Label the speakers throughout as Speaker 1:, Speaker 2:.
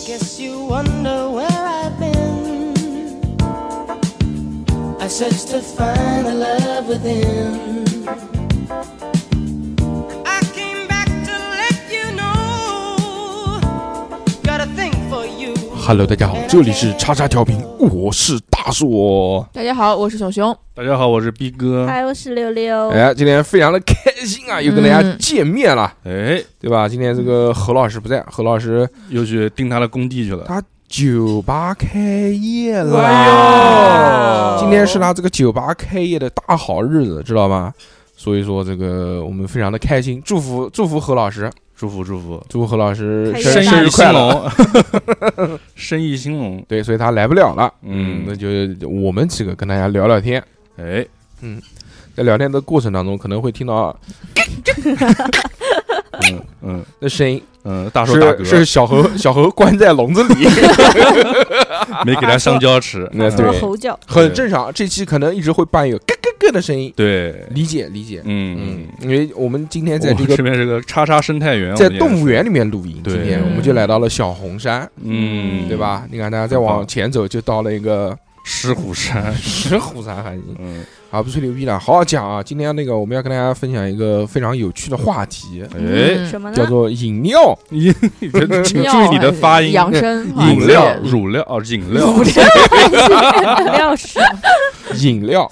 Speaker 1: guess you wonder where I've been. I searched to find the love within. I came back to let you know. Got a thing for you.
Speaker 2: Hello， 大家好，这里是叉叉调频，我是大硕。
Speaker 3: 大家好，我是熊熊。
Speaker 4: 大家好，我是逼哥。
Speaker 5: 嗨，我是六六。
Speaker 2: 哎，今天非常的开心啊，又跟大家见面了，
Speaker 4: 哎，
Speaker 2: 对吧？今天这个何老师不在，何老师
Speaker 4: 又去盯他的工地去了。
Speaker 2: 他酒吧开业了，
Speaker 4: 哇
Speaker 2: 今天是他这个酒吧开业的大好日子，知道吗？所以说这个我们非常的开心，祝福何老师，
Speaker 4: 祝福
Speaker 2: 何老师
Speaker 4: 生
Speaker 2: 日快乐，
Speaker 4: 生意兴隆。
Speaker 2: 对，所以他来不了了，
Speaker 4: 嗯，
Speaker 2: 那就我们几个跟大家聊聊天。
Speaker 4: 哎，
Speaker 2: 在聊天的过程当中，可能会听到，那声音，
Speaker 4: 大叔大哥
Speaker 2: 是小猴关在笼子里，
Speaker 4: 没给他香蕉吃，
Speaker 2: 那对，
Speaker 5: 吼叫
Speaker 2: 很正常。这期可能一直会伴有咯咯咯的声音，
Speaker 4: 对，
Speaker 2: 理解，因为我们今天在这个
Speaker 4: 这边是个叉叉生态园，
Speaker 2: 在动物园里面录音，
Speaker 4: 对
Speaker 2: 今天我们就来到了小红山，对吧？你看大家再往前走，就到了一个
Speaker 4: 石虎山，
Speaker 2: 石虎山还行，好，不吹牛逼了，好好讲啊！今天那个我们要跟大家分享一个非常有趣的话题，
Speaker 5: 什么呢？
Speaker 2: 叫做饮料。
Speaker 4: 请注意你的发音，
Speaker 3: 养生
Speaker 4: 饮料、乳料哦，饮料，
Speaker 2: 饮料，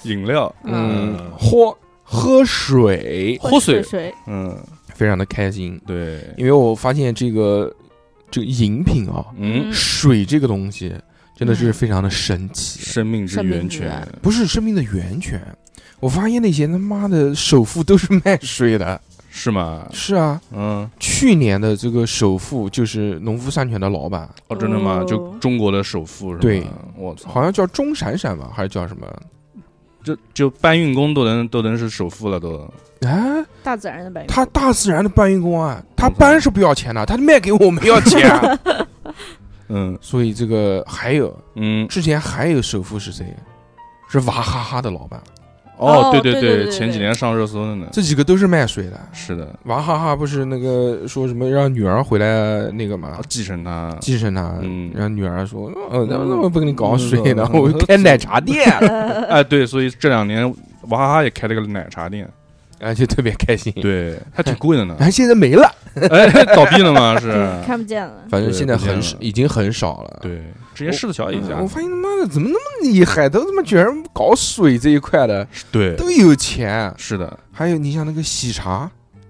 Speaker 2: 喝水，非常的开心。
Speaker 4: 对，
Speaker 2: 因为我发现这个饮品啊，水这个东西真的是非常的神奇，
Speaker 4: 生命之源泉，
Speaker 2: 不是生命的源泉。我发现那些他妈的首富都是卖水的，
Speaker 4: 是吗？
Speaker 2: 是啊，去年的这个首富就是农夫山泉的老板。
Speaker 4: 哦，真的吗？就中国的首富是吧？
Speaker 2: 对，
Speaker 4: 我操，
Speaker 2: 好像叫钟闪闪吧，还是叫什么？
Speaker 4: 就搬运工都能是首富了都。
Speaker 2: 啊，
Speaker 5: 大自然的搬运工，
Speaker 2: 他大自然的搬运工啊，他搬是不要钱的，他卖给我们要钱。所以这个还有，之前还有首富是谁？是娃哈哈的老板。
Speaker 4: 哦，对，前几年上热搜的呢。
Speaker 2: 这几个都是卖水的。
Speaker 4: 是的，
Speaker 2: 娃哈哈不是那个说什么让女儿回来那个嘛，
Speaker 4: 继承他，
Speaker 2: 让女儿说，那么不跟你搞水呢，我开奶茶店。
Speaker 4: 哎，对，所以这2年娃哈哈也开了个奶茶店。
Speaker 2: 就特别开心，
Speaker 4: 对，还挺贵的呢。
Speaker 2: 现在没了，
Speaker 4: 倒闭了吗？是
Speaker 5: 看不见了。
Speaker 2: 反正现在已经很少了。
Speaker 4: 对，之前狮子桥一家。
Speaker 2: 我发现他妈的怎么那么厉害，都他妈居然搞水这一块的，
Speaker 4: 对，
Speaker 2: 都有钱。
Speaker 4: 是的，
Speaker 2: 还有你像那个喜茶，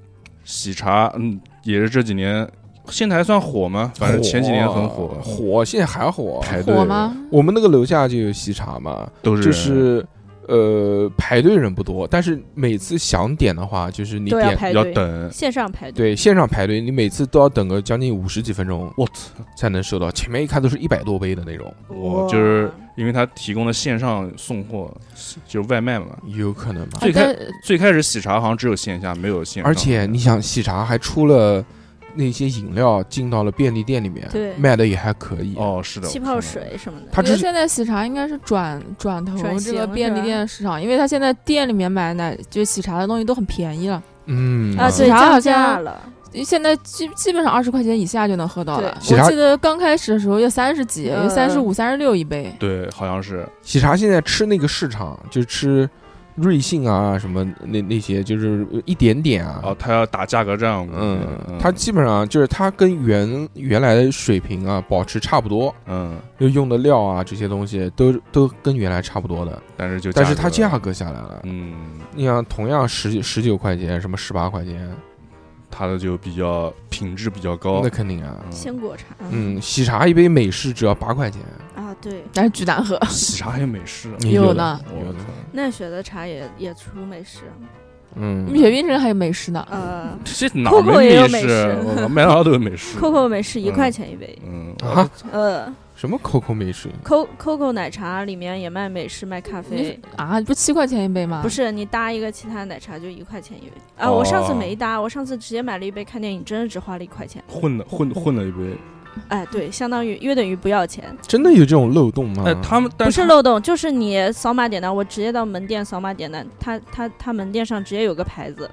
Speaker 4: 也是这几年。现在还算火吗？反正前几年很火，
Speaker 2: 现在还火，
Speaker 4: 排队
Speaker 3: 吗？
Speaker 2: 我们那个楼下就有喜茶嘛，
Speaker 4: 都是
Speaker 2: 就是排队人不多，但是每次想点的话，就是你点
Speaker 4: 要等
Speaker 5: 线上排队，
Speaker 2: 对，线上排队，你每次都要等个将近50几分钟，
Speaker 4: 我操，
Speaker 2: 才能收到。前面一看都是100多杯的那种，
Speaker 4: 就是因为他提供的线上送货，就是外卖嘛，
Speaker 2: 有可能吧？
Speaker 4: 最开始喜茶好像只有线下，没有线上，
Speaker 2: 而且你想，喜茶还出了那些饮料进到了便利店里面，卖的也还可以。
Speaker 4: 哦，是的，
Speaker 5: 气泡水什么的。
Speaker 3: 我觉得现在喜茶应该是转投这个便利店市场，因为他现在店里面买奶就喜茶的东西都很便宜了。
Speaker 5: 喜茶好像了，
Speaker 3: 现在基本上20块钱以下就能喝到了。
Speaker 2: 我
Speaker 3: 记得刚开始的时候要30几，35、36一杯。
Speaker 4: 对，好像是。
Speaker 2: 喜茶现在吃那个市场就吃瑞幸啊，什么那些就是一点点啊。
Speaker 4: 他要打价格战。
Speaker 2: 他基本上就是他跟原来的水平啊保持差不多。就用的料啊这些东西都跟原来差不多的，但是它价格下来了。你想同样19块钱，什么18块钱，
Speaker 4: 它的就比较品质比较高。
Speaker 2: 那肯定啊。
Speaker 5: 鲜果茶。
Speaker 2: 喜茶一杯美式只要8块钱。
Speaker 5: 对，
Speaker 3: 但是巨难喝。
Speaker 4: 喜茶还有美式，
Speaker 3: 有的。
Speaker 5: 奈雪的茶也出美式。
Speaker 3: 蜜雪冰城还有美式呢。
Speaker 4: 这哪没美式？麦当劳都有美式。
Speaker 5: COCO 美式1块钱一杯。
Speaker 2: 什么 COCO 美式
Speaker 5: ？COCO 奶茶里面也卖美式，卖咖啡
Speaker 3: 啊？不7块钱一杯吗？
Speaker 5: 不是，你搭一个其他奶茶就1块钱一杯啊！我上次没搭，我上次直接买了一杯看电影，真的只花了1块钱。
Speaker 4: 混了一杯。
Speaker 5: 哎，对，相当于约等于不要钱。
Speaker 2: 真的有这种漏洞吗？
Speaker 4: 他们
Speaker 5: 不是漏洞，就是你扫码点单，我直接到门店扫码点单，他门店上直接有个牌子，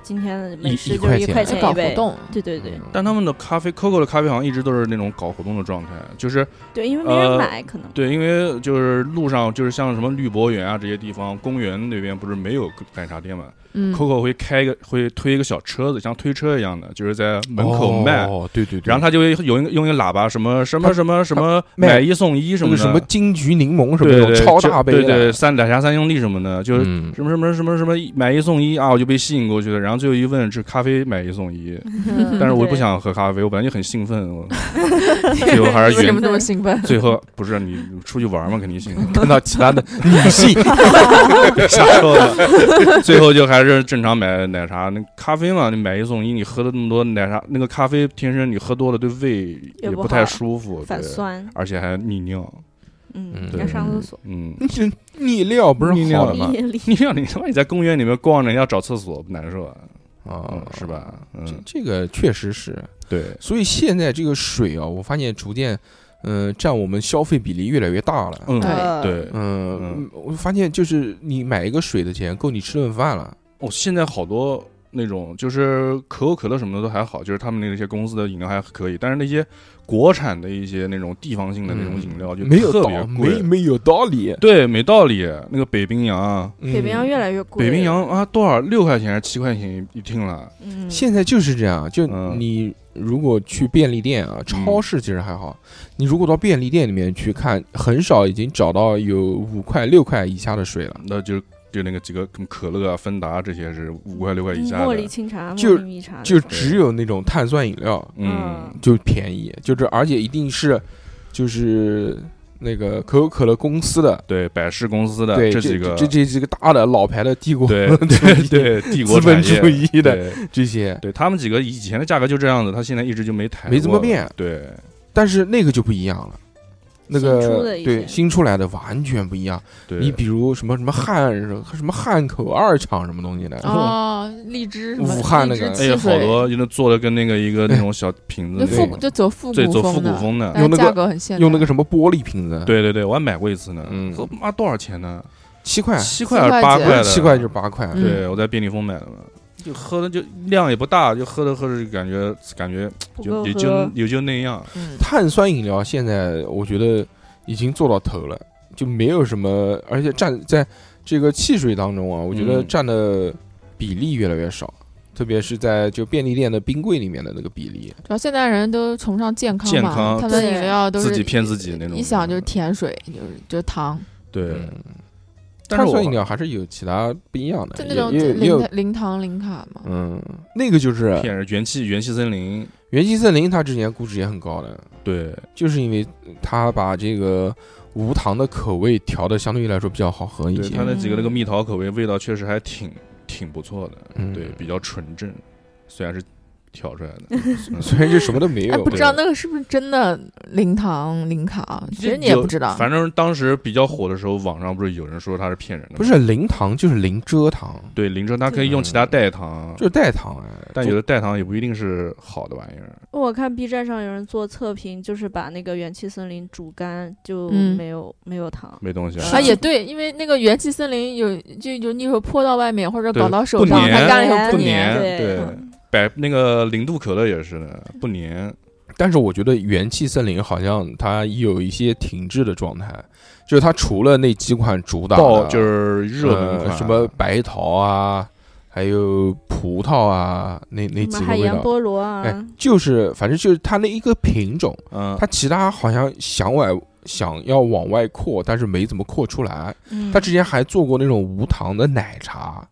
Speaker 5: 今天的美式就是1块钱
Speaker 3: 搞活动，
Speaker 5: 对对对。
Speaker 4: 但他们的咖啡 ，COCO 的咖啡好像一直都是那种搞活动的状态，就是
Speaker 5: 对，因为没人买，可能
Speaker 4: 对，因为就是路上就是像什么绿博园啊这些地方，公园那边不是没有奶茶店嘛，COCO 会推一个小车子，像推车一样的，就是在门口卖，
Speaker 2: 对对对，
Speaker 4: 然后他就会用一个喇叭什么买1送1什么的，
Speaker 2: 什么金桔柠檬什么的超大杯的，
Speaker 4: 对对，奶茶3兄弟什么的，就是什么买1送1啊，我就被吸引过去了，然后最后一问是咖啡买1送1，但是我不想喝咖啡，我本来就很兴奋，最后还是
Speaker 3: 为什么这么兴奋？
Speaker 4: 最后不是你出去玩嘛，肯定兴奋，
Speaker 2: 看到其他的女性
Speaker 4: 瞎说的，最后就还是正常买奶茶，那咖啡嘛，你买1送1，你喝了那么多奶茶，那个咖啡天生你喝多了对胃也不太舒服，
Speaker 5: 反酸，
Speaker 4: 而且还利尿。
Speaker 5: 要上厕所。
Speaker 2: 利尿不是好的吗？
Speaker 4: 利尿你他妈你在公园里面逛着，你要找厕所不难受啊？是吧？
Speaker 2: 这个确实是
Speaker 4: 对。
Speaker 2: 所以现在这个水啊，我发现逐渐占我们消费比例越来越大了。
Speaker 4: 对，
Speaker 2: 我发现就是你买一个水的钱够你吃顿饭了。
Speaker 4: 现在好多那种就是可口可乐什么的都还好，就是他们那些公司的饮料还可以，但是那些国产的一些那种地方性的那种饮料就特别贵，
Speaker 2: 没有道理。
Speaker 4: 对，没道理。那个北冰洋，
Speaker 5: 北冰洋越来越贵。
Speaker 4: 北冰洋啊，多少6块钱还是7块钱一听了？
Speaker 2: 现在就是这样，就你如果去便利店啊，超市其实还好，你如果到便利店里面去看，很少已经找到有5块6块以下的水了，
Speaker 4: 那就那个几个可乐啊、芬达这些是5块6块以下的，
Speaker 5: 茉莉清茶、
Speaker 2: 就
Speaker 5: 茉莉蜜茶，
Speaker 2: 就只有那种碳酸饮料，就便宜，就是而且一定是就是那个可口可乐公司的，
Speaker 4: 对，百事公司的，
Speaker 2: 对
Speaker 4: 这几
Speaker 2: 个大的老牌的帝国，
Speaker 4: 对帝国
Speaker 2: 资本主义的这些，
Speaker 4: 对他们几个以前的价格就这样子，他现在一直就没抬，
Speaker 2: 没怎么变，
Speaker 4: 对，
Speaker 2: 但是那个就不一样了。那个新出来的完全不一样。你比如什么汉口2厂什么东西的
Speaker 3: 荔枝
Speaker 2: 武汉那个，
Speaker 4: 好多就能做的跟那个一个那种小瓶子，
Speaker 3: 就走复古风的，
Speaker 2: 用那
Speaker 3: 价格很现代，
Speaker 2: 用那个什么玻璃瓶子。
Speaker 4: 对对对，我还买过一次呢。妈多少钱呢
Speaker 2: ？7块
Speaker 4: ，7块还是8块的
Speaker 2: ？7块就是8块。
Speaker 4: 对，我在便利蜂买的嘛。就喝的就量也不大，就喝着感觉也就那样。
Speaker 2: 碳酸饮料现在我觉得已经做到头了，就没有什么，而且占在这个汽水当中啊，我觉得占的比例越来越少，特别是在就便利店的冰柜里面的那个比例。
Speaker 3: 主要现在人都崇尚健康嘛，他们饮料都是
Speaker 4: 自己骗自己那种，
Speaker 3: 一想就是甜水，就是糖。
Speaker 4: 对。
Speaker 2: 碳酸饮料还是有其他不一样的，
Speaker 3: 就那种零糖零卡嘛。
Speaker 2: 那个就是
Speaker 4: 元气森林，
Speaker 2: 元气森林它之前估值也很高的，
Speaker 4: 对，
Speaker 2: 就是因为它把这个无糖的口味调的相对于来说比较好喝一些。
Speaker 4: 它那几个那个蜜桃口味味道确实还挺不错的，对，比较纯正，虽然是调出来的，
Speaker 2: 虽然就什么都没有。
Speaker 3: 不知道那个是不是真的零糖零卡？其实你也不知道。
Speaker 4: 反正当时比较火的时候，网上不是有人说它是骗人的？
Speaker 2: 不是零糖就是零蔗糖，
Speaker 4: 对，零蔗它可以用其他代糖，
Speaker 2: 就是代糖
Speaker 4: 但有的代糖也不一定是好的玩意儿。
Speaker 5: 我看 B 站上有人做测评，就是把那个元气森林煮干，就没有糖，
Speaker 4: 没东西
Speaker 3: 啊。也对，因为那个元气森林有你有泼到外面或者搞到手上，它干了以后
Speaker 4: 不
Speaker 3: 粘，
Speaker 4: 对。那个0度可乐也是的，不粘。
Speaker 2: 但是我觉得元气森林好像它有一些停滞的状态，就是它除了那几款主打的，
Speaker 4: 就是热门款，
Speaker 2: 什么白桃啊，还有葡萄啊，那几个味道，
Speaker 5: 海盐菠萝啊，
Speaker 2: 就是反正就是它那一个品种，它其他好像想要往外扩，但是没怎么扩出来。它之前还做过那种无糖的奶茶。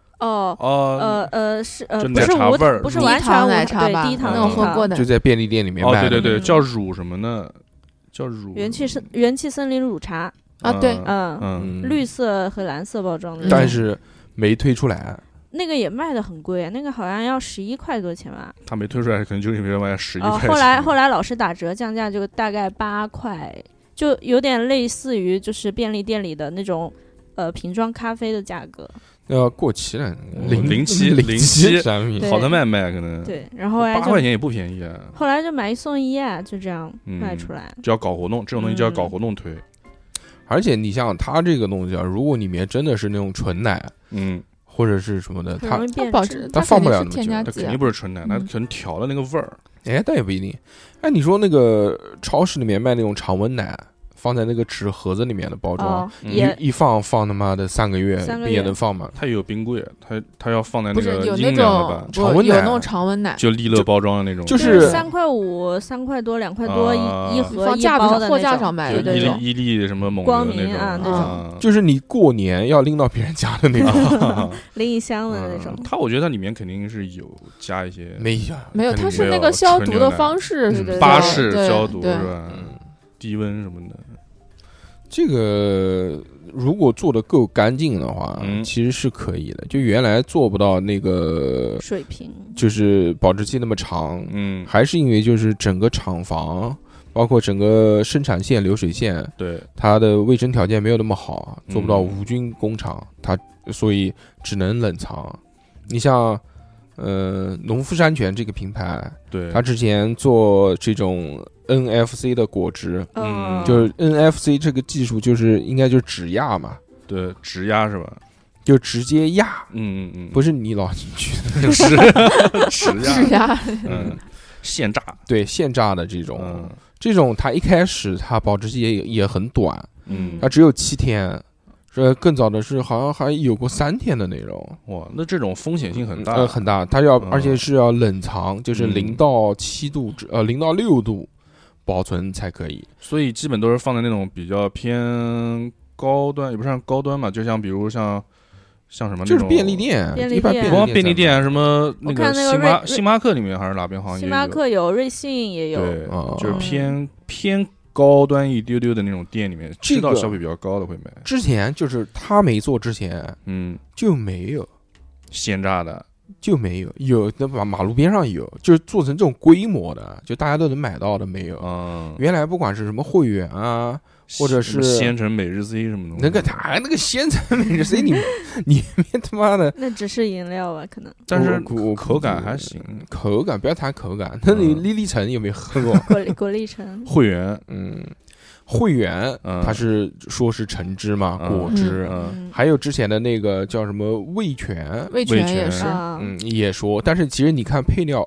Speaker 5: 是
Speaker 4: 不
Speaker 5: 是完全
Speaker 3: 奶茶吧？
Speaker 5: 低糖
Speaker 3: 那种喝过的，
Speaker 2: 就在便利店里面卖。
Speaker 4: 对对对，叫乳什么呢？叫乳
Speaker 5: 元气森林乳茶
Speaker 3: 啊，对，
Speaker 5: 绿色和蓝色包装的，
Speaker 2: 但是没推出来。
Speaker 5: 那个也卖的很贵，那个好像要11块多钱吧。
Speaker 4: 他没推出来，可能就是因为卖11块钱。
Speaker 5: 后来老是打折降价，就大概8块，就有点类似于就是便利店里的那种瓶装咖啡的价格。
Speaker 2: 要过期了
Speaker 4: ，07
Speaker 2: 产品，
Speaker 4: 好的卖可能
Speaker 5: 对，然后
Speaker 4: 8块钱也不便宜啊。
Speaker 5: 后来就买1送1啊，就这样卖出来。
Speaker 4: 就要搞活动，这种东西就要搞活动推。
Speaker 2: 而且你像它这个东西啊，如果里面真的是那种纯奶， 或者是什么的，它
Speaker 3: 保质，
Speaker 2: 它放不了那么久，
Speaker 4: 它肯定不是纯奶，它可能调了那个味儿。
Speaker 2: 哎，但也不一定。哎，你说那个超市里面卖那种常温奶，放在那个纸盒子里面的包装，一放他妈的3个月，也能放吗？
Speaker 4: 它也有冰柜，它要放在那个
Speaker 3: 有
Speaker 4: 阴凉的吧？
Speaker 2: 常温奶
Speaker 3: 有那种常温奶，
Speaker 4: 就利乐包装的那种，
Speaker 2: 就是
Speaker 5: 3块5、3块多、2块多一盒，
Speaker 3: 放架子上货架上卖的那种，
Speaker 4: 伊利什么蒙
Speaker 5: 光明
Speaker 4: 啊
Speaker 5: 那种，
Speaker 2: 就是你过年要拎到别人家的那种，
Speaker 5: 拎一箱的那种。
Speaker 4: 我觉得它里面肯定是有加一些，
Speaker 2: 没
Speaker 3: 有，它是那个消毒的方式，
Speaker 4: 巴氏消毒是吧？低温什么的。
Speaker 2: 这个如果做的够干净的话，其实是可以的。就原来做不到那个
Speaker 5: 水平，
Speaker 2: 就是保质期那么长，还是因为就是整个厂房，包括整个生产线、流水线，
Speaker 4: 对
Speaker 2: 它的卫生条件没有那么好，做不到无菌工厂，它所以只能冷藏。你像农夫山泉这个品牌，
Speaker 4: 对，
Speaker 2: 它之前做这种NFC 的果汁，就是 NFC 这个技术就是应该就是指压嘛，
Speaker 4: 对，指压是吧？
Speaker 2: 就直接压，不是你老进去的，
Speaker 4: 是
Speaker 3: 指压，
Speaker 4: 现榨，
Speaker 2: 对，现榨的这种它一开始它保质期也很短，它只有7天。更早的是好像还有过3天的那种，
Speaker 4: 哇，那这种风险性很大，
Speaker 2: 很大。它而且是要冷藏，就是0到7度0到6度保存才可以。
Speaker 4: 所以基本都是放在那种比较偏高端，也不算高端嘛，就像比如像什么那种，
Speaker 2: 就是便利店，一般
Speaker 4: 不光便利店，什么那个星巴克里面还是哪边好像也有，
Speaker 5: 星巴克有，瑞幸也有，
Speaker 4: 对，就是偏高端一丢丢的那种店里面，知道消费比较高的会买。
Speaker 2: 之前就是他没做之前，就没有
Speaker 4: 现榨的，
Speaker 2: 就没有那马路边上有，就是做成这种规模的，就大家都能买到的没有。原来不管是什么会员啊，或者是
Speaker 4: 鲜橙每日 C 什么东西，
Speaker 2: 那个鲜橙每日 C 你他妈的
Speaker 5: 那只是饮料吧，可能，
Speaker 4: 但是口感还行，
Speaker 2: 口感不要谈口感。那你莉莉橙有没有喝过？
Speaker 5: 果粒橙
Speaker 4: 会员，
Speaker 2: 会员，它是说是橙汁嘛，果汁，还有之前的那个叫什么味全
Speaker 3: 也是，
Speaker 2: 也说，但是其实你看配料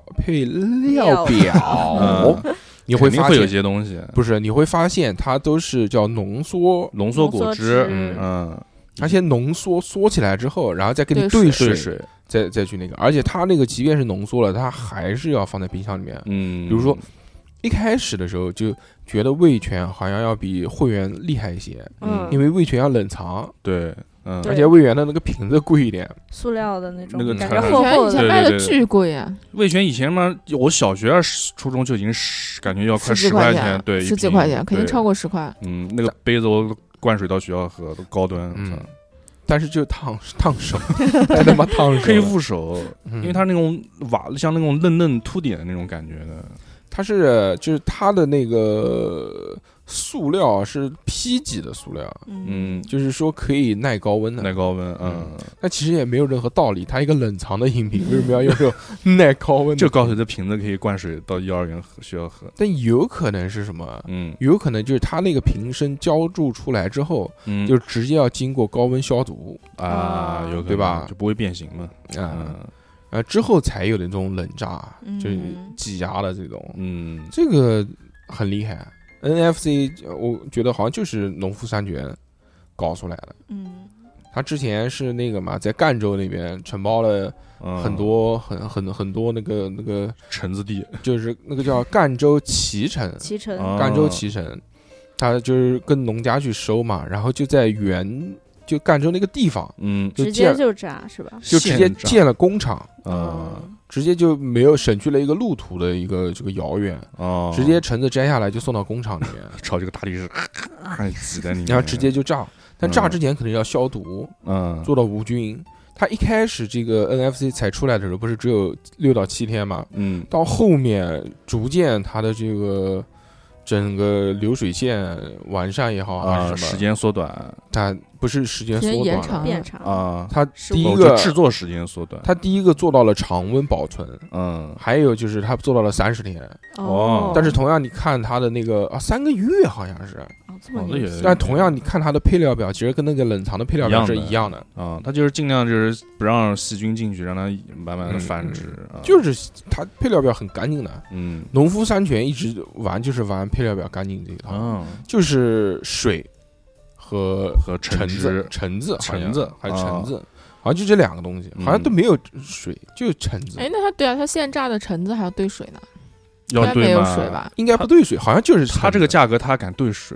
Speaker 2: 表。你会发现
Speaker 4: 有些东西
Speaker 2: 不是，你会发现它都是叫浓缩
Speaker 4: 果汁，
Speaker 2: 而且浓缩起来之后，然后再给你兑水，再去那个，而且它那个即便是浓缩了，它还是要放在冰箱里面。比如说一开始的时候就觉得味全好像要比会员厉害一些，因为味全要冷藏，
Speaker 4: 对。
Speaker 2: 而且味全的那个瓶子贵一点，
Speaker 5: 塑料的那种，
Speaker 4: 那个
Speaker 5: 感觉厚厚的，
Speaker 3: 以前卖的巨贵啊！
Speaker 4: 味全以前嘛，我小学初中就已经感觉要快10块钱，对
Speaker 3: ，10几块钱，肯定超过10块。
Speaker 4: 那个杯子我灌水到学校喝都高端，
Speaker 2: 但是就烫手，还他妈烫手，
Speaker 4: 黑副手，因为它那种像那种嫩凸点的那种感觉的，
Speaker 2: 它就是它的那个塑料是 P 级的塑料，就是说可以耐高温的，那其实也没有任何道理，它一个冷藏的饮品为什么要用这种耐高温的？
Speaker 4: 就告诉这瓶子可以灌水到幼儿园学校喝，
Speaker 2: 但有可能是什么？有可能就是它那个瓶身浇筑出来之后，就直接要经过高温消毒
Speaker 4: 啊，有可能
Speaker 2: 对吧？
Speaker 4: 就不会变形嘛，
Speaker 2: 之后才有的那种冷榨，就是挤压的这种，这个很厉害。NFC 我觉得好像就是农夫山泉搞出来的，他之前是那个嘛，在赣州那边承包了很多很多那个
Speaker 4: 橙子地，
Speaker 2: 就是那个叫赣州脐橙，赣州脐橙，他就是跟农家去收嘛，然后就在就赣州那个地方，
Speaker 5: 直接就榨是吧？
Speaker 2: 就直接建了工厂，直接就没有省去了一个路途的一个这个遥远，直接橙子摘下来就送到工厂里面，
Speaker 4: 炒这个大力士，挤在里面，
Speaker 2: 然后直接就榨。但榨之前可能要消毒，做到无菌。它一开始这个 NFC 才出来的时候，不是只有6到7天嘛？到后面逐渐它的这个整个流水线完善也好，还是什么
Speaker 4: 时间缩短，
Speaker 2: 它不是时间缩短
Speaker 5: 变长
Speaker 2: 啊，它第一个
Speaker 4: 制作时间缩短，
Speaker 2: 它第一个做到了常温保存，还有就是它做到了30天，但是同样你看它的那个3个月好像是，
Speaker 5: 这么牛气。
Speaker 2: 但同样，你看它的配料表，其实跟那个冷藏的配料表是一样的
Speaker 4: 啊。它就是尽量就是不让细菌进去，让它慢慢的繁殖。
Speaker 2: 就是它配料表很干净的。农夫山泉一直玩就是玩配料表干净这一套，就是水和橙子还有橙子。好像就这2个东西，好像都没有水，就橙子。
Speaker 3: 哎，那它对啊，它现榨的橙子还要兑水呢。
Speaker 4: 要兑
Speaker 3: 没有水吧？
Speaker 2: 应该不兑水，好像就是
Speaker 4: 它这个价格，它敢兑水。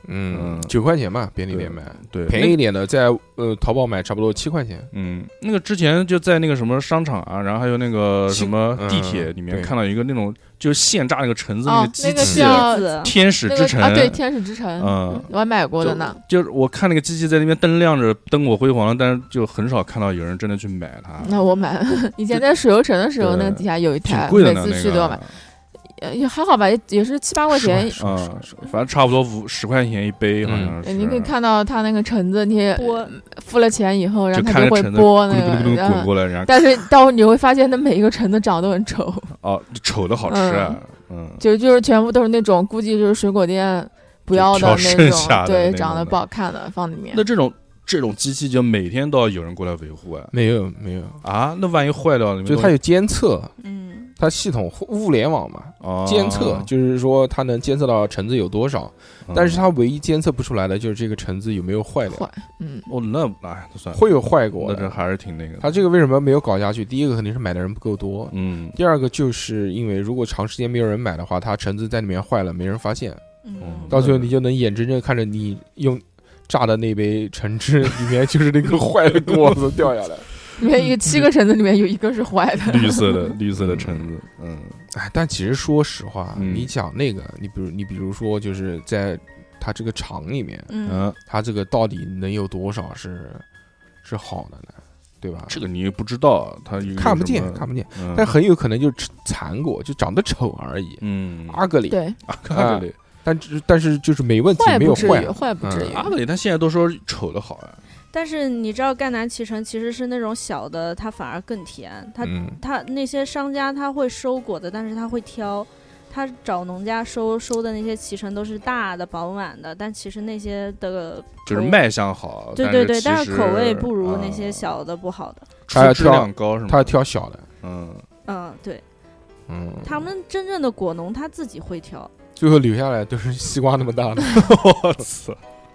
Speaker 2: 9块钱吧，便利店买。
Speaker 4: 对，
Speaker 2: 便宜一点的在淘宝买差不多7块钱。
Speaker 4: 那个之前就在那个什么商场啊，然后还有那个什么地铁里面看到一个那种就是现榨那个橙子那个机器，天使之城
Speaker 3: 啊，对，天使之城，我还买过的呢。
Speaker 4: 就是我看那个机器在那边灯亮着，灯火辉煌，但是就很少看到有人真的去买它。
Speaker 3: 那我买了，以前在水游城的时候，那个底下有一台，每次去都要买。也还好吧，也是7-8块钱，
Speaker 4: 反正差不多10块钱一杯，好像是。
Speaker 3: 你可以看到它那个橙子，你付了钱以后，然后它就会剥那个，
Speaker 4: 滚过来，然后。
Speaker 3: 但是到时候你会发现，那每一个橙子长得都很丑。
Speaker 4: 哦，丑的好吃，
Speaker 3: 就是全部都是那种，估计就是水果店不要的那种，对，长得不好看的放里面。
Speaker 4: 那这种机器就每天都要有人过来维护啊？
Speaker 2: 没有
Speaker 4: 啊，那万一坏掉了，
Speaker 2: 就它有监测，它系统物联网嘛，监测就是说它能监测到橙子有多少，但是它唯一监测不出来的就是这个橙子有没有坏掉。
Speaker 4: 那算
Speaker 2: 会有坏过，
Speaker 4: 那这还是挺那个。
Speaker 2: 它这个为什么没有搞下去？第一个肯定是买的人不够多，第二个就是因为如果长时间没有人买的话，它橙子在里面坏了，没人发现，到最后你就能眼睁睁看着你用榨的那杯橙汁里面就是那个坏的果子掉下来。
Speaker 3: 里面一个7个橙子里面有1个是坏的，
Speaker 4: 绿色的橙子。
Speaker 2: 但其实说实话，你讲那个，你比如说，就是在它这个厂里面，它这个到底能有多少是好的呢？对吧？
Speaker 4: 这个你也不知道，它
Speaker 2: 看不见，但很有可能就是残果，就长得丑而已。阿格里，
Speaker 3: 对，
Speaker 4: 阿格里。
Speaker 2: 但是就是没问题，没有
Speaker 3: 坏不至于。
Speaker 4: 阿格里他现在都说丑的好啊。
Speaker 5: 但是你知道赣南脐橙其实是那种小的，它反而更甜。它那些商家他会收果子，但是他会挑，他找农家收的那些脐橙都是大的饱满的，但其实那些的
Speaker 4: 就是卖相好，
Speaker 5: 对，但是口味不如那些小的不好的。
Speaker 2: 它
Speaker 4: 质量高是吗？
Speaker 2: 他要挑小的。
Speaker 5: 对，他们真正的果农他自己会挑，
Speaker 2: 最后留下来都是西瓜那么大的。
Speaker 4: 我操！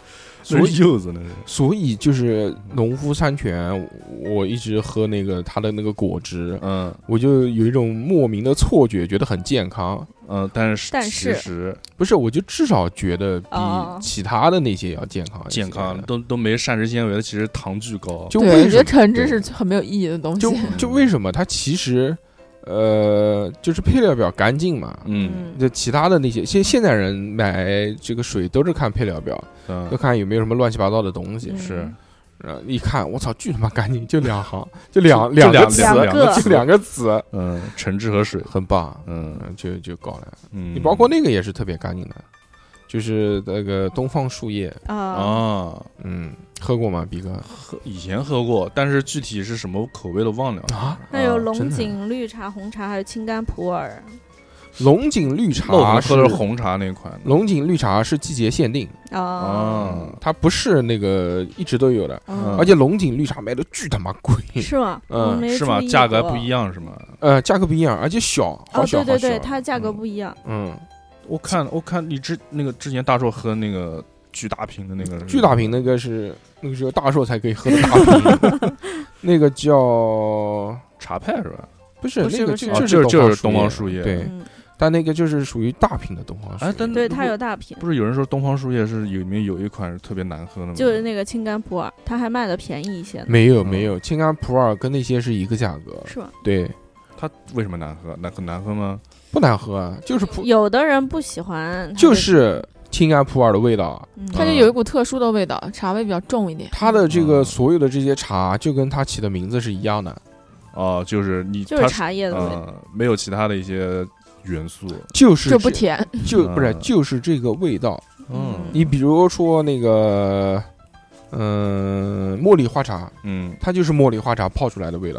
Speaker 2: 所以就是农夫山泉，我一直喝那个它的那个果汁，我就有一种莫名的错觉，觉得很健康，
Speaker 4: 但是其实
Speaker 2: 不是，我就至少觉得比其他的那些要健康，
Speaker 4: 都没膳食纤维，其实糖巨高。
Speaker 2: 就我
Speaker 3: 觉得橙汁是很没有意义的东西。
Speaker 2: 就为什么它其实？就是配料表干净嘛，就其他的那些，现在人买这个水都是看配料表，都看有没有什么乱七八糟的东西。
Speaker 4: 是，
Speaker 2: 一看我操，巨他妈干净，就2行，就两个词，就2个词，
Speaker 4: 橙汁和水，
Speaker 2: 很棒，就搞了。你包括那个也是特别干净的，就是那个东方树叶喝过吗，逼哥？
Speaker 4: 以前喝过，但是具体是什么口味都忘了
Speaker 2: 啊。
Speaker 5: 那有龙井绿茶、红茶，还有青柑普洱。
Speaker 2: 龙井绿茶
Speaker 4: 喝的是红茶那款。
Speaker 2: 龙井绿茶是季节限定它不是那个一直都有的，而且龙井绿茶卖的巨他妈贵，
Speaker 5: 是吗？
Speaker 4: 是吗？价格不一样是吗？
Speaker 2: 价格不一样，而且好小，
Speaker 5: 对，它价格不一样。
Speaker 4: 我看你之前大硕喝那个。巨大瓶的那个，
Speaker 2: 巨大瓶那个是只有大硕才可以喝的大瓶，那个叫
Speaker 4: 茶派是吧？
Speaker 2: 不是，那个
Speaker 4: 就是东方树叶，
Speaker 2: 对，但那个就是属于大瓶的东方树叶。
Speaker 5: 对，它有大瓶。
Speaker 4: 不是有人说东方树叶是里面有一款是特别难喝的吗？
Speaker 5: 就是那个青柑普洱，它还卖的便宜一些。
Speaker 2: 没有，青柑普洱跟那些是一个价格，
Speaker 5: 是吧？
Speaker 2: 对，
Speaker 4: 它为什么难喝？很难喝吗？
Speaker 2: 不难喝啊，就是
Speaker 5: 有的人不喜欢，
Speaker 2: 就是青柑普洱的味道，
Speaker 3: 它就有一股特殊的味道，茶味比较重一点。
Speaker 2: 它的这个所有的这些茶，就跟它起的名字是一样的。
Speaker 4: 就是
Speaker 5: 就是茶叶的味道，
Speaker 4: 没有其他的一些元素，
Speaker 3: 就不甜，
Speaker 2: 就是这个味道。你比如说那个，茉莉花茶，它就是茉莉花茶泡出来的味道。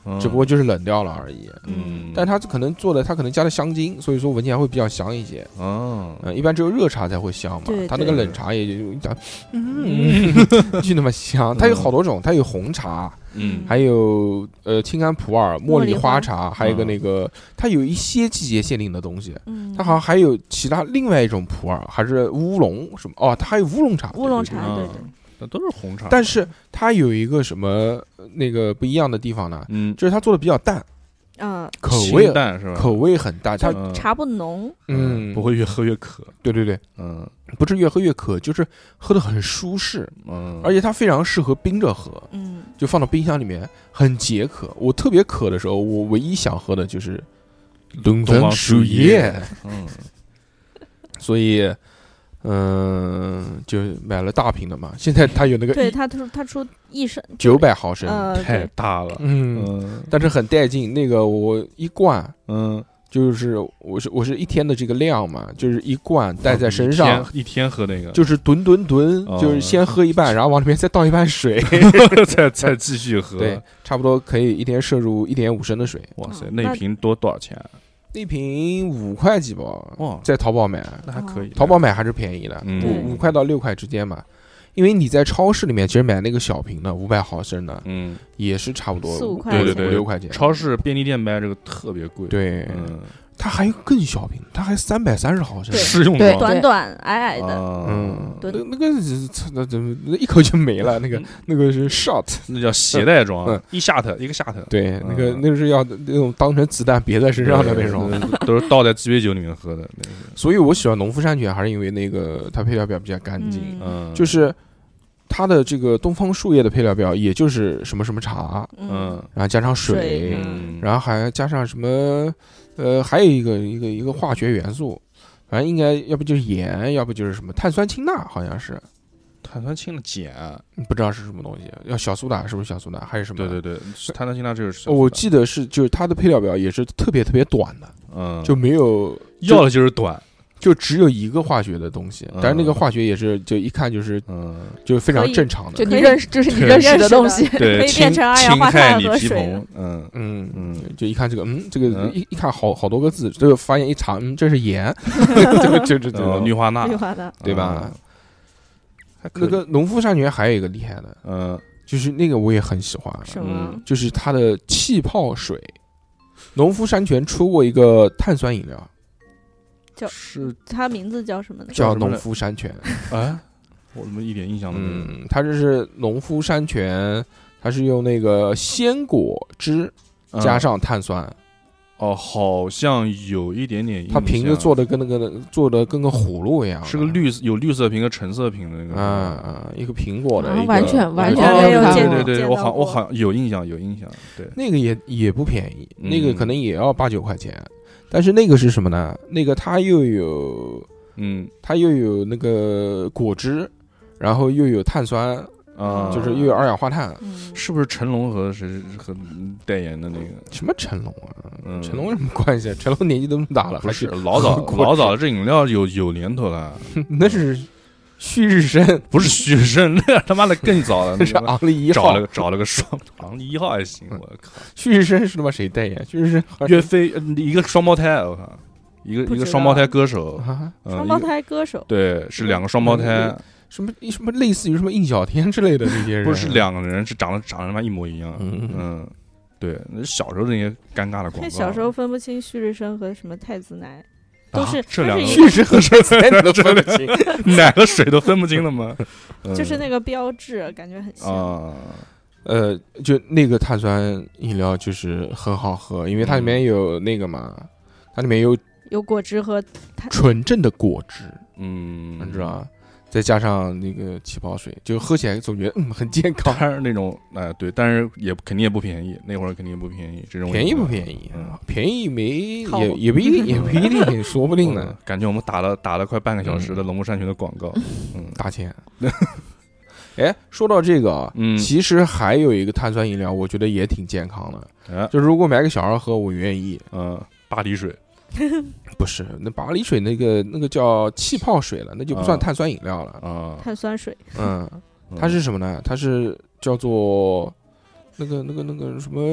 Speaker 2: 只不过就是冷掉了而已。但它可能做的，它可能加了香精，所以说闻起来会比较香一些。一般只有热茶才会香嘛，它那个冷茶也就就那么香。它有好多种，它有红茶，还有青安普洱、茉莉花茶，还有一个那个，它有一些季节限定的东西。它好像还有其他另外一种普洱，还是乌龙什么？哦，它还有乌龙茶。
Speaker 5: 乌龙茶，对。
Speaker 4: 那都是红茶，
Speaker 2: 但是它有一个什么那个不一样的地方呢？就是它做的比较淡，口味
Speaker 4: 淡是吧？
Speaker 2: 口味很淡，它
Speaker 5: 茶不浓，
Speaker 4: 不会越喝越渴。
Speaker 2: 对，不是越喝越渴，就是喝得很舒适，而且它非常适合冰着喝，就放到冰箱里面很解渴。我特别渴的时候，我唯一想喝的就是东方树叶，所以。就买了大瓶的嘛。现在它有那个，
Speaker 5: 对，它出1升
Speaker 2: 900毫升，
Speaker 4: 太大了，
Speaker 2: 但是很带劲。那个我一罐，就是我是一天的这个量嘛，就是一罐带在身上，
Speaker 4: 一天喝那个，
Speaker 2: 就是吨，就是先喝一半，然后往里面再倒一半水，
Speaker 4: 再继续喝，
Speaker 2: 对，差不多可以一天摄入1.5升的水。
Speaker 4: 哇塞，那瓶多少钱？
Speaker 2: 那瓶5块几吧，在淘宝买，
Speaker 4: 那还可以。
Speaker 2: 淘宝买还是便宜的，5块到6块之间嘛。因为你在超市里面其实买那个小瓶的500毫升的，也是差不多
Speaker 5: 4-5块，
Speaker 4: 对
Speaker 2: 5-6块钱。
Speaker 4: 超市便利店卖这个特别贵，
Speaker 2: 对，它还有更小瓶，它还330毫升，
Speaker 4: 适用
Speaker 5: 短矮的，
Speaker 2: 那个怎么一口就没了？那个是 shot，
Speaker 4: 那叫携带装，一个 shot，
Speaker 2: 对，那个是要那种当成子弹别在身上的那种，
Speaker 4: 都是倒在鸡尾酒里面喝的。
Speaker 2: 所以我喜欢农夫山泉，还是因为那个它配料表比较干净，就是它的这个东方树叶的配料表，也就是什么什么茶，然后加上水，然后还加上什么。还有一个化学元素，反正应该要不就是盐，要不就是什么碳酸氢钠，好像是
Speaker 4: 碳酸氢钠碱，
Speaker 2: 不知道是什么东西，要小苏打是不是小苏打还是什么？
Speaker 4: 对，碳酸氢钠这是。
Speaker 2: 我记得就是它的配料表也是特别短的，就没有
Speaker 4: 要的就是短。
Speaker 2: 就只有一个化学的东西，但是那个化学也是就一看就是就非常正常的，
Speaker 3: 就你认识，就是你认识的东西，
Speaker 4: 对，
Speaker 5: 可以变成二氧化碳和水。
Speaker 2: 就一看这个一看好多个字，最后发现一查，这是盐，这
Speaker 4: 氯化钠，
Speaker 2: 对吧？那个农夫山泉还有一个厉害的，就是那个我也很喜欢，就是它的气泡水。农夫山泉出过一个碳酸饮料。
Speaker 4: 是
Speaker 5: 它名字叫什么呢？
Speaker 2: 叫农夫山泉。
Speaker 4: 我怎么一点印象都没有？
Speaker 2: 它这是农夫山泉，它是用那个鲜果汁加上碳酸。
Speaker 4: 好像有一点点印象。
Speaker 2: 它瓶子做的跟个葫芦一样，
Speaker 4: 是个有绿色瓶和橙色瓶的那个。
Speaker 2: 一个苹果的，
Speaker 3: 完全没
Speaker 5: 有见过。
Speaker 4: 对，我好像有印象。对，
Speaker 2: 那个也不便宜，那个可能也要8-9块钱。但是那个是什么呢？那个它又有那个果汁，然后又有碳酸，就是又有二氧化碳。
Speaker 4: 是不是成龙和代言的那个？
Speaker 2: 什么成龙啊？成龙有什么关系？成龙年纪都那么大了，
Speaker 4: 不是老早的这饮料有年头了。
Speaker 2: 那是旭日升，
Speaker 4: 不是旭日升，那他妈的更早了。
Speaker 2: 那是昂立1号，
Speaker 4: 找了个昂立1号还行，我靠。
Speaker 2: 旭日升是他妈谁代言？旭日升
Speaker 4: 岳飞一个双胞胎，我靠，一个双胞胎歌手，
Speaker 5: 双胞胎歌手，
Speaker 4: 对，是2个双胞胎。
Speaker 2: 什么类似于什么印小天之类的那些人，
Speaker 4: 不是2个人，是长得他妈一模一样。对，那小时候那些尴尬的广告。
Speaker 5: 小时候分不清旭日升和什么太子奶。都是
Speaker 4: 这2个
Speaker 2: 旭日和太子奶都分不清，
Speaker 4: 奶和水都分不清的吗？
Speaker 5: 就是那个标志，感觉很像。
Speaker 2: 就那个碳酸饮料就是很好喝，因为它里面有那个嘛，它里面有
Speaker 5: 果汁和
Speaker 2: 纯正的果汁，你知道吧？再加上那个气泡水，就喝起来总觉得很健康。
Speaker 4: 但是那种对，但是肯定也不便宜，那会儿肯定也不便宜。这种
Speaker 2: 便宜不便宜？便宜没也不一定，说不定呢。
Speaker 4: 感觉我们打了快半个小时的农夫山泉的广告，
Speaker 2: 大钱。说到这个，其实还有一个碳酸饮料，我觉得也挺健康的。就如果买给小孩喝，我愿意。
Speaker 4: 巴黎水。
Speaker 2: 不是，那巴黎水那个叫气泡水了，那就不算碳酸饮料了。
Speaker 5: 碳酸水。
Speaker 2: 它是什么呢？它是叫做那个什么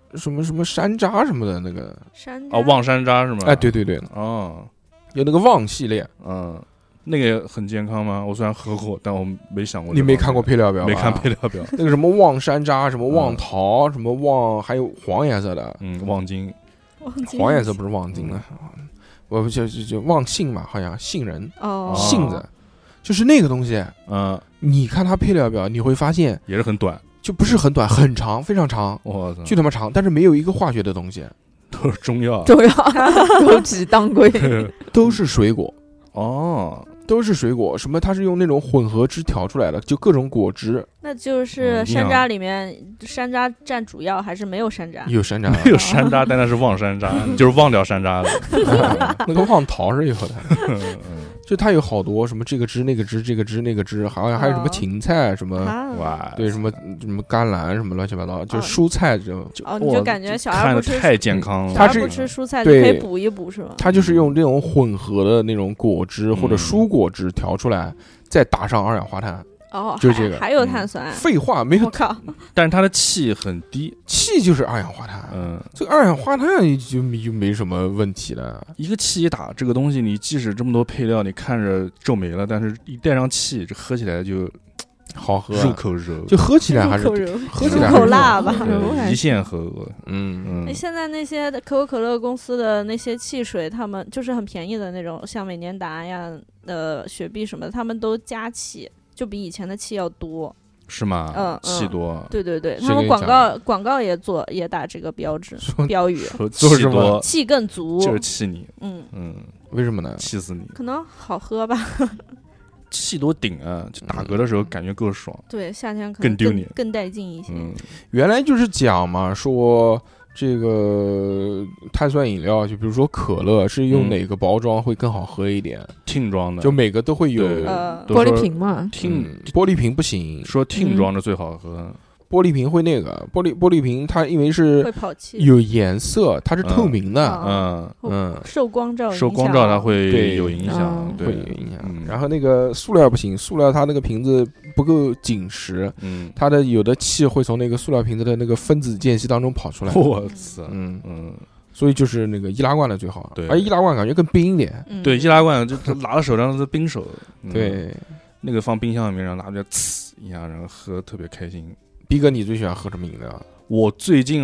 Speaker 2: 什么山楂什么的那个
Speaker 5: 山
Speaker 4: 旺山楂是吗？
Speaker 2: 哎，对，
Speaker 4: 哦，
Speaker 2: 有那个旺系列，
Speaker 4: 那个很健康吗？我虽然喝过，但我没想过。
Speaker 2: 你没看过配料表？
Speaker 4: 没看配料表。
Speaker 2: 那个什么旺山楂，什么旺桃，什么旺，还有黄颜色的，
Speaker 4: 旺金，
Speaker 2: 黄颜色不是旺金了，我就旺杏嘛，好像杏仁杏子，就是那个东西。你看它配料表，你会发现
Speaker 4: 也是很短，
Speaker 2: 就不是很短，很长，非常长，巨他妈长，但是没有一个化学的东西，
Speaker 4: 都是中药，
Speaker 3: 枸杞当归，
Speaker 2: 都是水果。
Speaker 4: 都
Speaker 2: 是水果，什么？它是用那种混合汁调出来的，就各种果汁。
Speaker 5: 那就是山楂里面，山楂占主要还是没有山楂？
Speaker 2: 有山楂，
Speaker 4: 没有山楂，但那是旺山楂，就是忘掉山楂了。
Speaker 2: 那个旺桃是有的，就它有好多什么这个汁那个汁，这个汁那个汁，好像还有什么芹菜什么，对，什么甘蓝什么乱七八糟，就蔬菜这种。
Speaker 5: 你就感觉小孩不吃
Speaker 4: 太健康了，
Speaker 2: 他是
Speaker 5: 不吃蔬菜就可以补一补是吗？
Speaker 2: 它就是用这种混合的那种果汁或者蔬果汁调出来，再打上二氧化碳。就是这个，
Speaker 5: 还有碳酸。
Speaker 2: 废话，没有。
Speaker 5: 我靠！
Speaker 4: 但是它的气很低，
Speaker 2: 气就是二氧化碳。这个二氧化碳就没什么问题了。
Speaker 4: 一个气一打，这个东西你即使这么多配料，你看着皱没了，但是一带上气，这喝起来就
Speaker 2: 好喝，
Speaker 4: 入口柔。
Speaker 2: 就喝起来还是喝起来
Speaker 5: 口辣吧，
Speaker 4: 一线合。
Speaker 5: 现在那些可口可乐公司的那些汽水，他们就是很便宜的那种，像美年达呀、雪碧什么的，他们都加气。就比以前的气要多，
Speaker 4: 是吗？气多。
Speaker 5: 对，他们广告也打这个标志标语，
Speaker 4: 气多，
Speaker 5: 气更足，
Speaker 4: 就是气你。
Speaker 2: 为什么呢？
Speaker 4: 气死你！
Speaker 5: 可能好喝吧。
Speaker 4: 气多顶啊！就打嗝的时候感觉够爽。
Speaker 5: 对，夏天可能
Speaker 4: 更丢脸，
Speaker 5: 更带劲一些。
Speaker 2: 原来就是讲嘛，说这个碳酸饮料，就比如说可乐，是用哪个包装会更好喝一点？
Speaker 4: 听装的，
Speaker 2: 就每个都会有
Speaker 3: 玻璃瓶嘛。
Speaker 2: 玻璃瓶不行，
Speaker 4: 说听装的最好喝。
Speaker 2: 玻璃瓶会那个玻璃瓶，它因为是
Speaker 5: 会跑气，
Speaker 2: 有颜色，它是透明的，
Speaker 5: 受光照
Speaker 4: 它会有影响，
Speaker 2: 会有影响。然后那个塑料不行，塑料它那个瓶子不够紧实，它的有的气会从那个塑料瓶子的那个分子间隙当中跑出来。
Speaker 4: 我操，
Speaker 2: 所以就是那个易拉罐的最好，
Speaker 4: 对，
Speaker 2: 而易拉罐感觉更冰一点，
Speaker 4: 对，易拉罐就拿到手上是冰手，
Speaker 2: 对，
Speaker 4: 那个放冰箱里面，然后拿出来呲一下，然后喝特别开心。
Speaker 2: 逼哥，你最喜欢喝什么饮料？
Speaker 4: 我最近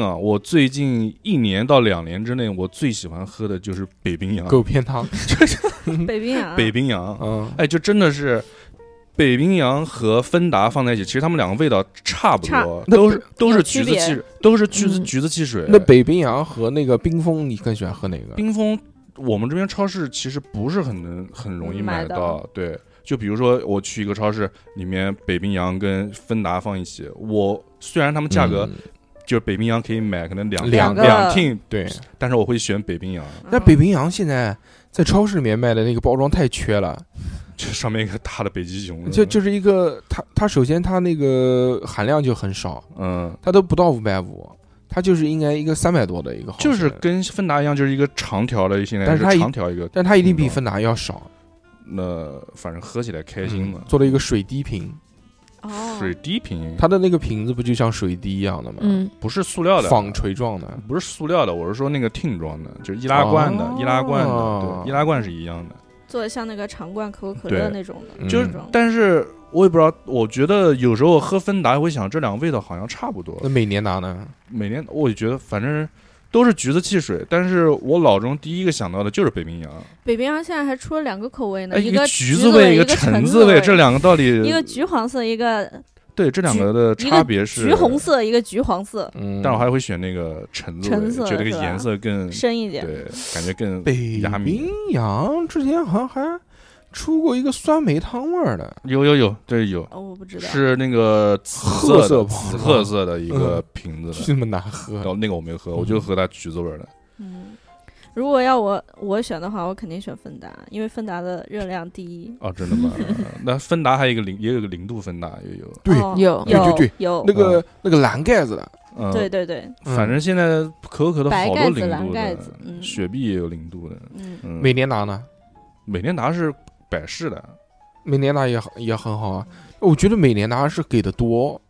Speaker 4: 1年到2年之内，我最喜欢喝的就是北冰洋
Speaker 2: 狗片汤，
Speaker 5: 北冰洋，
Speaker 4: 哎，就真的是北冰洋和芬达放在一起，其实他们两个味道差不多，都是橘子汽，都是橘子汽水。
Speaker 2: 那北冰洋和那个冰峰，你更喜欢喝哪个？
Speaker 4: 冰峰，我们这边超市其实不是很容易买到，对。就比如说我去一个超市，里面北冰洋跟芬达放一起，我虽然他们价格就是北冰洋可以买可能两听，
Speaker 2: 对，
Speaker 4: 但是我会选北冰洋。
Speaker 2: 那北冰洋现在在超市里面卖的那个包装太缺了，
Speaker 4: 就上面一个大的北极熊，
Speaker 2: 就是一个它首先它那个含量就很少，它都不到550。它就是应该一个300多的一个，
Speaker 4: 就是跟芬达一样，就是一个长条的，现在是长条一个，
Speaker 2: 但它一定比芬达要少。
Speaker 4: 那反正喝起来开心嘛。
Speaker 2: 做了一个水滴瓶，
Speaker 4: 水滴瓶，
Speaker 2: 它的那个瓶子不就像水滴一样的吗？
Speaker 4: 不是塑料的，
Speaker 2: 纺锤状的，
Speaker 4: 不是塑料的，我是说那个听装的，就是易拉罐的，易拉罐是一样的，
Speaker 5: 做的像那个长罐可口可乐那种的，
Speaker 4: 就是，但是我也不知道，我觉得有时候喝芬达会想这两个味道好像差不多。
Speaker 2: 那美年达呢？
Speaker 4: 美年我也觉得反正都是橘子汽水，但是我脑中第一个想到的就是北冰洋。
Speaker 5: 北冰洋现在还出了2个口味呢，
Speaker 4: 一
Speaker 5: 个
Speaker 4: 橘子味，一个橙子味，这两个到底
Speaker 5: 一个橘黄色，一个
Speaker 4: 对，这两个的差别是
Speaker 5: 橘红色，一个橘黄色。
Speaker 4: 但我还会选那个橙子味，觉得这个颜色更
Speaker 5: 深一点，
Speaker 4: 对，感觉更
Speaker 2: 北冰洋之前好像还出过一个酸梅汤味儿的，
Speaker 4: 有，这有，
Speaker 5: 我不知道，
Speaker 4: 是那个紫褐色的一个瓶子的，
Speaker 2: 这么难喝。
Speaker 4: 然后那个我没喝，我就喝它橘子味的。
Speaker 5: 如果要我选的话，我肯定选芬达，因为芬达的热量第一。
Speaker 4: 哦，真的吗？那芬达还有也有个0度芬达也有。
Speaker 2: 对，
Speaker 5: 有
Speaker 2: 那个蓝盖子的。
Speaker 5: 对，
Speaker 4: 反正现在可口可乐好多0度
Speaker 5: 的，
Speaker 4: 雪碧也有0度的。
Speaker 2: 美年达呢？
Speaker 4: 美年达是百事的，
Speaker 2: 美年达也很好啊。我觉得美年达是给的多。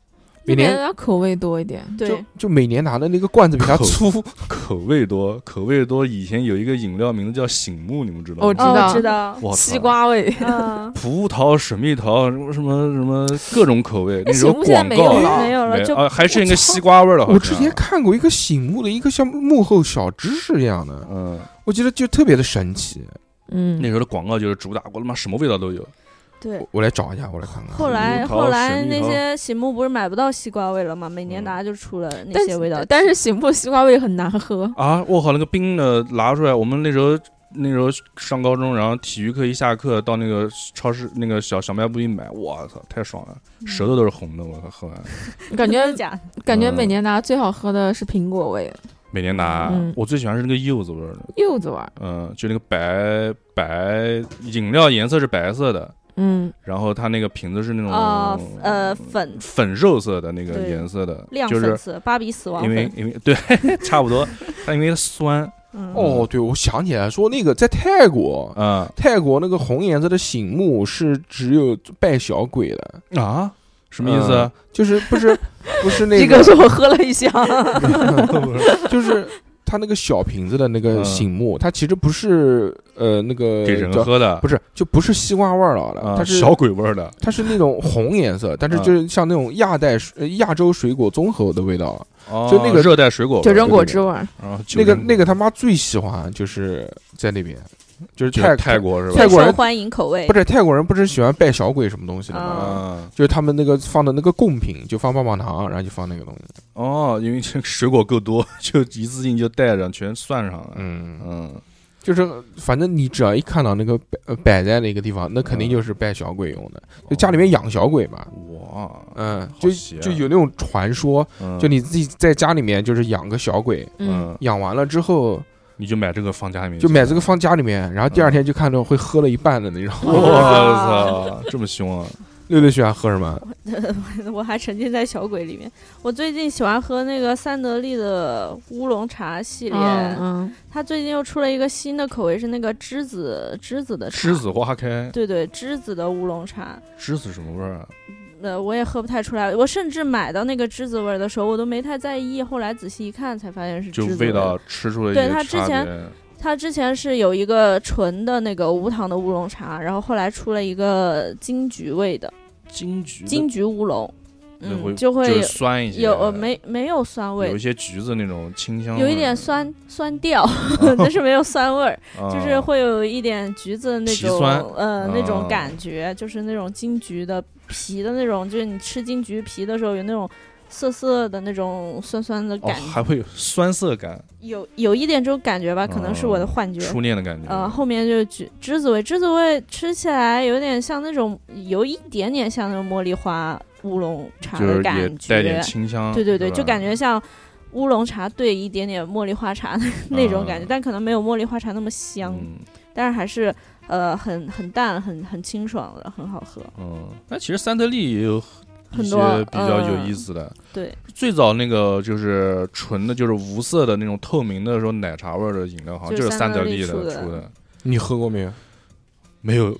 Speaker 2: 每年
Speaker 3: 它口味多一点，
Speaker 5: 对，
Speaker 2: 就每年拿的那个罐子比它粗，
Speaker 4: 口味多。以前有一个饮料名字叫醒目，你们知道吗？
Speaker 3: 我
Speaker 5: 知道，
Speaker 3: 西瓜味，
Speaker 4: 葡萄、水蜜桃，什么各种口味。那时候广告
Speaker 5: 没有了，就
Speaker 4: 还是一个西瓜味的。
Speaker 2: 我之前看过一个醒目的一个像幕后小知识一样的，我觉得就特别的神奇。
Speaker 4: 那时候的广告就是主打，我他妈什么味道都有。
Speaker 5: 对，
Speaker 2: 我来找一下，我来看看。
Speaker 5: 后来那些醒目不是买不到西瓜味了吗？每年达就出了那些味道，
Speaker 3: 但是醒目西瓜味很难喝
Speaker 4: 啊！我靠，那个冰的拿出来，我们那时候上高中，然后体育课一下课到那个超市那个小卖部一买，我操，太爽了，舌头都是红的，我靠，喝完。
Speaker 3: 感觉美年达最好喝的是苹果味。
Speaker 4: 美年达，我最喜欢是那个柚子味的。
Speaker 3: 柚子味，
Speaker 4: 就那个白饮料颜色是白色的，然后它那个瓶子是那种粉肉色的那个颜色的，
Speaker 5: 亮粉色，芭比死亡粉。
Speaker 4: 因为对，差不多，它因为它酸。
Speaker 2: 哦，对，我想起来说那个在泰国，泰国那个红颜色的醒目是只有拜小鬼的
Speaker 4: 啊。什么意思？
Speaker 2: 就是不是那个？
Speaker 3: 这个是我喝了一箱，
Speaker 2: 就是它那个小瓶子的那个醒目，它其实不是那个
Speaker 4: 给人喝的，
Speaker 2: 不是就不是西瓜味儿的，它是
Speaker 4: 小鬼味儿的，
Speaker 2: 它是那种红颜色，但是就是像那种亚洲水果综合的味道，就那个
Speaker 4: 热带水果，
Speaker 3: 九珍果汁味儿。
Speaker 2: 那个他妈最喜欢就是在那边。就是
Speaker 4: 泰国是吧？
Speaker 2: 泰国人
Speaker 5: 受欢迎口味
Speaker 2: 不是泰国人，不是喜欢拜小鬼什么东西的吗？就是他们那个放的那个贡品，就放棒棒糖，然后就放那个东西。
Speaker 4: 因为这水果够多，就一次性就带着，全算上了。
Speaker 2: 就是反正你只要一看到那个摆在那个地方，那肯定就是拜小鬼用的，就家里面养小鬼嘛。
Speaker 4: 哇，
Speaker 2: 就有那种传说，就你自己在家里面就是养个小鬼，养完了之后。
Speaker 4: 你就买这个放家里面，
Speaker 2: 就买这个放家里面，然后第二天就看到会喝了一半的那种。
Speaker 4: 我操，这么凶啊！
Speaker 2: 六六喜欢喝什么？
Speaker 5: 我还沉浸在小鬼里面。我最近喜欢喝那个三得利的乌龙茶系列，它最近又出了一个新的口味，是那个栀子的茶。
Speaker 4: 栀子花开。
Speaker 5: 对，栀子的乌龙茶。
Speaker 4: 栀子什么味儿啊？
Speaker 5: 我也喝不太出来。我甚至买到那个栀子味的时候，我都没太在意，后来仔细一看才发现是栀子味。
Speaker 4: 就味道吃出了一些差别。
Speaker 5: 它之前是有一个纯的那个无糖的乌龙茶，然后后来出了一个金桔味的金桔乌龙，就会
Speaker 4: 酸一些，
Speaker 5: 没有酸味，
Speaker 4: 有一些橘子那种清香，
Speaker 5: 有一点酸调，但是没有酸味儿，就是会有一点橘子那种那种感觉，就是那种金桔的皮的那种，就是你吃金桔皮的时候有那种涩的那种酸的感觉，
Speaker 4: 还会有酸涩感，
Speaker 5: 有一点这种感觉吧，可能是我的幻觉，
Speaker 4: 初恋的感觉。
Speaker 5: 后面就是栀子味吃起来有点像那种，有一点点像那种茉莉花乌龙茶的感觉，
Speaker 4: 就是也带点清香。
Speaker 5: 对，就感觉像乌龙茶兑一点点茉莉花茶那种感觉，但可能没有茉莉花茶那么香，但是还是很淡很清爽的，很好喝。
Speaker 4: 那其实三得利也有一些比较有意思的，
Speaker 5: 对，
Speaker 4: 最早那个就是纯的，就是无色的那种透明的，说奶茶味的饮料，好像就是三得利的出的。
Speaker 2: 你喝过没有？
Speaker 4: 没有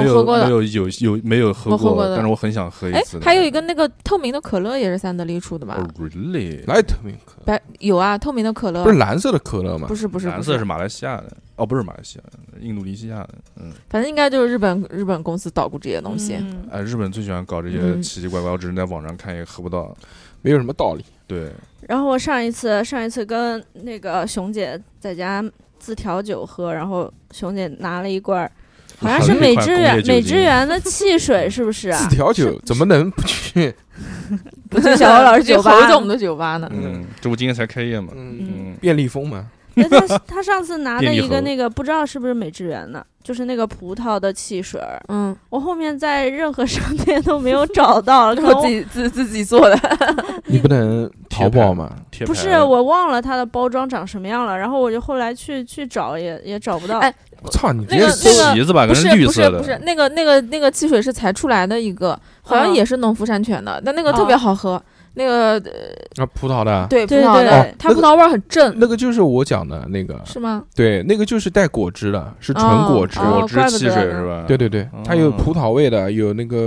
Speaker 4: 喝过，但是我很想喝一次。
Speaker 3: 还有一个那个透明的可乐也是三得利出的吧
Speaker 4: ？Really？
Speaker 2: 来透明可乐？
Speaker 3: 有啊，透明的可乐
Speaker 2: 不是蓝色的可乐吗？
Speaker 3: 不是，
Speaker 4: 蓝色是马来西亚的，不是马来西亚的，印度尼西亚的。
Speaker 3: 反正应该就是日本公司捣鼓这些东西。
Speaker 4: 日本最喜欢搞这些奇奇怪怪，我只是在网上看也喝不到，
Speaker 2: 没有什么道理。
Speaker 4: 对。
Speaker 5: 然后我上一次跟那个熊姐在家自调酒喝，然后熊姐拿了一罐。好像是美汁源的汽水，是不是啊？
Speaker 2: 自调酒怎么能不去？
Speaker 5: 不去小欧老师酒吧？
Speaker 3: 侯总的酒吧呢？
Speaker 4: 这不今天才开业嘛？
Speaker 2: 便利蜂嘛。
Speaker 5: 他上次拿的一个那个不知道是不是美汁源的，就是那个葡萄的汽水。我后面在任何商店都没有找到，
Speaker 3: 我自己做的。
Speaker 2: 你不能淘宝吗？
Speaker 5: 不是，我忘了它的包装长什么样了，然后我就后来去找也找不到。
Speaker 2: 我操，你这
Speaker 4: 旗子吧，跟绿色的。
Speaker 3: 不是，那个汽水是才出来的一个，好像也是农夫山泉的，但那个特别好喝。那个
Speaker 2: 葡萄的，
Speaker 3: 对葡萄的，它葡萄味很正。
Speaker 2: 那个就是我讲的那个，
Speaker 3: 是吗？
Speaker 2: 对，那个就是带果汁的，是纯果汁，
Speaker 4: 果汁汽水是吧？
Speaker 2: 对，它有葡萄味的，有那个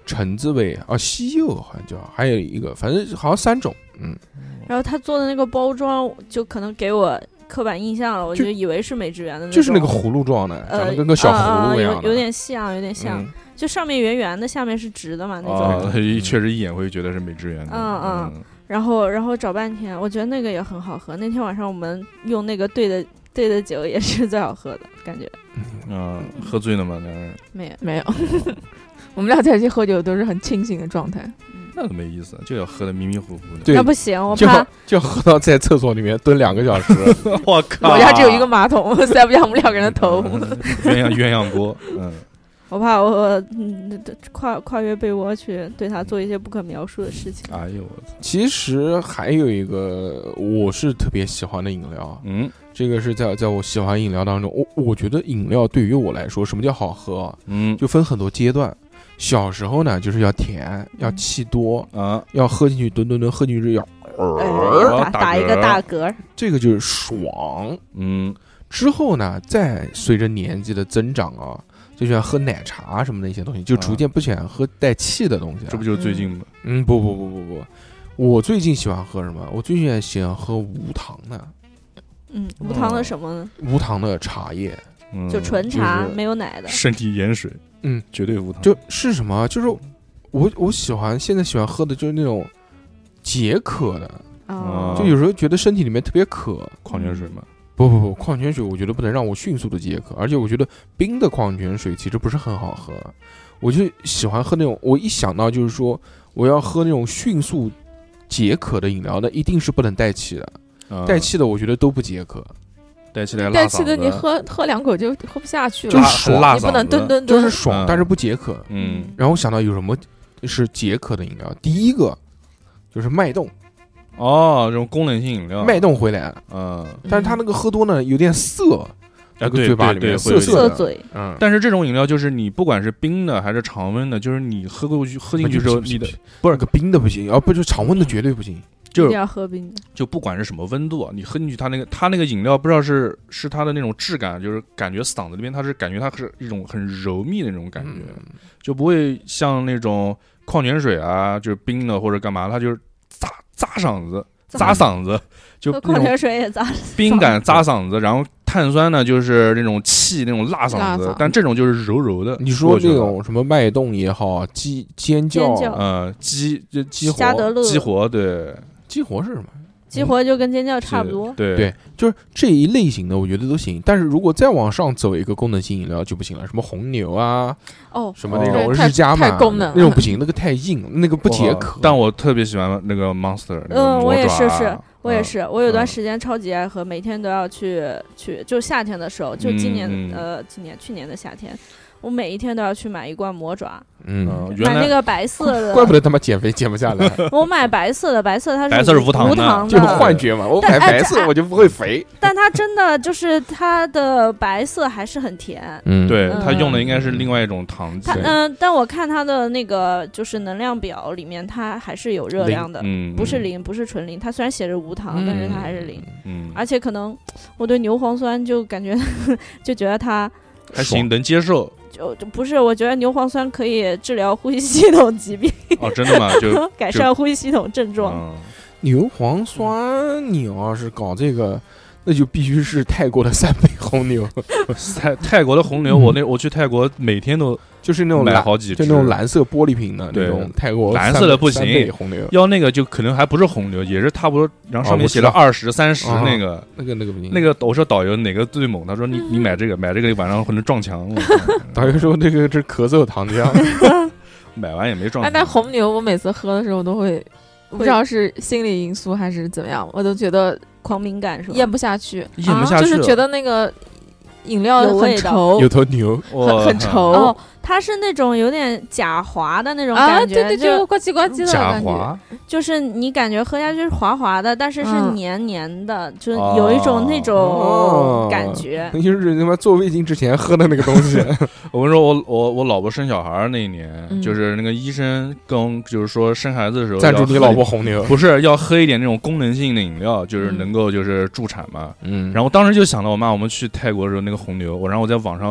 Speaker 2: 橙子味啊，西柚好像叫，还有一个，反正好像3种。
Speaker 5: 然后他做的那个包装，就可能给我刻板印象了，我就以为是美汁源的那种，
Speaker 2: 就是那个葫芦状的，长得跟个小葫芦一样的，
Speaker 5: 有点像。就上面圆圆的，下面是直的嘛那种。
Speaker 4: 确实一眼会觉得是美汁源的。
Speaker 5: 然后找半天，我觉得那个也很好喝。那天晚上我们用那个兑的酒也是最好喝的感觉。
Speaker 4: 喝醉了吗？
Speaker 5: 没有。
Speaker 3: 我们俩在一起喝酒都是很清醒的状态。
Speaker 4: 那都没意思，就要喝的迷迷糊糊的。
Speaker 2: 对，
Speaker 5: 那不行，我怕
Speaker 2: 就喝到在厕所里面蹲2个小时。
Speaker 4: 我靠！
Speaker 3: 我家只有一个马桶，塞不下我们2个人的头。
Speaker 4: 鸳鸯锅。
Speaker 5: 我怕我跨越被窝去对他做一些不可描述的事情。
Speaker 4: 哎呦我操！
Speaker 2: 其实还有一个我是特别喜欢的饮料，这个是在我喜欢饮料当中，我觉得饮料对于我来说，什么叫好喝？就分很多阶段。小时候呢，就是要甜，要气多要喝进去，吨喝进去要
Speaker 5: 打一个大嗝，
Speaker 2: 这个就是爽。之后呢，再随着年纪的增长就喜欢喝奶茶什么的一些东西，就逐渐不喜欢喝带气的东西。
Speaker 4: 这不就是最近吗？
Speaker 2: 不，我最近喜欢喝什么？我最近喜欢喝无糖的。
Speaker 5: 无糖的什么呢？
Speaker 2: 无糖的茶叶，
Speaker 5: 就纯茶，没有奶的。
Speaker 4: 身体盐水，绝对无糖。
Speaker 2: 就是什么？就是我现在喜欢喝的就是那种解渴的。就有时候觉得身体里面特别渴，
Speaker 4: 矿泉水嘛。
Speaker 2: 不，矿泉水我觉得不能让我迅速的解渴，而且我觉得冰的矿泉水其实不是很好喝，我就喜欢喝那种，我一想到就是说我要喝那种迅速解渴的饮料的，一定是不能带气的，带气的我觉得都不解渴，
Speaker 4: 带气的
Speaker 3: 你喝2口就喝不下去了，
Speaker 2: 就是爽，
Speaker 3: 你不能吨，
Speaker 2: 就是爽，但是不解渴。然后我想到有什么是解渴的饮料，第一个就是脉动。
Speaker 4: 这种功能性饮料，
Speaker 2: 脉动回来，但是它那个喝多呢有点涩，那个嘴巴里面涩
Speaker 5: 嘴，
Speaker 4: 但是这种饮料就是你不管是冰的还是常温的，就是你喝进去之后，你的
Speaker 2: 不是个冰的不行，不就常温的绝对不行，
Speaker 5: 一定要喝冰的，
Speaker 4: 就不管是什么温度，你喝进去它那个饮料不知道是它的那种质感，就是感觉嗓子里面它是感觉它是一种很柔密的那种感觉，就不会像那种矿泉水啊，就是冰的或者干嘛，它就是扎嗓子，就
Speaker 5: 矿泉水也扎
Speaker 4: 冰感扎嗓子，然后碳酸呢就是那种气那种辣嗓子，但这种就是柔柔的。
Speaker 2: 你说那种什么脉动也好，尖叫，激活，对，激活是什么？
Speaker 5: 激活就跟尖叫差不多，
Speaker 2: 对，就是这一类型的，我觉得都行。但是如果再往上走一个功能性饮料就不行了，什么红牛啊，什么那种日加嘛，那种不行，那个太硬，那个不解渴。
Speaker 4: 但我特别喜欢那个 Monster，
Speaker 5: 我也是，我有段时间超级爱喝，每天都要去，就夏天的时候，就去年的夏天。我每一天都要去买一罐魔爪，买那个白色的，
Speaker 2: 怪不得他妈减肥减不下来。
Speaker 5: 我买白色的，白色它
Speaker 4: 是无糖的，
Speaker 2: 就是幻觉嘛。我买白色我就不会肥，
Speaker 5: 但它真的就是它的白色还是很甜。
Speaker 4: 对，它用的应该是另外一种糖剂。
Speaker 5: 但我看它的那个就是能量表里面，它还是有热量的，不是零，不是纯零。它虽然写着无糖，但是它还是零。而且可能我对牛磺酸就感觉就觉得它
Speaker 4: 还行，能接受。
Speaker 5: 就不是，我觉得牛磺酸可以治疗呼吸系统疾病。
Speaker 4: 真的吗？就
Speaker 5: 改善呼吸系统症状。
Speaker 2: 牛磺酸，你要是搞这个，那就必须是泰国的3杯红牛。
Speaker 4: 泰国的红牛，我去泰国每天都
Speaker 2: 就是那种
Speaker 4: 买好几支，
Speaker 2: 就那种蓝色玻璃瓶的那种泰国
Speaker 4: 蓝色的不行，
Speaker 2: 红牛
Speaker 4: 要那个就可能还不是红牛，也是差不多，然后上面写了20、30那个
Speaker 2: 不行。
Speaker 4: 那个我说导游哪个最猛，他说你买这个晚上可能撞墙。
Speaker 2: 导游说那个是咳嗽糖浆，
Speaker 4: 买完也没撞墙。
Speaker 3: 但红牛我每次喝的时候都会，不知道是心理因素还是怎么样，我都觉得
Speaker 5: 狂敏感是吧？
Speaker 3: 咽不下去，
Speaker 5: 就是
Speaker 3: 觉得那个饮料很稠，
Speaker 2: 有头牛，
Speaker 3: 很稠。
Speaker 5: 它是那种有点假滑的那种感觉，
Speaker 3: 对，就呱唧呱唧的感觉，
Speaker 5: 就是你感觉喝下去是滑滑的，但是是黏黏的，就有一种那种感觉。
Speaker 2: 就是他妈做胃镜之前喝的那个东西。
Speaker 4: 我跟你说，我老婆生小孩那一年，就是那个医生就是说生孩子的时候
Speaker 2: 赞助你老婆红牛，
Speaker 4: 不是要喝一点那种功能性的饮料，就是能够就是助产嘛。然后当时就想到我妈，我们去泰国的时候那个红牛，然后我在网上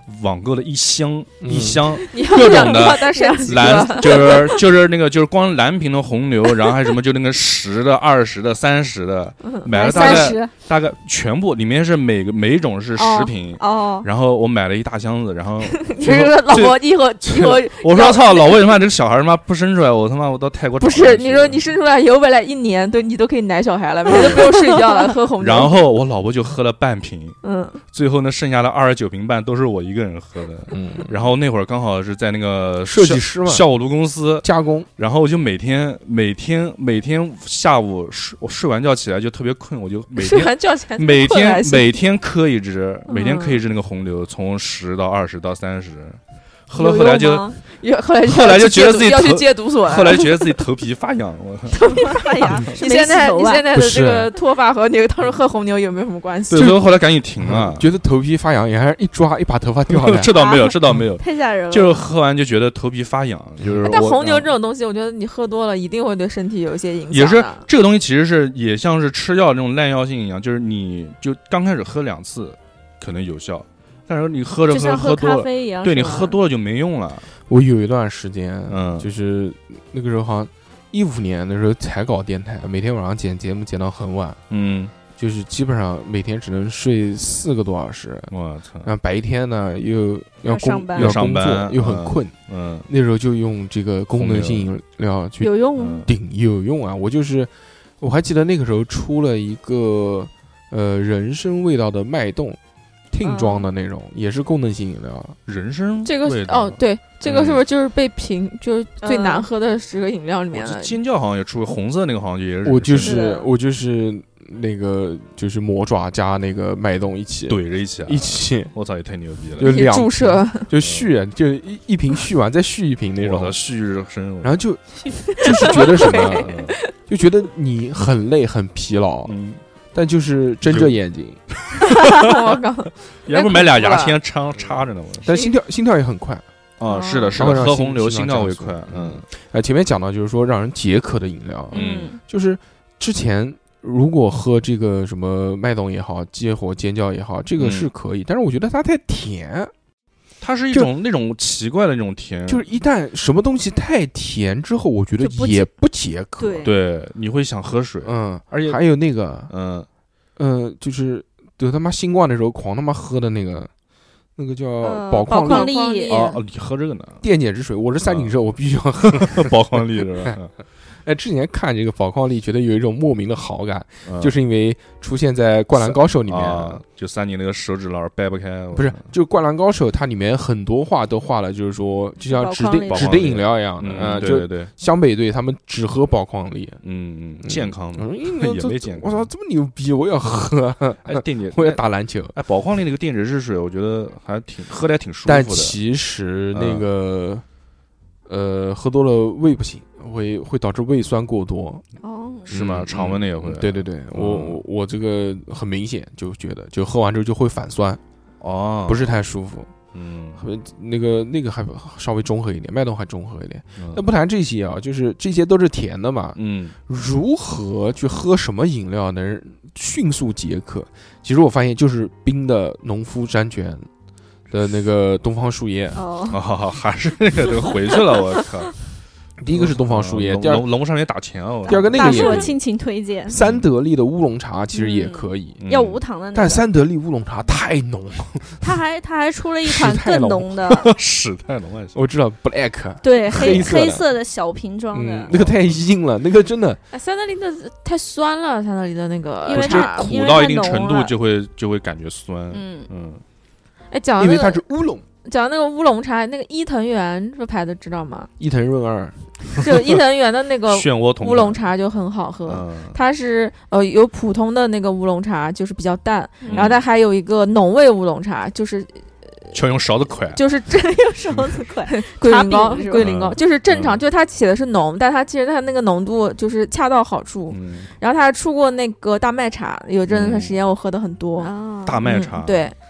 Speaker 4: 网购了一箱各种的蓝，就是那个就是光蓝瓶的红牛，然后还有什么就那个10的、20的、30的，买了大概全部里面是每一种是10瓶然后我买了一大箱子，然后
Speaker 3: 老婆以后
Speaker 4: 我说操，老婆他妈这个小孩他妈不生出来，我他妈我到泰国
Speaker 3: 不是你说你生出来以后未来1年你都可以奶小孩了，每天都不用睡觉了，喝红牛。
Speaker 4: 然后我老婆就喝了半瓶，最后呢剩下的29瓶半都是我一个人喝的，然后那会儿刚好是在那个
Speaker 2: 设计师嘛，
Speaker 4: 效果图公司
Speaker 2: 加工，
Speaker 4: 然后我就每天下午我睡完觉起来就特别困，我就每天磕一支，那个红牛，从10到20到30。后来就觉得自己
Speaker 3: 要去戒毒所，
Speaker 4: 后来觉得自己头皮发痒，
Speaker 5: 头皮发痒。
Speaker 3: 你现在的这个脱发和你当时喝红牛有没有什么关系？
Speaker 4: 对，所以后来赶紧停了。
Speaker 2: 觉得头皮发痒，也还是一抓一把头发掉下来。
Speaker 4: 这倒没有，
Speaker 5: 太吓人了。
Speaker 4: 就是喝完就觉得头皮发痒，就是
Speaker 3: 但红牛这种东西，我觉得你喝多了一定会对身体有一些影响。
Speaker 4: 也是这个东西，其实也像是吃药这种滥药性一样，就是你就刚开始喝2次可能有效。但是你喝多了，对你喝多了就没用了。
Speaker 2: 我有一段时间，就是那个时候好像15年的时候才搞电台，每天晚上剪节目剪到很晚，就是基本上每天只能睡4个多小时。
Speaker 4: 我操！
Speaker 2: 然后白天呢又要
Speaker 5: 上班，
Speaker 2: 又很困。那时候就用这个功能性饮料去
Speaker 5: 有用
Speaker 2: 有用啊！我还记得那个时候出了一个人参味道的脉动。听装的那种也是功能性饮料，
Speaker 4: 人参
Speaker 3: 这个对，这个是不是就是被评就是最难喝的10个饮料里面的？
Speaker 4: 尖叫好像也出红色那个好像也是。
Speaker 2: 我就是那个就是魔爪加那个脉动一起
Speaker 4: 怼着一起，我操也太牛逼
Speaker 2: 了！就
Speaker 3: 注射
Speaker 2: 就续，就一瓶续完再续一瓶那种，
Speaker 4: 续热身。
Speaker 2: 然后就是觉得什么，就觉得你很累很疲劳。但就是睁着眼睛，
Speaker 3: 我靠！
Speaker 4: 要不买俩牙签插着呢？
Speaker 2: 但心跳也很快
Speaker 4: 啊！是的，喝红牛心跳会快。
Speaker 2: 前面讲到就是说让人解渴的饮料，就是之前如果喝这个什么脉动也好，激活尖叫也好，这个是可以，但是我觉得它太甜。
Speaker 4: 它是一种那种奇怪的那种甜，
Speaker 2: 就是一旦什么东西太甜之后，我觉得也不解渴。
Speaker 4: 对，你会想喝水。
Speaker 2: 而且还有那个，就是得他妈新冠的时候狂他妈喝的那个叫宝矿力。
Speaker 4: 你喝这个呢？
Speaker 2: 电解质水，我是3井寿，我必须要喝
Speaker 4: 宝矿力是吧？
Speaker 2: 之前看这个宝矿力，觉得有一种莫名的好感，就是因为出现在《灌篮高手》里面，
Speaker 4: 就3井那个手指老是掰不开。
Speaker 2: 不是，就《灌篮高手》它里面很多话都画了，就是说，就像指定饮料一样的，就湘北队他们只喝宝矿力，
Speaker 4: 健康的，也没健康。
Speaker 2: 我操，这么牛逼，我要喝！我要打篮球。
Speaker 4: 宝矿力那个电解质水，我觉得还喝的还挺舒服的。
Speaker 2: 但其实那个喝多了胃不行。会导致胃酸过多
Speaker 4: 是吗？常温的也会。
Speaker 2: 对，我这个很明显就觉得，就喝完之后就会反酸，不是太舒服。那个还稍微中和一点，脉动还中和一点。那不谈这些啊，就是这些都是甜的嘛。如何去喝什么饮料能迅速解渴？其实我发现就是冰的农夫山泉的那个东方树叶。
Speaker 4: 还是那个回去了，我靠。
Speaker 2: 第一个是东方树叶，第二
Speaker 4: 龙上面打钱哦。
Speaker 2: 第二个那个也
Speaker 5: 大硕亲情推荐，
Speaker 2: 三得利的乌龙茶其实也可以，
Speaker 5: 要无糖的那个。
Speaker 2: 但三得利乌龙茶太浓，
Speaker 5: 他还出了一款更浓的
Speaker 4: 史泰龙，
Speaker 2: 我知道 Black，
Speaker 5: 对黑色的小瓶装的，
Speaker 2: 那个太硬了，那个真的。
Speaker 3: 三得利的太酸了，三得利的那个，
Speaker 5: 因为它
Speaker 4: 苦到一定程度就会感觉酸。
Speaker 3: 讲
Speaker 2: 因为它是乌龙。
Speaker 3: 讲那个乌龙茶，那个伊藤园这牌子知道吗？
Speaker 2: 伊藤润二，
Speaker 3: 就伊藤园的那个
Speaker 4: 漩涡同
Speaker 3: 乌龙茶就很好喝。它是有普通的那个乌龙茶，就是比较淡，然后它还有一个浓味乌龙茶，就是
Speaker 4: 要用勺子㧟，
Speaker 5: 就是真用勺子㧟。
Speaker 3: 龟苓膏就是正常，就是它写的是浓，但它其实它那个浓度就是恰到好处。然后它还出过那个大麦茶，有这段时间我喝的很多。
Speaker 4: 大麦茶，
Speaker 3: 对，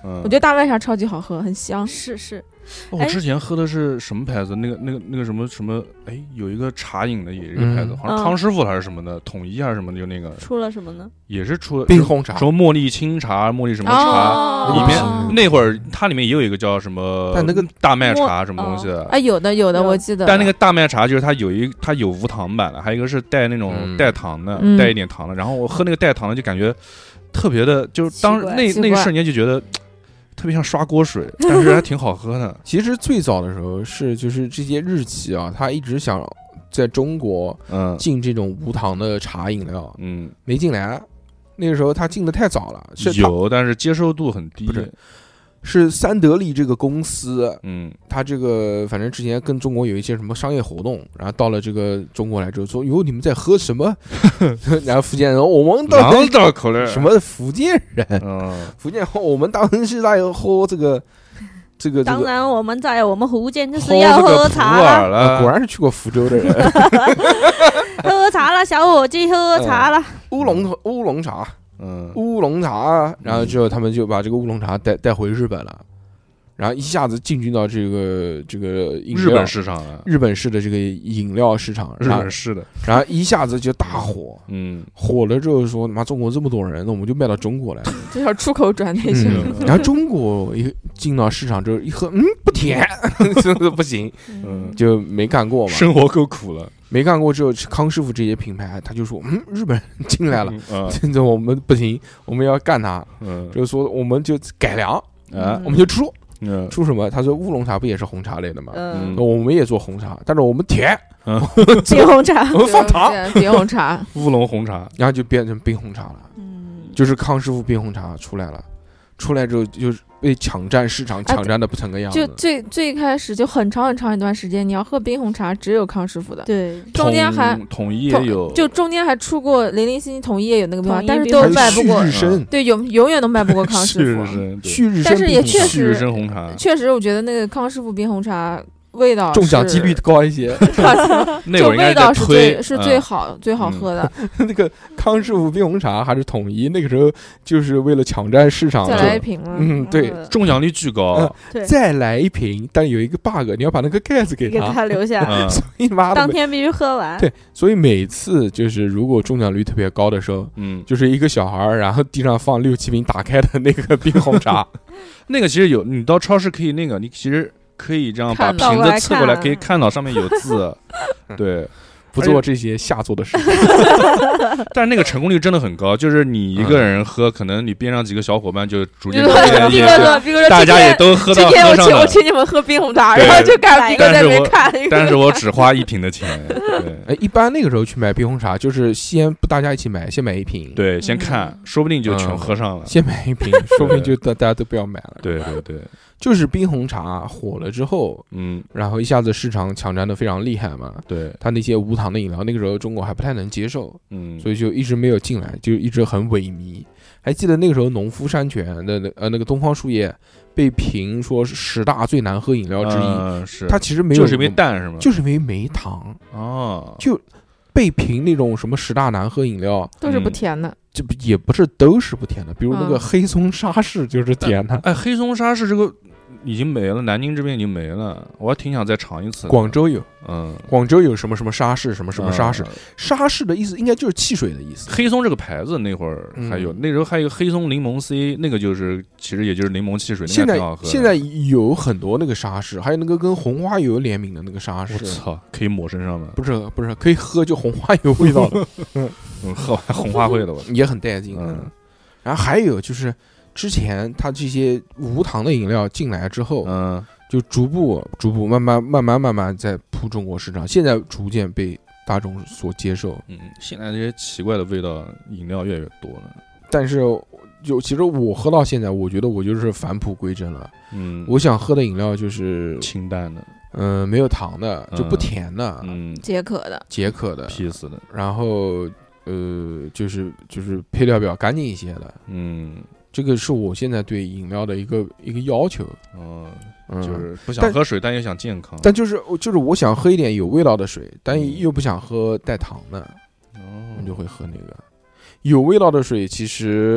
Speaker 3: 我觉得大麦茶超级好喝，很香。
Speaker 5: 是。
Speaker 4: 我之前喝的是什么牌子？那个什么？哎，有一个茶饮的也是一个牌子，好像康师傅还是什么的，统一还是什么的，就那个
Speaker 5: 出了什么呢？
Speaker 4: 也是出了
Speaker 2: 冰红茶，
Speaker 4: 什么茉莉清茶、茉莉什么茶，里面那会儿它里面也有一个叫什么，
Speaker 2: 但那个
Speaker 4: 大麦茶什么东西的。
Speaker 3: 哎，有的，我记得。
Speaker 4: 但那个大麦茶就是它有无糖版的，还有一个是带那种带糖的，带一点糖的。然后我喝那个带糖的就感觉特别的，就是当那一瞬间就觉得。特别像刷锅水，但是还挺好喝的。
Speaker 2: 其实最早的时候就是这些日企啊，他一直想在中国进这种无糖的茶饮料，没进来。那个时候他进的太早了，
Speaker 4: 但是接受度很低。
Speaker 2: 是三得利这个公司，他这个反正之前跟中国有一些什么商业活动，然后到了这个中国来之后说，哟，你们在喝什么？然后福建人，我们
Speaker 4: 到口了
Speaker 2: 什么福建人？福建我们当然是在喝这个。
Speaker 5: 当然，我们在我们福建就是要喝茶
Speaker 2: 了。果然是去过福州的人。
Speaker 5: 喝茶了，小伙计，喝茶了。
Speaker 2: 乌龙茶。乌龙茶，然后之后他们就把这个乌龙茶带回日本了，然后一下子进军到这个
Speaker 4: 日本市场了，
Speaker 2: 日本式的这个饮料市场，
Speaker 4: 日本式的，
Speaker 2: 然后一下子就大火，火了之后说，妈中国这么多人，那我们就卖到中国来，
Speaker 3: 这叫出口转内销。
Speaker 2: 然后中国一进到市场之后一喝，不甜，不行，就没干过嘛，
Speaker 4: 生活够苦了。
Speaker 2: 没干过之后，康师傅这些品牌，他就说，日本人进来了，现在我们不行，我们要干他，就是说我们就改良，我们就出什么？他说乌龙茶不也是红茶类的吗？我们也做红茶，但是我们甜，
Speaker 5: 冰红茶，
Speaker 2: 我们放糖，
Speaker 3: 冰红茶，
Speaker 4: 乌龙红茶，
Speaker 2: 然后就变成冰红茶了，就是康师傅冰红茶出来了，出来之后就是被抢占市场，抢占的不成个样子。
Speaker 3: 就最开始就很长一段时间，你要喝冰红茶只有康师傅的，
Speaker 5: 对，
Speaker 3: 中间还
Speaker 4: 统一也有，
Speaker 3: 就中间还出过零零星统一也有那个冰红茶，但是都卖不过，对，永远都卖不过康师傅。
Speaker 2: 旭日升，
Speaker 3: 但是也确实，
Speaker 4: 旭日升红茶，
Speaker 3: 确实我觉得那个康师傅冰红茶味道
Speaker 2: 中奖几率高一些，
Speaker 4: 就
Speaker 3: 味道是最好喝的。
Speaker 2: 那个康师傅冰红茶还是统一，那个时候就是为了抢占市场，
Speaker 3: 再来一瓶嘛。
Speaker 2: 对，
Speaker 4: 中奖率巨高。
Speaker 2: 再来一瓶，但有一个 bug， 你要把那个盖子给
Speaker 5: 他留下，
Speaker 2: 所以妈的
Speaker 5: 当天必须喝完。
Speaker 2: 对，所以每次就是如果中奖率特别高的时候，就是一个小孩，然后地上放6-7瓶打开的那个冰红茶，
Speaker 4: 那个其实有，你到超市可以那个，你其实。可以这样把瓶子侧过来，可以看到上面有字。对，
Speaker 2: 不做这些下作的事情。
Speaker 4: 但是那个成功率真的很高，就是你一个人喝，可能你边上几个小伙伴就逐渐大家也都喝到
Speaker 3: 今天
Speaker 4: 喝上了。
Speaker 3: 我请你们喝冰红茶，然后就看逼哥在那边看。
Speaker 4: 但是我只花1瓶的钱。
Speaker 2: 对，一般那个时候去买冰红茶，就是先不大家一起买，先买1瓶。
Speaker 4: 对，先看，说不定就全喝上了。
Speaker 2: 先买1瓶，说不定就大家都不要买了。
Speaker 4: 对对对。
Speaker 2: 就是冰红茶火了之后，然后一下子市场抢占的非常厉害嘛。
Speaker 4: 对，
Speaker 2: 他那些无糖的饮料，那个时候中国还不太能接受，所以就一直没有进来，就一直很萎靡。还记得那个时候农夫山泉的那个东方树叶被评说是10大最难喝饮料之一，
Speaker 4: 是
Speaker 2: 它其实没有，
Speaker 4: 就是因为淡是吗？
Speaker 2: 就是因为没糖
Speaker 4: 哦，
Speaker 2: 就被评那种什么10大难喝饮料
Speaker 3: 都是不甜的。
Speaker 2: 这也不是都是不甜的，比如那个黑松沙士就是甜的。
Speaker 4: 哎，黑松沙士这个已经没了，南京这边已经没了，我还挺想再尝一次。
Speaker 2: 广州有，广州有什么什么沙士，什么什么沙士，沙士的意思应该就是汽水的意思。
Speaker 4: 黑松这个牌子那会儿还有，那时候还有黑松柠檬 C， 那个就是其实也就是柠檬汽水，那个挺好喝。
Speaker 2: 现在有很多那个沙士，还有那个跟红花油联名的那个沙士。
Speaker 4: 我操，可以抹身上吗？
Speaker 2: 不是，可以喝就红花油味道的。
Speaker 4: 喝完红花会的我
Speaker 2: 也很带劲。然后还有就是之前它这些无糖的饮料进来之后，就逐步慢慢在铺中国市场，现在逐渐被大众所接受。
Speaker 4: 现在这些奇怪的味道饮料越来越多了。
Speaker 2: 但是其实我喝到现在，我觉得我就是返璞归真了。我想喝的饮料就是
Speaker 4: 清淡的，
Speaker 2: 没有糖的，就不甜的，
Speaker 3: 解渴的
Speaker 4: peace的，
Speaker 2: 然后就是配料表干净一些的。这个是我现在对饮料的一个要求。
Speaker 4: 就是不想喝水，但又想健康。
Speaker 2: 但就是我想喝一点有味道的水，但又不想喝带糖的，我就会喝那个有味道的水。其实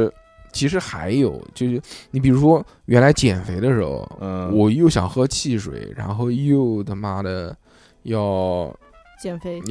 Speaker 2: 其实还有就是你比如说原来减肥的时候，我又想喝汽水，然后又他妈的要减肥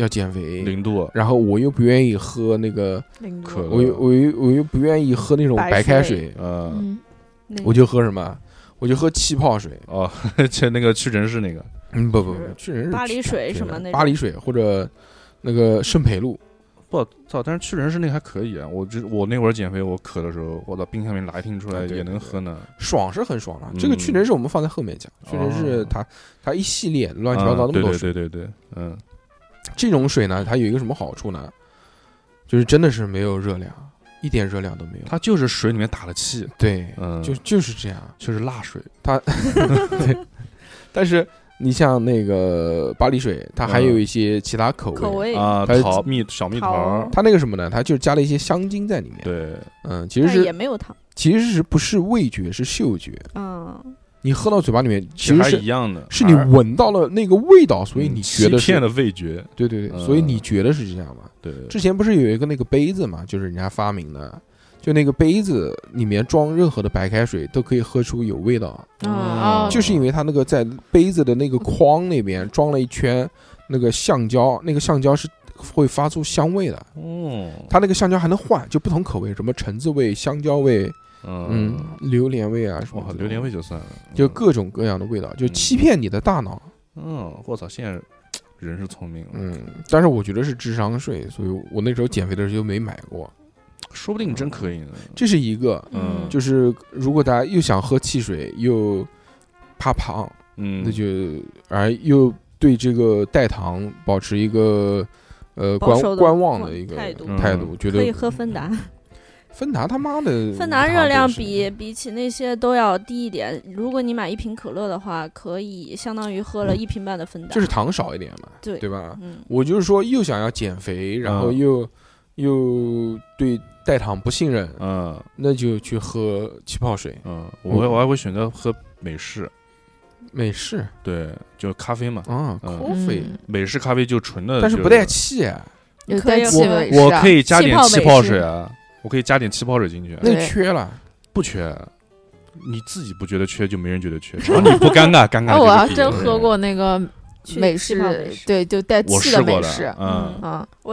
Speaker 4: 0度，
Speaker 2: 然后我又不愿意喝那个
Speaker 4: 可乐，
Speaker 2: 我又不愿意喝那种白开水，我就喝什么？我就喝气泡水
Speaker 4: 哦，就那个屈臣氏那个，
Speaker 2: 不，屈臣氏
Speaker 5: 巴黎水什么那种，
Speaker 2: 巴黎水或者那个圣培露。
Speaker 4: 不操！但是屈臣氏那个还可以啊。我那会儿减肥，我渴的时候，我到冰箱里拿一瓶出来也能喝呢。
Speaker 2: 爽是很爽了。这个屈臣氏我们放在后面讲。屈臣氏它一系列乱七八糟那么多水，
Speaker 4: 对，
Speaker 2: 这种水呢，它有一个什么好处呢？就是真的是没有热量，一点热量都没有。
Speaker 4: 它就是水里面打了气。
Speaker 2: 对，就是这样，
Speaker 4: 就是辣水。
Speaker 2: 它，对，但是。你像那个巴黎水，它还有一些其他口味
Speaker 4: 啊，小蜜桃，
Speaker 2: 它那个什么呢？它就加了一些香精在里面。
Speaker 4: 对，
Speaker 2: 其实是
Speaker 5: 也没有糖，
Speaker 2: 其实是不是味觉是嗅觉？你喝到嘴巴里面其实是
Speaker 4: 一样的，
Speaker 2: 是你闻到了那个味道，所以你觉得是
Speaker 4: 欺骗的味觉。
Speaker 2: 对，所以你觉得是这样嘛？
Speaker 4: 对。
Speaker 2: 之前不是有一个那个杯子嘛，就是人家发明的。就那个杯子里面装任何的白开水都可以喝出有味道，就是因为它那个在杯子的那个框那边装了一圈那个橡胶，那个橡胶是会发出香味的。它那个橡胶还能换，就不同口味，什么橙子味、香蕉味，榴莲味啊什么。
Speaker 4: 榴莲味就算了，
Speaker 2: 就各种各样的味道，就欺骗你的大脑。
Speaker 4: 我操，现在人是聪明了。
Speaker 2: 但是我觉得是智商税，所以我那时候减肥的时候就没买过。
Speaker 4: 说不定真可以呢。
Speaker 2: 这是一个，就是如果大家又想喝汽水又怕胖，那就又对这个代糖保持一个观望的一个态度，觉得
Speaker 5: 可以喝芬达。
Speaker 2: 芬达他妈的，
Speaker 5: 芬达热量比起那些都要低一点。如果你买1瓶可乐的话，可以相当于喝了1瓶半的芬达，
Speaker 2: 就是糖少一点嘛，对吧？我就是说又想要减肥，然后又对代糖不信任，那就去喝气泡水，
Speaker 4: 我还会选择喝美式，对，就咖啡嘛，
Speaker 2: 咖啡，
Speaker 4: 美式咖啡就纯的，
Speaker 2: 但是不带气，
Speaker 3: 有带气味，
Speaker 4: 我可以加点气泡水啊，我可以加点气泡水进去，
Speaker 2: 那缺了
Speaker 4: 不缺？你自己不觉得缺，就没人觉得缺，只要你不尴尬，尴尬。
Speaker 3: 我还真喝过那个。美式对，就带气的美式，
Speaker 5: 我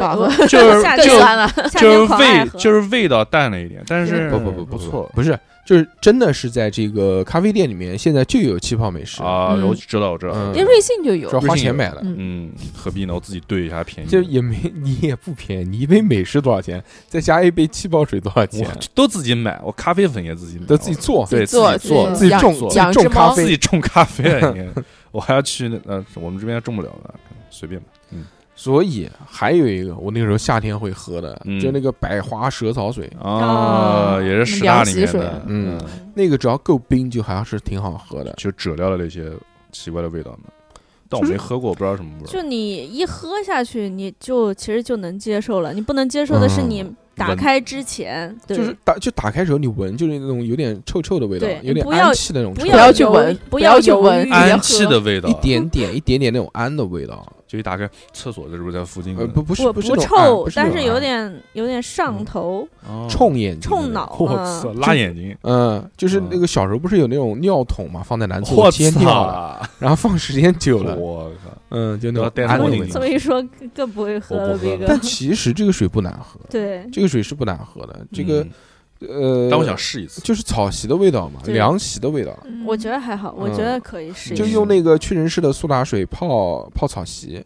Speaker 4: 就是味道淡了一点，但是不错，
Speaker 2: 不是，就是真的是在这个咖啡店里面，现在就有气泡美式
Speaker 4: 啊，我知道，
Speaker 3: 因为瑞幸就有，
Speaker 2: 要花钱买的，
Speaker 4: 何必呢？我自己兑一下便宜，
Speaker 2: 就也没你也不便宜，你一杯美式多少钱？再加一杯气泡水多少钱？
Speaker 4: 都自己买，我咖啡粉也自己买，
Speaker 2: 都自己做，
Speaker 4: 对，自己做，
Speaker 2: 自己种咖啡，
Speaker 4: 自己种咖啡了，你看。我还要去我们这边种不了的，随便吧。
Speaker 2: 所以还有一个，我那个时候夏天会喝的，就那个百花蛇草水
Speaker 4: 也是10大里面的。
Speaker 2: 那个只要够冰，就还是挺好喝的，
Speaker 4: 就遮掉了那些奇怪的味道嘛。但我没喝过，我不知道什么味道。
Speaker 5: 就你一喝下去，你就其实就能接受了。你不能接受的是你打开之前，
Speaker 2: 就是打开时候你闻，就是那种有点臭臭的味道，有点氨气的那种。
Speaker 3: 不要去闻，
Speaker 5: 不要去闻
Speaker 4: 氨气的味道，
Speaker 2: 一点点那种氨的味道。
Speaker 4: 就一打开厕所，这是不是在附近？
Speaker 2: 不
Speaker 5: 臭，但是有点上头，
Speaker 2: 冲眼睛、
Speaker 5: 冲脑，
Speaker 4: 我操，拉眼睛。
Speaker 2: 就是那个小时候不是有那种尿桶嘛，放在男厕接尿了，然后放时间久了，
Speaker 4: 我靠，
Speaker 2: 就那种氨的味道。
Speaker 5: 这么一说，更不会喝了。这个，
Speaker 2: 但其实这个水不难喝，
Speaker 5: 对，
Speaker 2: 这个水是不难喝的。这个
Speaker 4: 但我想试一次，
Speaker 2: 就是草席的味道嘛，凉席的味道。
Speaker 5: 我觉得还好，我觉得可以试一试。
Speaker 2: 就用那个屈臣氏的苏打水泡草席。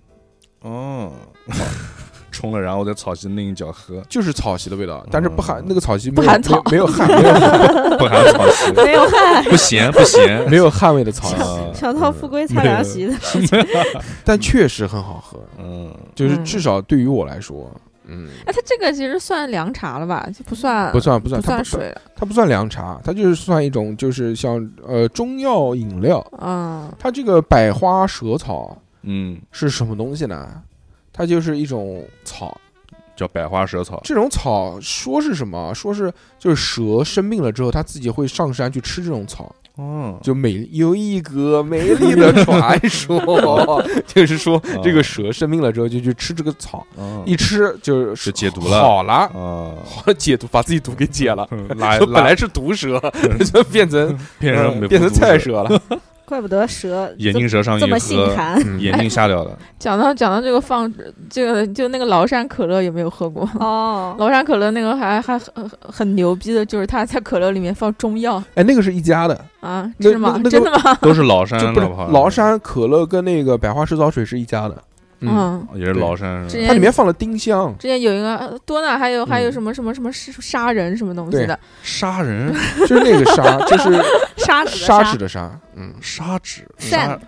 Speaker 4: 冲了，然后在草席另一脚喝，
Speaker 2: 就是草席的味道，但是不含那个草席
Speaker 3: 不含草，
Speaker 2: 没有汗，
Speaker 4: 不含草席，
Speaker 5: 没有汗，
Speaker 4: 不咸，
Speaker 2: 没有汗味的草席。
Speaker 5: 小到富贵擦凉席的，
Speaker 2: 但确实很好喝，就是至少对于我来说。
Speaker 3: 它这个其实算凉茶了吧？就不算水，
Speaker 2: 它不算凉茶，它就是算一种就是像中药饮料。它这个百花蛇草，是什么东西呢？它就是一种草，
Speaker 4: 叫百花蛇草。
Speaker 2: 这种草说是什么？说是就是蛇生病了之后，它自己会上山去吃这种草。 就有一个美丽的传说，就是说这个蛇生病了之后就去吃这个草，一吃就是
Speaker 4: 解毒了，
Speaker 2: 好了解毒，把自己毒给解了，本来是毒蛇，就变成菜蛇了。
Speaker 5: 怪不得蛇
Speaker 4: 眼镜蛇上
Speaker 5: 这么性寒，
Speaker 4: 眼睛瞎掉了。
Speaker 3: 讲到这个就那个崂山可乐有没有喝过？崂山可乐那个还很牛逼的，就是它在可乐里面放中药。
Speaker 2: 哎，那个是一家的
Speaker 3: 啊？是吗？真的吗？
Speaker 4: 都是崂山的，
Speaker 2: 崂山可乐跟那个百花石藻水是一家的。
Speaker 4: 也是崂山，
Speaker 2: 它里面放了丁香。
Speaker 3: 之前有一个多呢，还有什么杀人什么东西的？
Speaker 4: 杀人
Speaker 2: 就是那个沙，就是
Speaker 5: 砂
Speaker 2: 纸的沙，
Speaker 4: 砂纸
Speaker 5: sand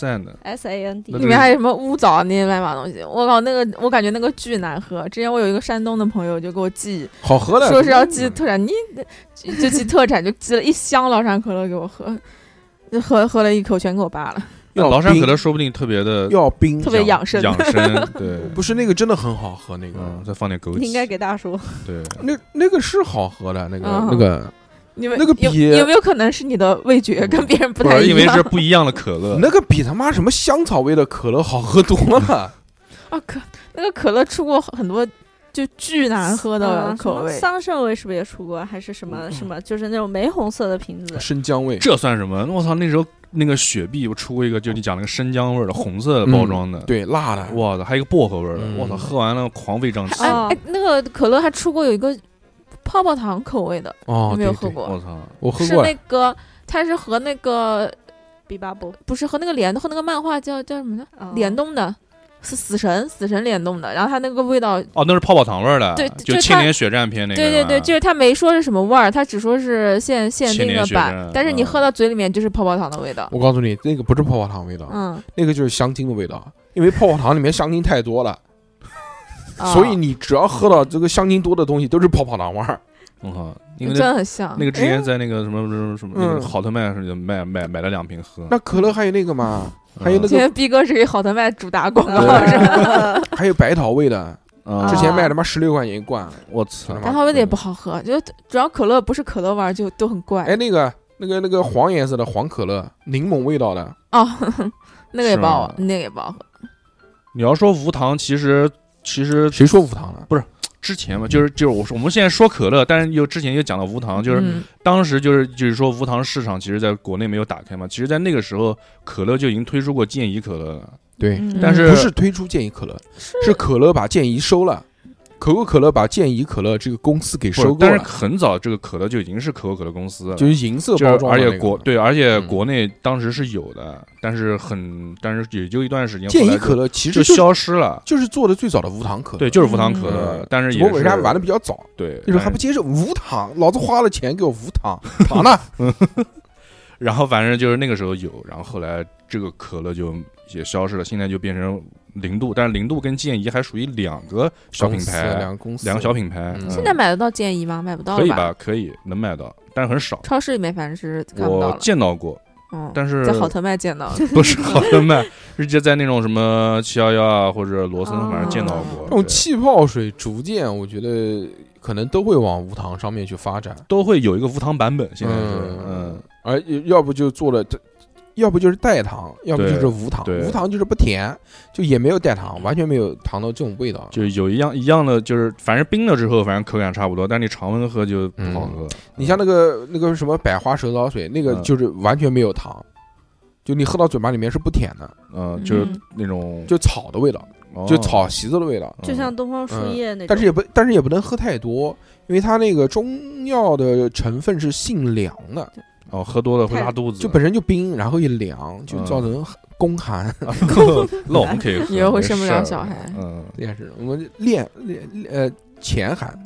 Speaker 4: SAND，
Speaker 3: 里面还有什么乌枣那些乱七八糟东西。我靠，那个我感觉那个巨难喝。之前我有一个山东的朋友就给我寄，
Speaker 2: 好喝的，
Speaker 3: 说是要寄特产，就寄特产，就寄了一箱崂山可乐给我喝，喝了一口全给我扒了。
Speaker 4: 崂山可乐说不定特别的
Speaker 2: 要冰，
Speaker 3: 特别养生。
Speaker 2: 对，不是那个真的很好喝，那个
Speaker 4: 再放点枸杞。
Speaker 5: 应该给大叔。
Speaker 4: 对，
Speaker 2: 那个是好喝的，那个。
Speaker 3: 那个比有没有可能是你的味觉跟别人不太一样？
Speaker 4: 因为是不一样的可乐，
Speaker 2: 那个比他妈什么香草味的可乐好喝多了。
Speaker 3: 那个可乐出过很多就巨难喝的口味，
Speaker 5: 桑葚味是不是也出过？还是什么什么？就是那种玫红色的瓶子，
Speaker 2: 生姜味。
Speaker 4: 这算什么？我操！那时候那个雪碧我出过一个，就你讲那个生姜味的红色的包装的，
Speaker 2: 对，辣的。
Speaker 4: 哇操，还有一个薄荷味的，我操，喝完了狂胃胀气。
Speaker 3: 那个可乐还出过有一个泡泡糖口味的，有没有喝过？
Speaker 4: 我操，
Speaker 2: 我喝过。
Speaker 3: 是那个，它是和那个
Speaker 5: 比巴布，
Speaker 3: 不是和那个和那个漫画叫什么呢？联动的。是死神联动的，然后它那个味道
Speaker 4: 那是泡泡糖味的，
Speaker 3: 对，
Speaker 4: 就青年血战片那个，
Speaker 3: 对，就是他没说是什么味儿，他只说是限定的版，但是你喝到嘴里面就是泡泡糖的味道。
Speaker 2: 我告诉你，那个不是泡泡糖味道，那个就是香精的味道，因为泡泡糖里面香精太多了，所以你只要喝到这个香精多的东西都是泡泡糖味儿。
Speaker 4: 因为
Speaker 3: 真的很像
Speaker 4: 那个之前在那个什么那个好特卖上就买了2瓶喝。
Speaker 2: 那可乐还有那个嘛？还有那个，
Speaker 3: 今天逼哥是给好特卖主打广告是吧？
Speaker 2: 还有白桃味的，之前卖他妈16块钱一罐，我操！
Speaker 3: 白桃味的也不好喝，就主要可乐不是可乐味就都很怪。
Speaker 2: 哎，那个黄颜色的黄可乐，柠檬味道的
Speaker 3: 那个也不好，那个也不好喝。
Speaker 4: 你要说无糖，其实
Speaker 2: 谁说无糖了？
Speaker 4: 不是。之前嘛，就是我们现在说可乐，但是之前又讲到无糖，就是当时就是说无糖市场其实在国内没有打开嘛，其实在那个时候可乐就已经推出过健怡可乐了，
Speaker 2: 对，
Speaker 4: 但是
Speaker 2: 不是推出健怡可乐，是可乐把健怡收了。可口可乐把健怡可乐这个公司给收购了，
Speaker 4: 但是很早这个可乐就已经是可口可乐公司了，
Speaker 2: 就是银色包装的、
Speaker 4: 而且国内当时是有的，但是也就一段时间，
Speaker 2: 健怡可乐其实
Speaker 4: 就消失了，
Speaker 2: 就是做的最早的无糖可乐，
Speaker 4: 对，就是无糖可乐，但是
Speaker 2: 人家玩的比较早，
Speaker 4: 对，
Speaker 2: 那时候还不接受无糖，老子花了钱给我无糖，糖呢？
Speaker 4: 然后反正就是那个时候有，然后后来这个可乐就也消失了，现在就变成零度，但是零度跟健怡还属于两个小品牌，两个小品牌。
Speaker 3: 现在买得到健怡吗？买不到了吧？
Speaker 4: 可以吧？可以，能买到，但是很少。
Speaker 3: 超市里面反正是看不到了。
Speaker 4: 我见到过，但是
Speaker 3: 在好特卖见到的，
Speaker 4: 不是好特卖，是就在那种什么711啊或者罗森，反正见到过。
Speaker 2: 这种气泡水逐渐，我觉得可能都会往无糖上面去发展，
Speaker 4: 都会有一个无糖版本。现在
Speaker 2: 而要不就做了，要不就是代糖，要不就是无糖。无糖就是不甜，就也没有代糖，完全没有糖的这种味道。
Speaker 4: 就有一样的，就是反正冰了之后，反正口感差不多，但你常温喝就不好喝。
Speaker 2: 你像那个什么百花蛇藻水，那个就是完全没有糖，就你喝到嘴巴里面是不甜的，
Speaker 4: 就是那种
Speaker 2: 就草的味道。就草席子的味道，
Speaker 5: 就像东方树叶那种，
Speaker 2: 但是也不能喝太多，因为它那个中药的成分是性凉的，
Speaker 4: 喝多了会拉肚子，
Speaker 2: 就本身就冰，然后一凉，就造成宫寒。
Speaker 4: 那我们可以喝，
Speaker 3: 以后会生不了小孩。
Speaker 2: 也是我们前寒。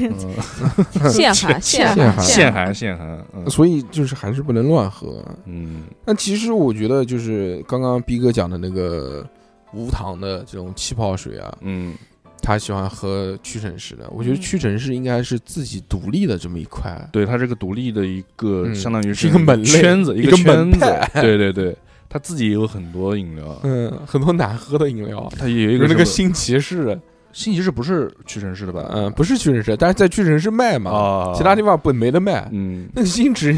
Speaker 3: 限寒，
Speaker 2: 所以就是还是不能乱喝。但其实我觉得就是刚刚逼哥讲的那个无糖的这种气泡水啊，他喜欢喝屈臣氏的。我觉得屈臣氏应该是自己独立的这么一块，
Speaker 4: 对，它这个独立的一个，相当于
Speaker 2: 是一个门类
Speaker 4: 圈子，
Speaker 2: 一个
Speaker 4: 圈子。对，他自己也有很多饮料，
Speaker 2: 很多难喝的饮料。
Speaker 4: 他有一个
Speaker 2: 那个新骑士
Speaker 4: 新奇士不是屈臣氏的吧？
Speaker 2: 不是屈臣氏，但是在屈臣氏卖嘛，其他地方没得卖。那个新奇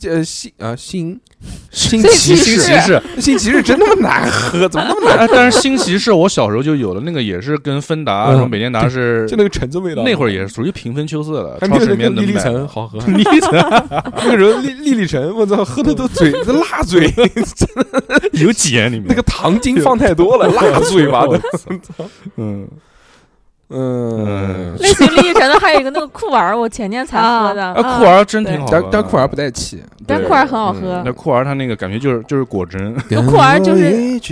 Speaker 2: 士真他妈难喝，怎么那么难？
Speaker 4: 但是新奇士我小时候就有了，那个也是跟芬达、什么美年达是
Speaker 2: 就那个橙子味道，
Speaker 4: 那会儿也是属于平分秋色的。超市里面
Speaker 2: 莉莉橙好喝，
Speaker 4: 莉莉橙
Speaker 2: 那个时候莉莉橙，我操，喝的都嘴辣嘴，
Speaker 4: 有碱里面
Speaker 2: 那个糖精放太多了，辣嘴巴的。
Speaker 3: 类似于莉莉橙的还有一个那个酷儿，我前天才喝的。
Speaker 4: 酷儿真挺好喝，
Speaker 2: 但酷儿不带气，
Speaker 3: 但酷儿很好喝。
Speaker 4: 那酷儿它那个感觉就是果真，
Speaker 3: 酷儿就是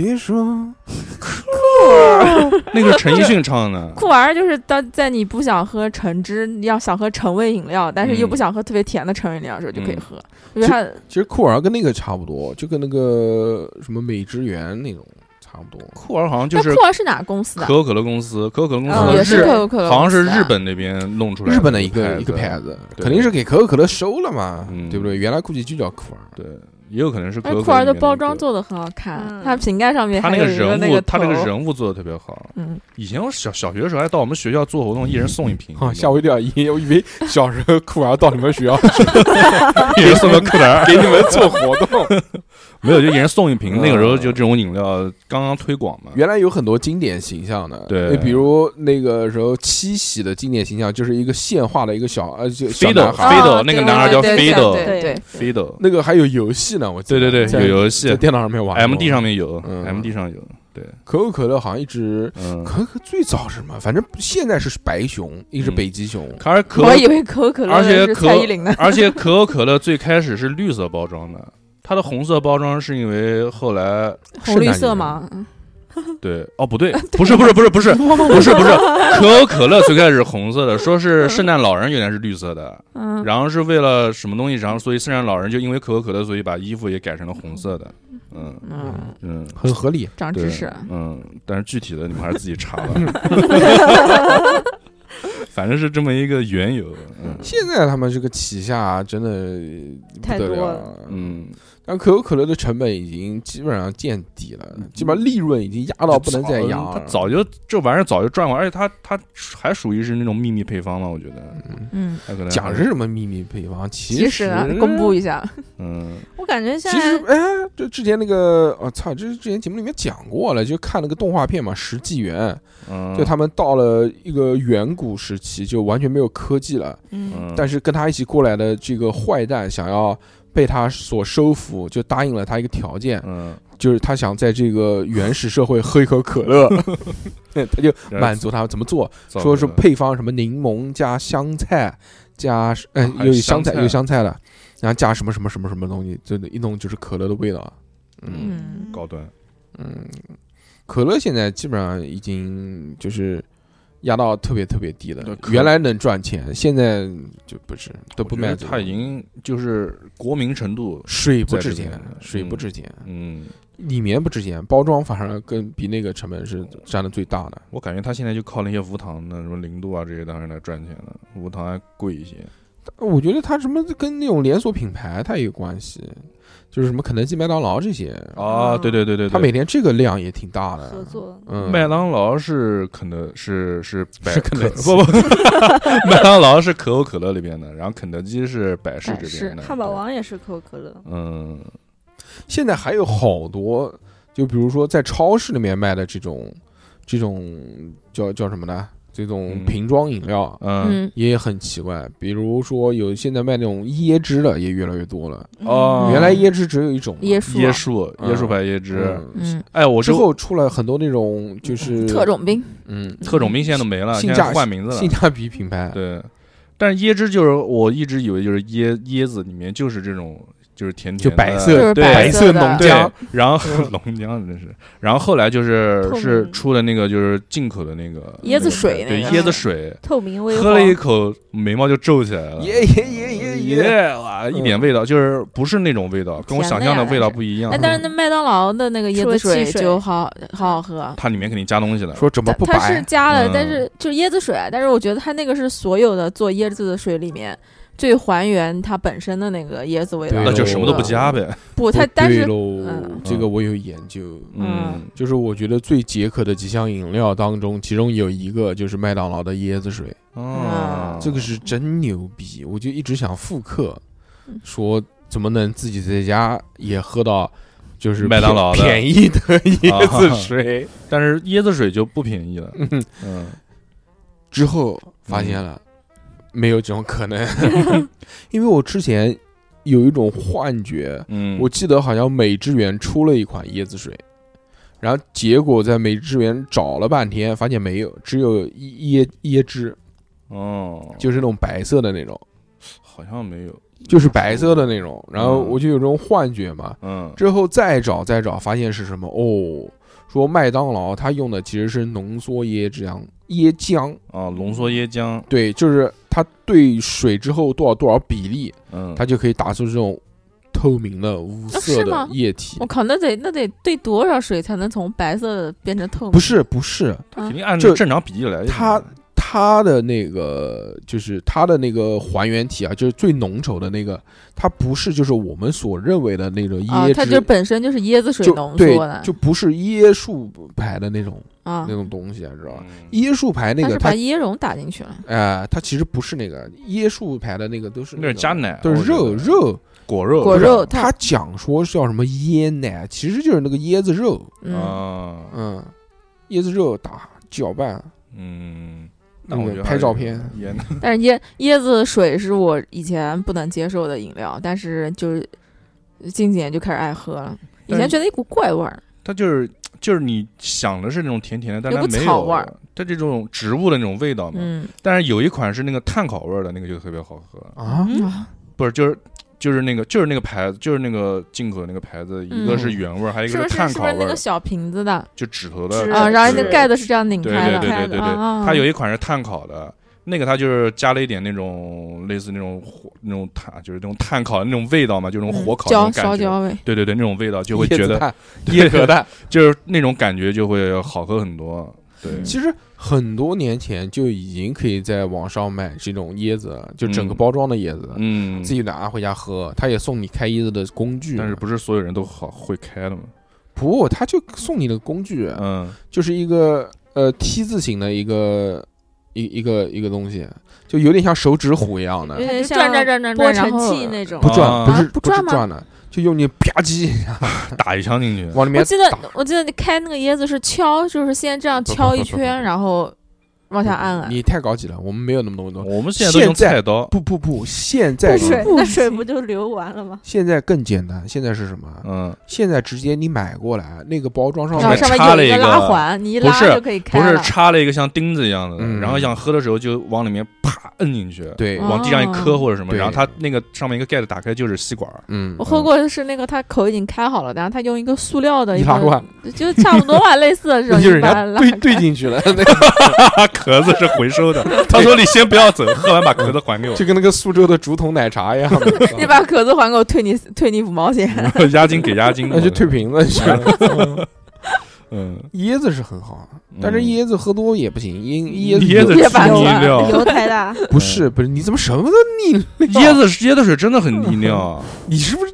Speaker 4: 那个陈奕迅唱的。
Speaker 3: 酷儿就是在你不想喝橙汁，你要想喝橙味饮料，但是又不想喝特别甜的橙味饮料的时候就可以喝。因为它
Speaker 2: 其实酷儿跟那个差不多，就跟那个什么美汁源那种。差不多，
Speaker 4: 酷儿好像就是
Speaker 3: 酷儿是哪个公司的？
Speaker 4: 可口可乐公司，可口可乐公司
Speaker 3: 也是可口可乐，
Speaker 4: 好像是日本那边弄出来的，
Speaker 2: 日本的一个牌子，肯定是给可口可乐收了嘛，对不对？原来估计就叫酷儿，
Speaker 4: 对，也有可能是可口可乐。
Speaker 3: 酷儿的包装做的很好看，它瓶盖上面还有一个那个
Speaker 4: 他那个人物做的特别好。以前我小学的时候还到我们学校做活动，一人送一瓶，
Speaker 2: 吓我一跳，我以为小时候酷儿到你们学校去，
Speaker 4: 一人送个酷儿
Speaker 2: 给你们做活动。
Speaker 4: 没有，就一人送一瓶。那个时候就这种饮料刚刚推广嘛。
Speaker 2: 原来有很多经典形象的，
Speaker 4: 对，
Speaker 2: 比如那个时候七喜的经典形象就是一个现画的一个小
Speaker 4: 男孩，飞斗那个男孩叫飞斗，
Speaker 3: 对，
Speaker 4: 飞斗
Speaker 2: 那个还有游戏呢，我记得。
Speaker 4: 对，有游戏，
Speaker 2: 在电脑上面玩
Speaker 4: ，MD 上面有，MD 上有。对，
Speaker 2: 可口可乐好像一直，可口最早是什么？反正现在是白熊，一直北极熊。
Speaker 3: 我以为可口可乐是蔡依林的，
Speaker 4: 而且可口可乐最开始是绿色包装的。它的红色包装是因为后来
Speaker 3: 红绿色吗？
Speaker 4: 对，哦，不对，不是，可口可乐最开始是红色的，说是圣诞老人原来是绿色的，然后是为了什么东西，然后所以圣诞老人就因为可口可乐，所以把衣服也改成了红色的，
Speaker 2: 很合理，
Speaker 3: 长知识，
Speaker 4: 但是具体的你们还是自己查吧。反正是这么一个缘由。
Speaker 2: 现在他们这个旗下真的
Speaker 5: 太多了，
Speaker 2: 但可口可乐的成本已经基本上见底了，基本上利润已经压到不能再压了。
Speaker 4: 它早就这玩意儿早就赚过，而且它还属于是那种秘密配方嘛，我觉得。
Speaker 2: 讲是什么秘密配方？其实
Speaker 3: 公布一下。
Speaker 5: 我感觉现在
Speaker 2: 其实就之前那个这之前节目里面讲过了，就看那个动画片嘛，《石纪元》，就他们到了一个远古时期，就完全没有科技了，但是跟他一起过来的这个坏蛋想要被他所收服，就答应了他一个条件，就是他想在这个原始社会喝一口可乐，他就满足他怎么做，说是配方什么柠檬加香菜加有香菜的，然后加什么什么什么什么东西，就一弄就是可乐的味道，
Speaker 4: 高端，
Speaker 2: 可乐现在基本上已经就是压到特别特别低了，原来能赚钱，现在就不是都不卖。
Speaker 4: 它已经就是国民程度，
Speaker 2: 水不值钱，里面不值钱，包装反而比那个成本是占的最大的。
Speaker 4: 我感觉他现在就靠那些无糖的什么零度啊这些当然来赚钱了，无糖还贵一些。
Speaker 2: 我觉得它什么跟那种连锁品牌它也有关系。就是什么肯德基、麦当劳这些
Speaker 4: 啊，对，
Speaker 2: 他每天这个量也挺大的。
Speaker 5: 合作，
Speaker 4: 麦当劳是肯德是肯德基，不，麦当劳是可口可乐里边的，然后肯德基是百事这边的，
Speaker 5: 汉堡王也是可口可乐。
Speaker 2: 现在还有好多，就比如说在超市里面卖的这种叫什么呢？这种瓶装饮料，也很奇怪。比如说有现在卖那种椰汁的，也越来越多了。原来椰汁只有一种，
Speaker 4: 椰树牌椰汁。我
Speaker 2: 之后出了很多那种就是
Speaker 3: 特种兵，
Speaker 4: 特种兵现在都没了，现在换名字了，
Speaker 2: 性价比品牌。
Speaker 4: 对，但是椰汁就是我一直以为就是椰子里面就是这种。就是甜甜的，
Speaker 2: 就白色浓浆，
Speaker 4: 然后浓浆真是，然后后来是出了那个就是进口的那个
Speaker 3: 椰子水，
Speaker 4: 对椰子水，
Speaker 5: 透明微，
Speaker 4: 喝了一口眉毛就皱起来了，哇，一点味道就是不是那种味道，跟我想象的味道不一样。
Speaker 3: 但是那麦当劳的那个椰子水就好喝，
Speaker 4: 它里面肯定加东西了，
Speaker 2: 说怎么不白？
Speaker 3: 它是加了，但是就椰子水，但是我觉得它那个是所有的做椰子的水里面。 最还原它本身的那个椰子味道，
Speaker 4: 那就什么都不加呗。
Speaker 3: 不，它但是
Speaker 2: 这个我有研究，就是我觉得最解渴的几项饮料当中，其中有一个就是麦当劳的椰子水，这个是真牛逼，我就一直想复刻，说怎么能自己在家也喝到就是
Speaker 4: 麦当劳
Speaker 2: 便宜的椰子水，
Speaker 4: 但是椰子水就不便宜了。
Speaker 2: 之后发现了。没有这种可能，因为我之前有一种幻觉，我记得好像美汁源出了一款椰子水，然后结果在美汁源找了半天，发现没有，只有椰汁，就是那种白色的那种，
Speaker 4: 好像没有，
Speaker 2: 就是白色的那种，然后我就有这种幻觉嘛，之后再找，发现是什么？说麦当劳它用的其实是浓缩椰浆
Speaker 4: 啊，浓缩椰浆，
Speaker 2: 对，就是它兑水之后多少比例，它就可以打出这种透明的无色的液体。
Speaker 3: 我靠，那得兑多少水才能从白色变成透明？
Speaker 2: 不是，
Speaker 4: 它肯定按照正常比例来。
Speaker 2: 它的那个就是它的那个还原体啊，就是最浓稠的那个，它不是就是我们所认为的那种椰汁，
Speaker 3: 它就本身就是椰子水浓缩的，
Speaker 2: 就不是椰树牌的那种那种东西啊，知道吧？椰树牌那个
Speaker 3: 它是把椰蓉打进去了，
Speaker 2: 它其实不是那个椰树牌的那个，都是
Speaker 4: 那是加奶，
Speaker 2: 都是
Speaker 4: 果
Speaker 3: 肉。
Speaker 2: 它讲说叫什么椰奶，其实就是那个椰子肉椰子肉打搅拌，拍照片，
Speaker 3: 但是椰子水是我以前不能接受的饮料，但是就是近几年就开始爱喝了。以前觉得一股怪味儿，
Speaker 4: 它就是你想的是那种甜甜的，但它没有
Speaker 3: 草味儿，
Speaker 4: 它这种植物的那种味道嘛。但是有一款是那个碳烤味的，那个就特别好喝啊。不是，就是那个牌子，就是那个进口的那个牌子，一个是原味，还有一个是碳烤味。
Speaker 3: 是那个小瓶子的，
Speaker 4: 就指头的
Speaker 3: 然后那盖子是这样拧开的。
Speaker 4: 对，它有一款是碳烤的，那个它就是加了一点那种类似那种碳，就是那种碳烤的那种味道嘛，就那种火烤的那种感觉。
Speaker 3: 烧焦味。
Speaker 4: 对，那种味道就会觉得
Speaker 2: 椰壳蛋，
Speaker 4: 就是那种感觉就会好喝很多。对，
Speaker 2: 其实很多年前就已经可以在网上买这种椰子，就整个包装的椰子，自己拿回家喝。他也送你开椰子的工具，
Speaker 4: 但是不是所有人都会开的吗？
Speaker 2: 不，他就送你的工具，就是一个T 字形的一个东西，就有点像手指虎一样的，
Speaker 5: 有点像
Speaker 3: 转
Speaker 5: 拨尘器那种，
Speaker 2: 不转，不
Speaker 3: 转
Speaker 2: 转的。就用你啪叽
Speaker 4: 打一枪进去，
Speaker 2: 往里面。
Speaker 3: 我记得你开那个椰子是敲，就是先这样敲一圈，然后往下按。
Speaker 2: 你太高级了，我们没有那么多东西。
Speaker 4: 我们现在都用菜刀。
Speaker 2: 不，现在
Speaker 5: 那水不就流完了吗？
Speaker 2: 现在更简单，现在是什么？现在直接你买过来，那个包装上
Speaker 3: 面
Speaker 4: 插了
Speaker 3: 一个拉环，你一拉就可以开了。
Speaker 4: 不是插了一个像钉子一样的，然后想喝的时候就往里面啪摁进去，
Speaker 2: 对，
Speaker 4: 往地上一磕或者什么，然后它那个上面一个盖子打开就是吸管。
Speaker 3: 我喝过是那个它口已经开好了，然后它用一个塑料的
Speaker 2: 易拉罐，
Speaker 3: 就差不多吧，类似的这种，
Speaker 2: 就是人家对进去了。
Speaker 4: 壳子是回收的，他说你先不要走，喝完把壳子还给我，
Speaker 2: 就跟那个苏州的竹筒奶茶一样。
Speaker 3: 你把壳子还给我，退你5毛钱，
Speaker 4: 押金给押金，
Speaker 2: 那就退瓶子去了。椰子是很好，但是椰子喝多也不行，椰
Speaker 4: 子
Speaker 5: 油太大。
Speaker 2: 不是，你怎么什么都腻？
Speaker 4: 椰子水真的很利尿，
Speaker 2: 你是不是？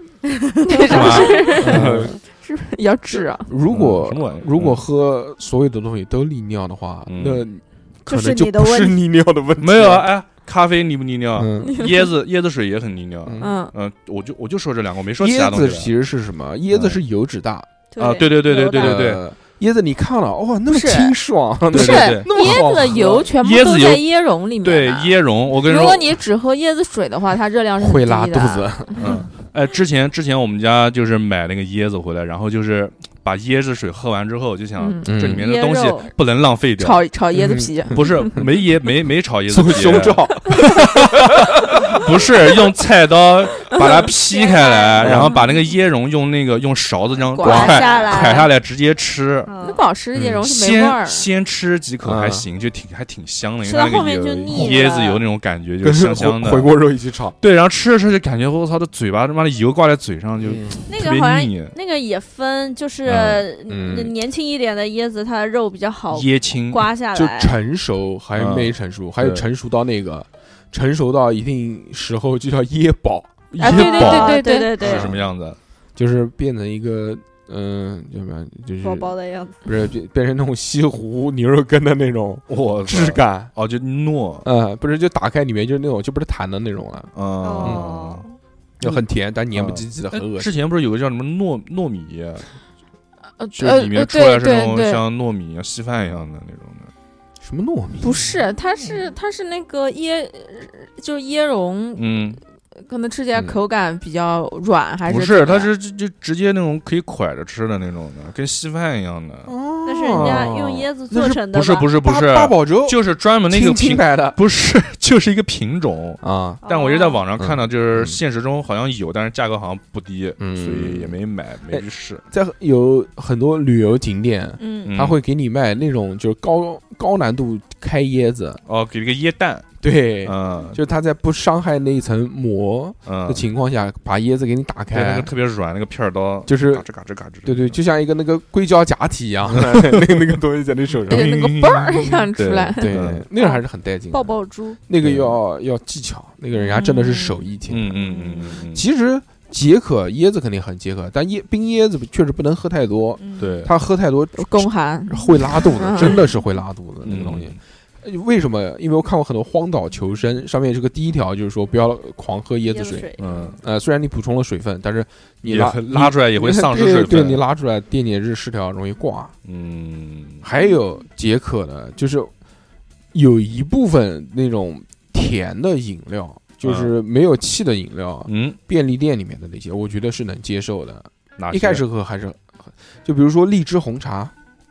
Speaker 3: 是不是要治啊？
Speaker 2: 如果喝所有的东西都利尿的话，那可能
Speaker 5: 就
Speaker 2: 不是利尿的问题。
Speaker 4: 没有啊，咖啡利不利尿？椰子水也很利尿。我就说这两个，我没说其他东西。
Speaker 2: 椰子其实是什么？椰子是油脂大
Speaker 4: 啊，对。
Speaker 2: 椰子你看了哇，那么清爽，
Speaker 3: 不是椰子的油全部都在椰蓉里面。
Speaker 4: 对，椰蓉，我跟你说，
Speaker 3: 如果你只喝椰子水的话，它热量是
Speaker 2: 会拉肚子。
Speaker 4: 之前我们家就是买那个椰子回来，然后就是把椰子水喝完之后，就想这里面的东西不能浪费掉。
Speaker 3: 炒椰子皮
Speaker 4: 不是没炒椰子皮，
Speaker 2: 胸罩。
Speaker 4: 不是用菜刀把它劈开来，然后把那个椰蓉用勺子这样
Speaker 5: 拐
Speaker 4: 下来直接吃。
Speaker 3: 那不好吃，椰蓉是没味儿。
Speaker 4: 先吃几口还行，就还挺香的，因为
Speaker 5: 那个
Speaker 4: 椰子油那种感觉，就香香的。
Speaker 2: 回锅肉一起炒。
Speaker 4: 对，然后吃着吃着就感觉我操的嘴巴他妈的油挂在嘴上就特别腻。
Speaker 5: 那个也分，就是年轻一点的椰子，它的肉比较好，
Speaker 4: 椰青
Speaker 5: 刮下来
Speaker 2: 就成熟还没成熟，还有成熟到那个。 成熟到一定时候就叫椰宝。
Speaker 3: 啊，对，
Speaker 4: 是什么样子？
Speaker 2: 就是变成一个叫什么？就是
Speaker 5: 包包的样子，
Speaker 2: 不是变成那种西湖牛肉羹的那种质感
Speaker 4: 哦，就糯，
Speaker 2: 不是就打开里面就是那种就不是弹的那种
Speaker 5: 了，
Speaker 2: 就很甜，但黏不唧唧的，很恶心。
Speaker 4: 之前不是有个叫什么糯米，就是里面出来是那种像糯米一样稀饭一样的那种的。
Speaker 2: 什么糯米？
Speaker 3: 不是，它是那个就是椰蓉，可能吃起来口感比较软，还是
Speaker 4: 不是？它是就直接那种可以蒯着吃的那种的，跟稀饭一样的。
Speaker 5: 那是人家用椰子做成的吧？
Speaker 4: 不是
Speaker 2: 八宝粥，
Speaker 4: 就是专门那个
Speaker 2: 清白的，
Speaker 4: 不是，就是一个品种
Speaker 2: 啊。
Speaker 4: 但我是在网上看到，就是现实中好像有，但是价格好像不低，所以也没买，没去试。
Speaker 2: 在有很多旅游景点，他会给你卖那种就是高难度开椰子，
Speaker 4: 给一个椰蛋。
Speaker 2: 对，就是他在不伤害那一层膜的情况下，把椰子给你打开，
Speaker 4: 那个特别软，那个片刀
Speaker 2: 就是
Speaker 4: 嘎吱嘎吱，
Speaker 2: 对，就像一个那个硅胶假体一样，那个东西在你手上，
Speaker 3: 对，那个嘣儿一样出来，
Speaker 2: 对，那个还是很带劲。
Speaker 5: 爆爆珠，
Speaker 2: 那个要技巧，那个人家真的是手艺挺。其实解渴椰子肯定很解渴，但冰椰子确实不能喝太多，
Speaker 4: 对，
Speaker 2: 它喝太多
Speaker 3: 宫寒
Speaker 2: 会拉肚子，真的是会拉肚子那个东西。为什么？因为我看过很多荒岛求生，上面这个第一条就是说不要狂喝椰子水。虽然你补充了水分，但是你
Speaker 4: 拉出来也会丧失水分。
Speaker 2: 对，你拉出来电解质失调容易挂。还有解渴的，就是有一部分那种甜的饮料，就是没有气的饮料，便利店里面的那些，我觉得是能接受的。一开始喝还是，就比如说荔枝红茶，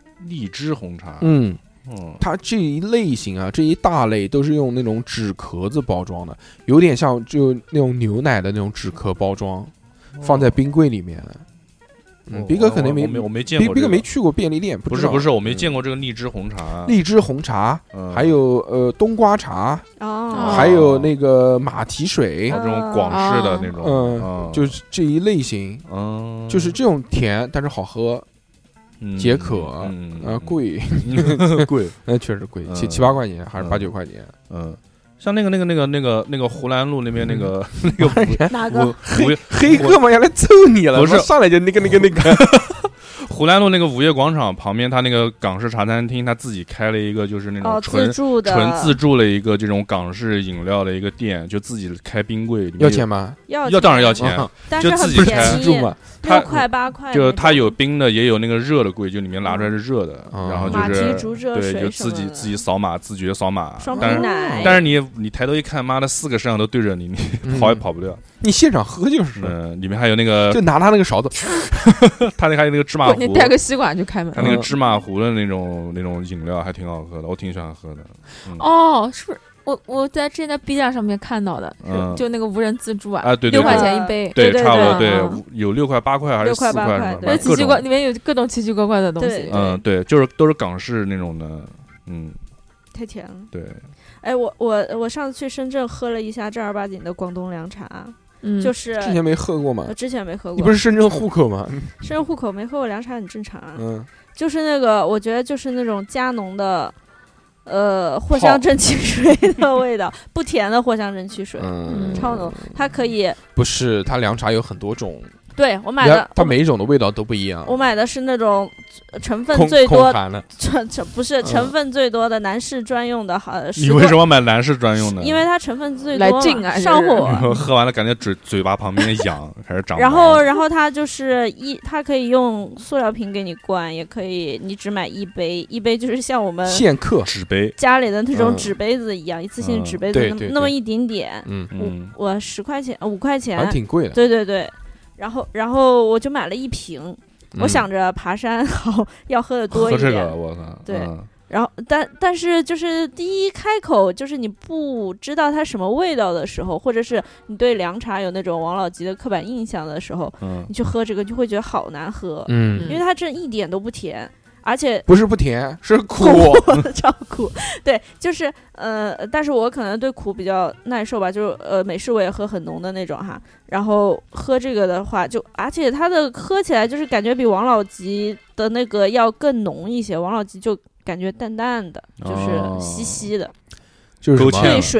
Speaker 2: 它这一类型啊，这一大类都是用那种纸壳子包装的，有点像就那种牛奶的那种纸壳包装，放在冰柜里面。逼哥肯定
Speaker 4: 我没见过，
Speaker 2: 逼哥没去过便利店，
Speaker 4: 不是，我没见过这个荔枝红茶，
Speaker 2: 还有冬瓜茶，还有那个马蹄水，
Speaker 4: 这种广式的那种，
Speaker 2: 就是这一类型，就是这种甜但是好喝。解渴，贵，确实贵，7、8块钱还是8、9块钱，
Speaker 4: 像那个湖南路那边那个
Speaker 5: 哪个
Speaker 2: 黑哥嘛要来揍你了，
Speaker 4: 不是
Speaker 2: 上来就那个。
Speaker 4: 湖南路那个午夜广场旁边，他那个港式茶餐厅，他自己开了一个就是那种纯自助的一个这种港式饮料的一个店，就自己开冰柜。
Speaker 2: 要钱吗？
Speaker 5: 要
Speaker 4: 当然要钱，就自己开
Speaker 5: 自助嘛，6块8块。
Speaker 4: 就他有冰的，也有那个热的柜，就里面拿出来是热的，然后就是对，就自己扫码，自觉扫码。
Speaker 5: 双皮奶。
Speaker 4: 但是你抬头一看，妈的4个摄像头对着你，你跑也跑不掉。
Speaker 2: 你现场喝就是，
Speaker 4: 里面还有那个，
Speaker 2: 就拿他那个勺子，
Speaker 4: 他那还有那个芝麻糊，
Speaker 3: 你带个吸管就开门。
Speaker 4: 他那个芝麻糊的那种饮料还挺好喝的，我挺喜欢喝的。
Speaker 3: 是不是？我在之前在 B 站上面看到的，就那个无人自助啊，
Speaker 4: 对
Speaker 3: ，6块钱一杯，
Speaker 4: 对，差不多，对，有6块8块还是4块，
Speaker 3: 对，奇奇怪，里面有各种奇奇怪怪的东西。
Speaker 4: 对，就是都是港式那种的，
Speaker 5: 太甜了。
Speaker 4: 对，
Speaker 5: 哎，我上次去深圳喝了一下正儿八经的广东凉茶。就是
Speaker 2: 之前没喝过吗？
Speaker 5: 之前没喝过。
Speaker 2: 你不是深圳户口吗？
Speaker 5: 深圳户口没喝过凉茶很正常啊。就是那个，我觉得就是那种加浓的，藿香正气水的味道，不甜的藿香正气水，超浓。它可以
Speaker 2: 不是，它凉茶有很多种。
Speaker 5: 对，我买的，
Speaker 2: 它每一种的味道都不一样。
Speaker 5: 我买的是那种成分最多
Speaker 2: 的，
Speaker 5: 不是成分最多的男士专用的。
Speaker 4: 你为什么买男士专用的？
Speaker 5: 因为它成分最多，
Speaker 3: 来劲啊，
Speaker 5: 上火。
Speaker 4: 喝完了感觉嘴巴旁边痒，开始长。
Speaker 5: 然后它就是它可以用塑料瓶给你灌，也可以你只买一杯就是像我们
Speaker 2: 现刻
Speaker 4: 纸杯
Speaker 5: 家里的那种纸杯子一样，一次性纸杯子那么一丁点。我10块钱5块钱，
Speaker 2: 还挺贵的。
Speaker 5: 对。然后我就买了1瓶，我想着爬山好要喝的多一点。
Speaker 4: 喝这个，我操！
Speaker 5: 对，然后但是就是第一开口就是你不知道它什么味道的时候，或者是你对凉茶有那种王老吉的刻板印象的时候，你去喝这个就会觉得好难喝，因为它真一点都不甜。而且
Speaker 2: 不是不甜，是苦，
Speaker 5: 超苦。对，就是但是我可能对苦比较耐受吧，就是美式我也喝很浓的那种哈。然后喝这个的话，而且它的喝起来就是感觉比王老吉的那个要更浓一些，王老吉就感觉淡淡的，就是稀稀的，
Speaker 2: 就是
Speaker 5: 兑水。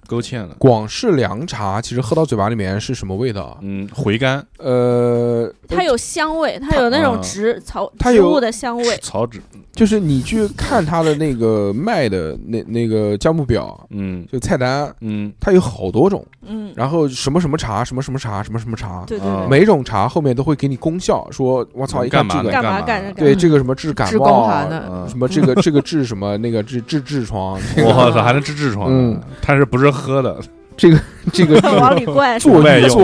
Speaker 4: 勾芡了。
Speaker 2: 广式凉茶其实喝到嘴巴里面是什么味道？
Speaker 4: 回甘。
Speaker 5: 它有香味，它有那种植物的香味。
Speaker 4: 草脂。
Speaker 2: 就是你去看它的那个卖的那个价目表，就菜单，它有好多种，然后什么什么茶，什么什么茶，什么什么茶，
Speaker 5: 对对对，
Speaker 2: 每种茶后面都会给你功效，说我操，一看这个
Speaker 5: 干嘛，
Speaker 2: 对这个什么治感冒什么这个治什么那个治痔疮，
Speaker 4: 我操还能治痔疮，但是不是喝的。
Speaker 2: 这个
Speaker 5: 往里灌，
Speaker 2: 做
Speaker 4: 外用，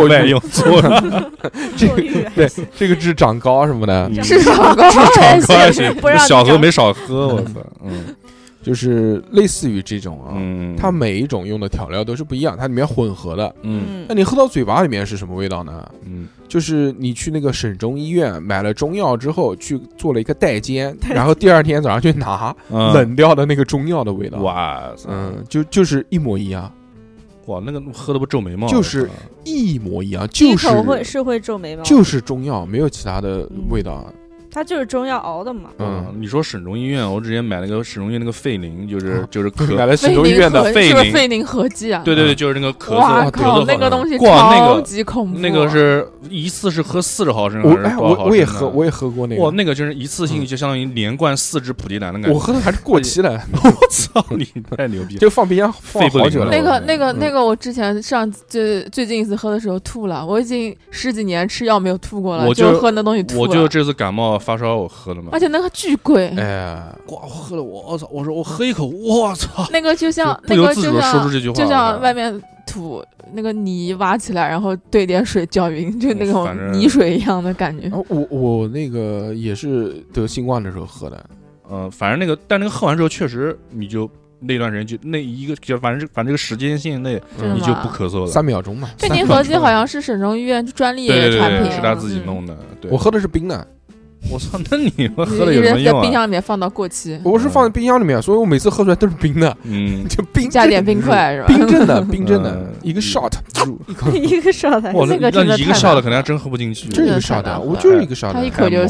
Speaker 2: 对这个治长高什么的，
Speaker 3: 治长高
Speaker 4: 还行，小何没少喝，我操，
Speaker 2: 就是类似于这种啊，它每一种用的调料都是不一样，它里面混合的，那你喝到嘴巴里面是什么味道呢？就是你去那个省中医院买了中药之后，去做了一个代煎，然后第二天早上去拿冷掉的那个中药的味道，
Speaker 4: 哇，
Speaker 2: 就是一模一样。
Speaker 4: 哇，那个喝的不皱眉毛？
Speaker 2: 就是一模一样，就是
Speaker 5: 会皱眉毛，
Speaker 2: 就是中药，没有其他的味道。
Speaker 5: 它就是中药熬的嘛。
Speaker 4: 你说省中医院，我之前买那个省中医院那个费宁，就是
Speaker 2: 买了省中医院的
Speaker 3: 费宁合剂啊。
Speaker 4: 对对对，就是那个咳嗽。
Speaker 3: 哇靠，那个东西超级恐怖。
Speaker 4: 那个是一次是喝40毫升，
Speaker 2: 我也喝过那个。
Speaker 4: 哇，那个就是一次性就相当于连灌4支普地蓝的感觉。
Speaker 2: 我喝的还是过期的。
Speaker 4: 我操，你太牛逼！
Speaker 2: 就放冰箱放好久了。
Speaker 3: 那个，我之前最近一次喝的时候吐了，我已经10几年吃药没有吐过了，就喝那东西吐了。
Speaker 4: 我就这次感冒发烧我喝了嘛，
Speaker 3: 而且那个巨贵。
Speaker 2: 哎呀，
Speaker 4: 我喝了，我操！我说我喝一口，我操！
Speaker 3: 那个就像
Speaker 4: 不由自主的说出这句话，
Speaker 3: 就像外面土那个泥挖起来，然后兑点水搅匀，就那种泥水一样的感觉。
Speaker 2: 我那个也是得新冠的时候喝的，
Speaker 4: 反正那个，但那个喝完之后确实你就。那段时间就那一个，就反正这个时间线内你就不咳嗽了
Speaker 2: ，3秒钟嘛。
Speaker 3: 费宁合剂好像是省中医院专利产品，
Speaker 4: 是他自己弄的。对，
Speaker 2: 我喝的是冰的。
Speaker 4: 我操，那你们喝的有什么用啊？
Speaker 3: 在冰箱里面放到过期。
Speaker 2: 我是放在冰箱里面，所以我每次喝出来都是冰的。就冰
Speaker 3: 加点冰块是吧？
Speaker 2: 冰镇的，一个 shot，
Speaker 5: 一个 shot，
Speaker 3: 那个真的
Speaker 4: 一个 shot 可能还真喝不进去。
Speaker 2: 这一个 shot， 我就是一个 shot，
Speaker 3: 他一口就是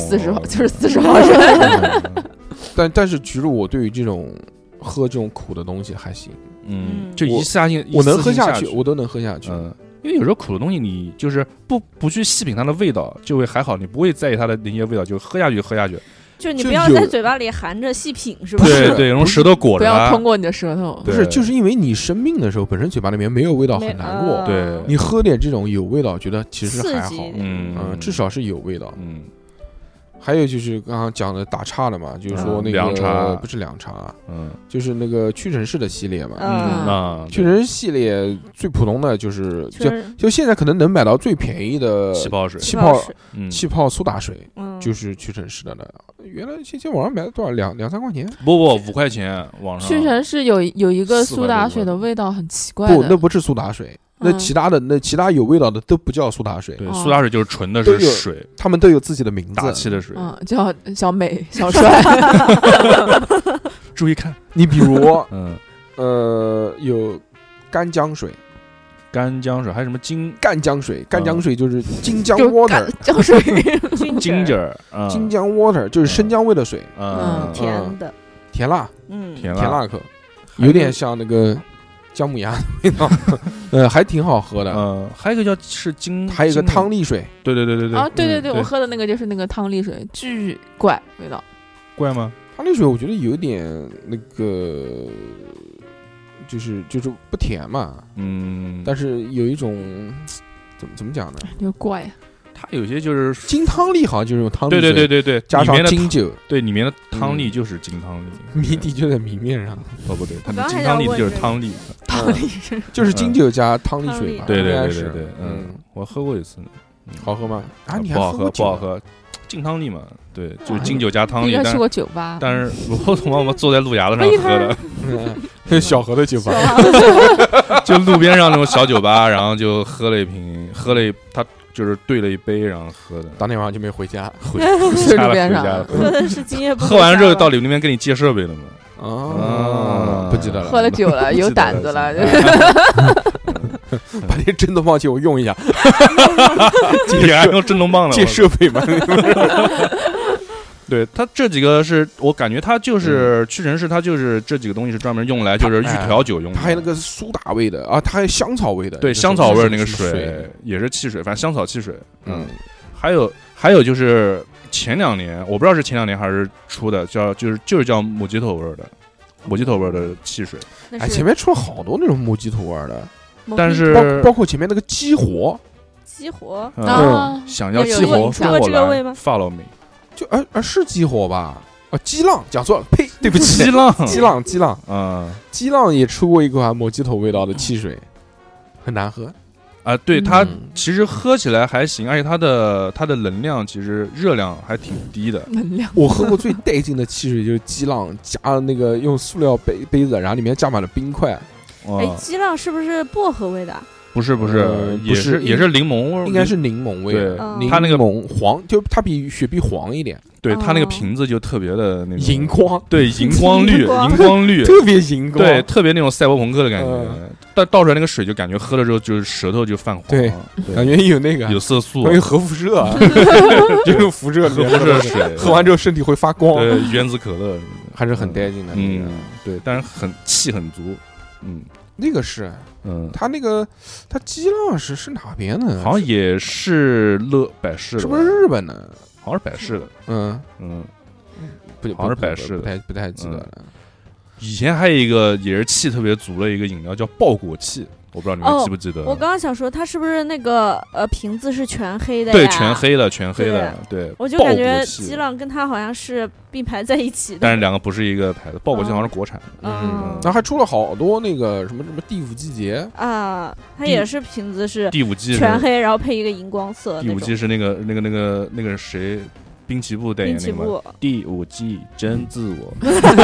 Speaker 3: 40毫升。
Speaker 2: 但是其实我对于这种。喝这种苦的东西还行，
Speaker 4: 就一次性
Speaker 2: 我能喝下去，我都能喝下去。
Speaker 4: 因为有时候苦的东西，你就是不去细品它的味道，就会还好，你不会在意它的那些味道，就喝下去。
Speaker 5: 就你不要在嘴巴里含着细品，是吧？
Speaker 4: 对，用舌头裹着，
Speaker 3: 不要通过你的舌头。
Speaker 2: 不是，就是因为你生病的时候，本身嘴巴里面没有味道，很难过。
Speaker 4: 对，
Speaker 2: 你喝点这种有味道，觉得其实还好，至少是有味道。还有就是刚刚讲的打岔的嘛，就是说那个
Speaker 4: 凉茶
Speaker 2: 不是凉茶，就是那个屈臣氏的系列
Speaker 5: 嘛，
Speaker 2: 屈臣氏系列最普通的就是就现在可能能买到最便宜的
Speaker 4: 气泡水、
Speaker 2: 气泡苏打水，就是屈臣氏的了。原来现在网上买的多少2-3块钱？
Speaker 4: 不5块钱，网上。
Speaker 3: 屈臣氏有一个苏打水的味道很奇怪的，
Speaker 2: 不，那不是苏打水。那其他有味道的都不叫苏打水，
Speaker 4: 对，苏打水就是纯的是水，
Speaker 2: 他们都有自己的名字，
Speaker 4: 大气的水，
Speaker 3: 叫小美、小帅。
Speaker 4: 注意看，
Speaker 2: 你比如，有干姜水，
Speaker 4: 还有什么
Speaker 2: 干姜水，干姜水就是金姜 water，
Speaker 3: 姜水
Speaker 4: 金
Speaker 2: 姜 water 就是生姜味的水，
Speaker 5: 甜的，
Speaker 2: 甜辣，
Speaker 4: 甜
Speaker 2: 辣口，有点像那个。姜母鸭的味道，还挺好喝的。
Speaker 4: 还有一个是
Speaker 2: 还有一个汤力水。
Speaker 4: 对
Speaker 3: 啊，对，我喝的那个就是那个汤力水，巨怪味道。
Speaker 4: 怪吗？
Speaker 2: 汤力水我觉得有点那个，就是不甜嘛。但是有一种怎么讲呢？
Speaker 3: 有怪。
Speaker 4: 它有些就是
Speaker 2: 金汤力，好像就是用汤力水，
Speaker 4: 对，
Speaker 2: 加上金酒，
Speaker 4: 对，里面的汤力就是金汤力，
Speaker 2: 谜底就在谜面上。
Speaker 4: 不对，它的金汤力就是汤力，
Speaker 2: 就是金酒加汤力水吧？
Speaker 4: 对，我喝过一次，
Speaker 2: 好喝吗？啊，你
Speaker 4: 不好喝，金汤力嘛，对，就是金酒加汤力。
Speaker 3: 应该去过酒吧，
Speaker 4: 但是我们坐在路牙子上喝
Speaker 2: 的，小河的酒吧，
Speaker 4: 就路边上那种小酒吧，然后就喝了他。就是兑了一杯，然后喝的。
Speaker 2: 当天晚上就没回家，
Speaker 3: 回路边上
Speaker 5: 喝的是今夜不。
Speaker 4: 喝完之后到里面给你借设备了
Speaker 2: 吗？不记得了。
Speaker 3: 喝了酒了，有胆子了。
Speaker 2: 把那震动棒借我用一下。
Speaker 4: 你还用震动棒了？
Speaker 2: 借设备嘛。
Speaker 4: 对，它这几个是我感觉它就是屈臣氏，它就是这几个东西是专门用来就是预调酒用的。
Speaker 2: 它还有那个苏打味的啊，它还有香草味的。
Speaker 4: 对，香草味那个水也是汽水，反正香草汽水。还有就是前2年，我不知道是前2年还是出的，就是叫莫吉托味的汽水。
Speaker 2: 哎，前面出了好多那种莫吉托味的，
Speaker 4: 但是
Speaker 2: 包括前面那个激活，
Speaker 4: 想要激活跟我来 ，follow me。
Speaker 2: 是激活吧？激浪讲错了，呸，对不起，
Speaker 4: 激浪，
Speaker 2: 激浪也出过一款莫吉托味道的汽水，很难喝
Speaker 4: 啊。对，它其实喝起来还行，而且它的能量其实热量还挺低的。
Speaker 3: 能量，
Speaker 2: 我喝过最带劲的汽水就是激浪，加那个用塑料杯子，然后里面加满了冰块。
Speaker 5: 哎，激浪是不是薄荷味的？
Speaker 4: 不是，也是柠檬味，
Speaker 2: 应该是柠檬味。
Speaker 4: 对，
Speaker 2: 它那个黄，就它比雪碧黄一点。
Speaker 4: 对，它那个瓶子就特别的那种
Speaker 2: 荧光，
Speaker 4: 对，荧光绿，
Speaker 2: 特别荧光，
Speaker 4: 对，特别那种赛博朋克的感觉。但倒出来那个水就感觉喝了之后就是舌头就泛黄，
Speaker 2: 对，感觉有那个
Speaker 4: 有色素，
Speaker 2: 有核辐射，就用辐射
Speaker 4: 水，
Speaker 2: 喝完之后身体会发光。
Speaker 4: 对，原子可乐
Speaker 2: 还是很带劲的。
Speaker 4: 对，但是气很足。
Speaker 2: 那个是，他那个他激浪是哪边的？
Speaker 4: 好像也是百事的，
Speaker 2: 是不是日本的？
Speaker 4: 好像是百事的。好像是百事的，
Speaker 2: 不太记得了。
Speaker 4: 以前还有一个也是气特别足的一个饮料叫爆果气，我不知道你们记不记得。
Speaker 5: 我刚刚想说，它是不是那个瓶子是全黑的呀？
Speaker 4: 对，全黑的。对，
Speaker 5: 我就感觉激浪跟它好像是并排在一起的，
Speaker 4: 但是两个不是一个牌子。爆果气好像是国产的。
Speaker 2: 然后还出了好多那个什么第5季节
Speaker 5: 啊，它也是瓶子是
Speaker 4: 第5季
Speaker 5: 全黑，然后配一个荧光色。
Speaker 4: 第5季是那个谁？滨崎步代言那个第5季真自我，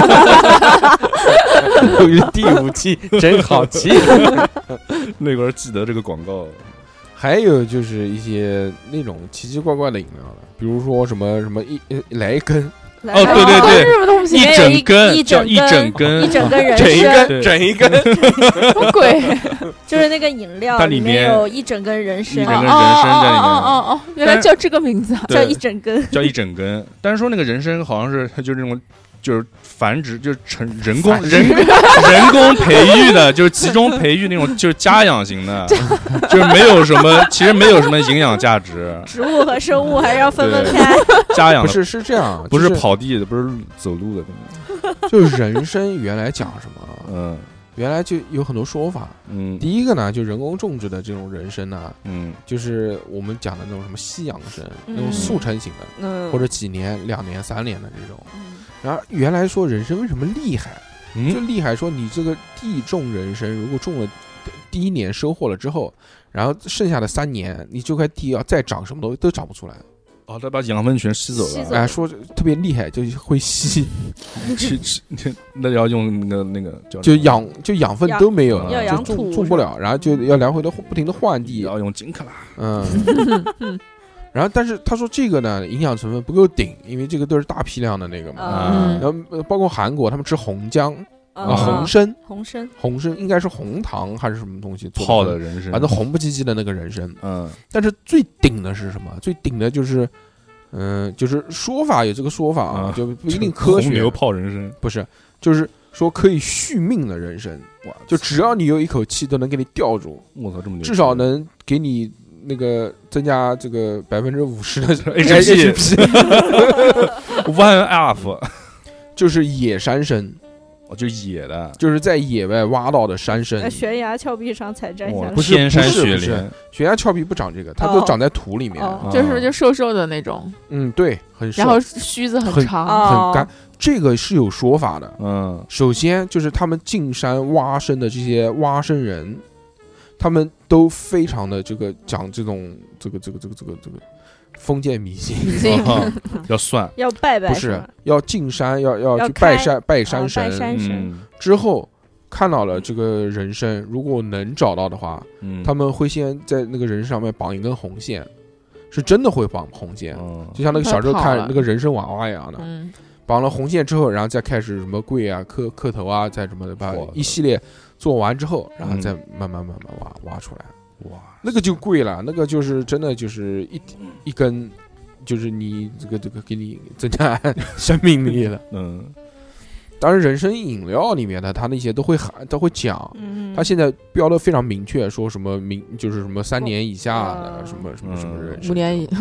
Speaker 2: 第5季真好气。
Speaker 4: 那会儿记得这个广告。
Speaker 2: 还有就是一些那种奇奇怪怪的饮料的，比如说什么来一根。
Speaker 4: 哦，对，
Speaker 3: 什么东西？
Speaker 4: 一整根，叫一整根
Speaker 5: 人参，
Speaker 2: 整一根，
Speaker 3: 什么鬼？
Speaker 5: 就是那个饮料里面有一整根人参，
Speaker 4: 一整根人参在里面。
Speaker 3: 哦，原来叫这个名字，
Speaker 5: 叫一整根，
Speaker 4: 叫一整根。但是说那个人参好像是就是那种。就是繁殖，就是人工培育的，就是集中培育那种，就是家养型的，就是其实没有什么营养价值。
Speaker 5: 植物和生物还是要分开。
Speaker 4: 家养
Speaker 2: 的是这样，
Speaker 4: 不是跑地的，不是走路的。
Speaker 2: 就是人参原来讲什么？原来就有很多说法。第一个呢，就人工种植的这种人参呢，就是我们讲的那种什么西洋参，那种速成型的，或者几年、2年、3年的这种。然后原来说人参为什么厉害？就厉害说你这个地种人参，如果种了第1年收获了之后，然后剩下的3年，你这块地要再长什么东西都长不出来。
Speaker 4: 哦，他把养分全吸走了。
Speaker 2: 哎，说特别厉害，就会吸。
Speaker 4: 那要用那个
Speaker 2: 就养分都没有了，
Speaker 5: 就
Speaker 2: 种不了，然后就要来回的不停的换地，
Speaker 4: 要用金克拉。
Speaker 2: 然后，但是他说这个呢，营养成分不够顶，因为这个都是大批量的那个嘛。然后包括韩国，他们吃红姜红参应该是红糖还是什么东西
Speaker 4: 泡的人参，
Speaker 2: 反正红不唧唧的那个人参。但是最顶的是什么？最顶的就是，就是说法有这个说法啊，就不一定科学。
Speaker 4: 红牛泡人参
Speaker 2: 不是，就是说可以续命的人参，就只要你有一口气都能给你吊住。
Speaker 4: 我操，这么牛！
Speaker 2: 至少能给你。那个增加这个50%的
Speaker 4: HP， 1 up，
Speaker 2: 就是野山参，
Speaker 4: 就是野的，
Speaker 2: 就是在野外挖到的山参，
Speaker 5: 在悬崖峭壁上采摘下来。
Speaker 4: 天山雪莲，
Speaker 2: 悬崖峭壁不长这个，它都长在土里面，
Speaker 3: 就瘦瘦的那种。
Speaker 2: 对，很瘦，
Speaker 3: 然后须子很长，
Speaker 2: 很干。这个是有说法的。首先就是他们进山挖参的这些挖参人。他们都非常的这个讲这种这个封建迷信，
Speaker 4: 要算
Speaker 5: 要拜
Speaker 2: 不是要进山要去拜山神，之后看到了这个人参，如果能找到的话，他们会先在那个人参上面绑一根红线，是真的会绑红线，就像那个小时候看那个人参娃娃一样的，绑了红线之后，然后再开始什么跪啊、磕头啊，再什么的把一系列。做完之后，然后再慢慢挖出来，哇，那个就贵了，那个就是真的就是一根就是你这个给你增加生命力了。当然，人参饮料里面的它那些都会讲，它现在标的非常明确，说什么就是什么3年以下的什么人
Speaker 3: ，5年以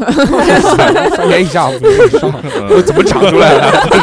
Speaker 2: 3年以下5年以上，我怎么长出来的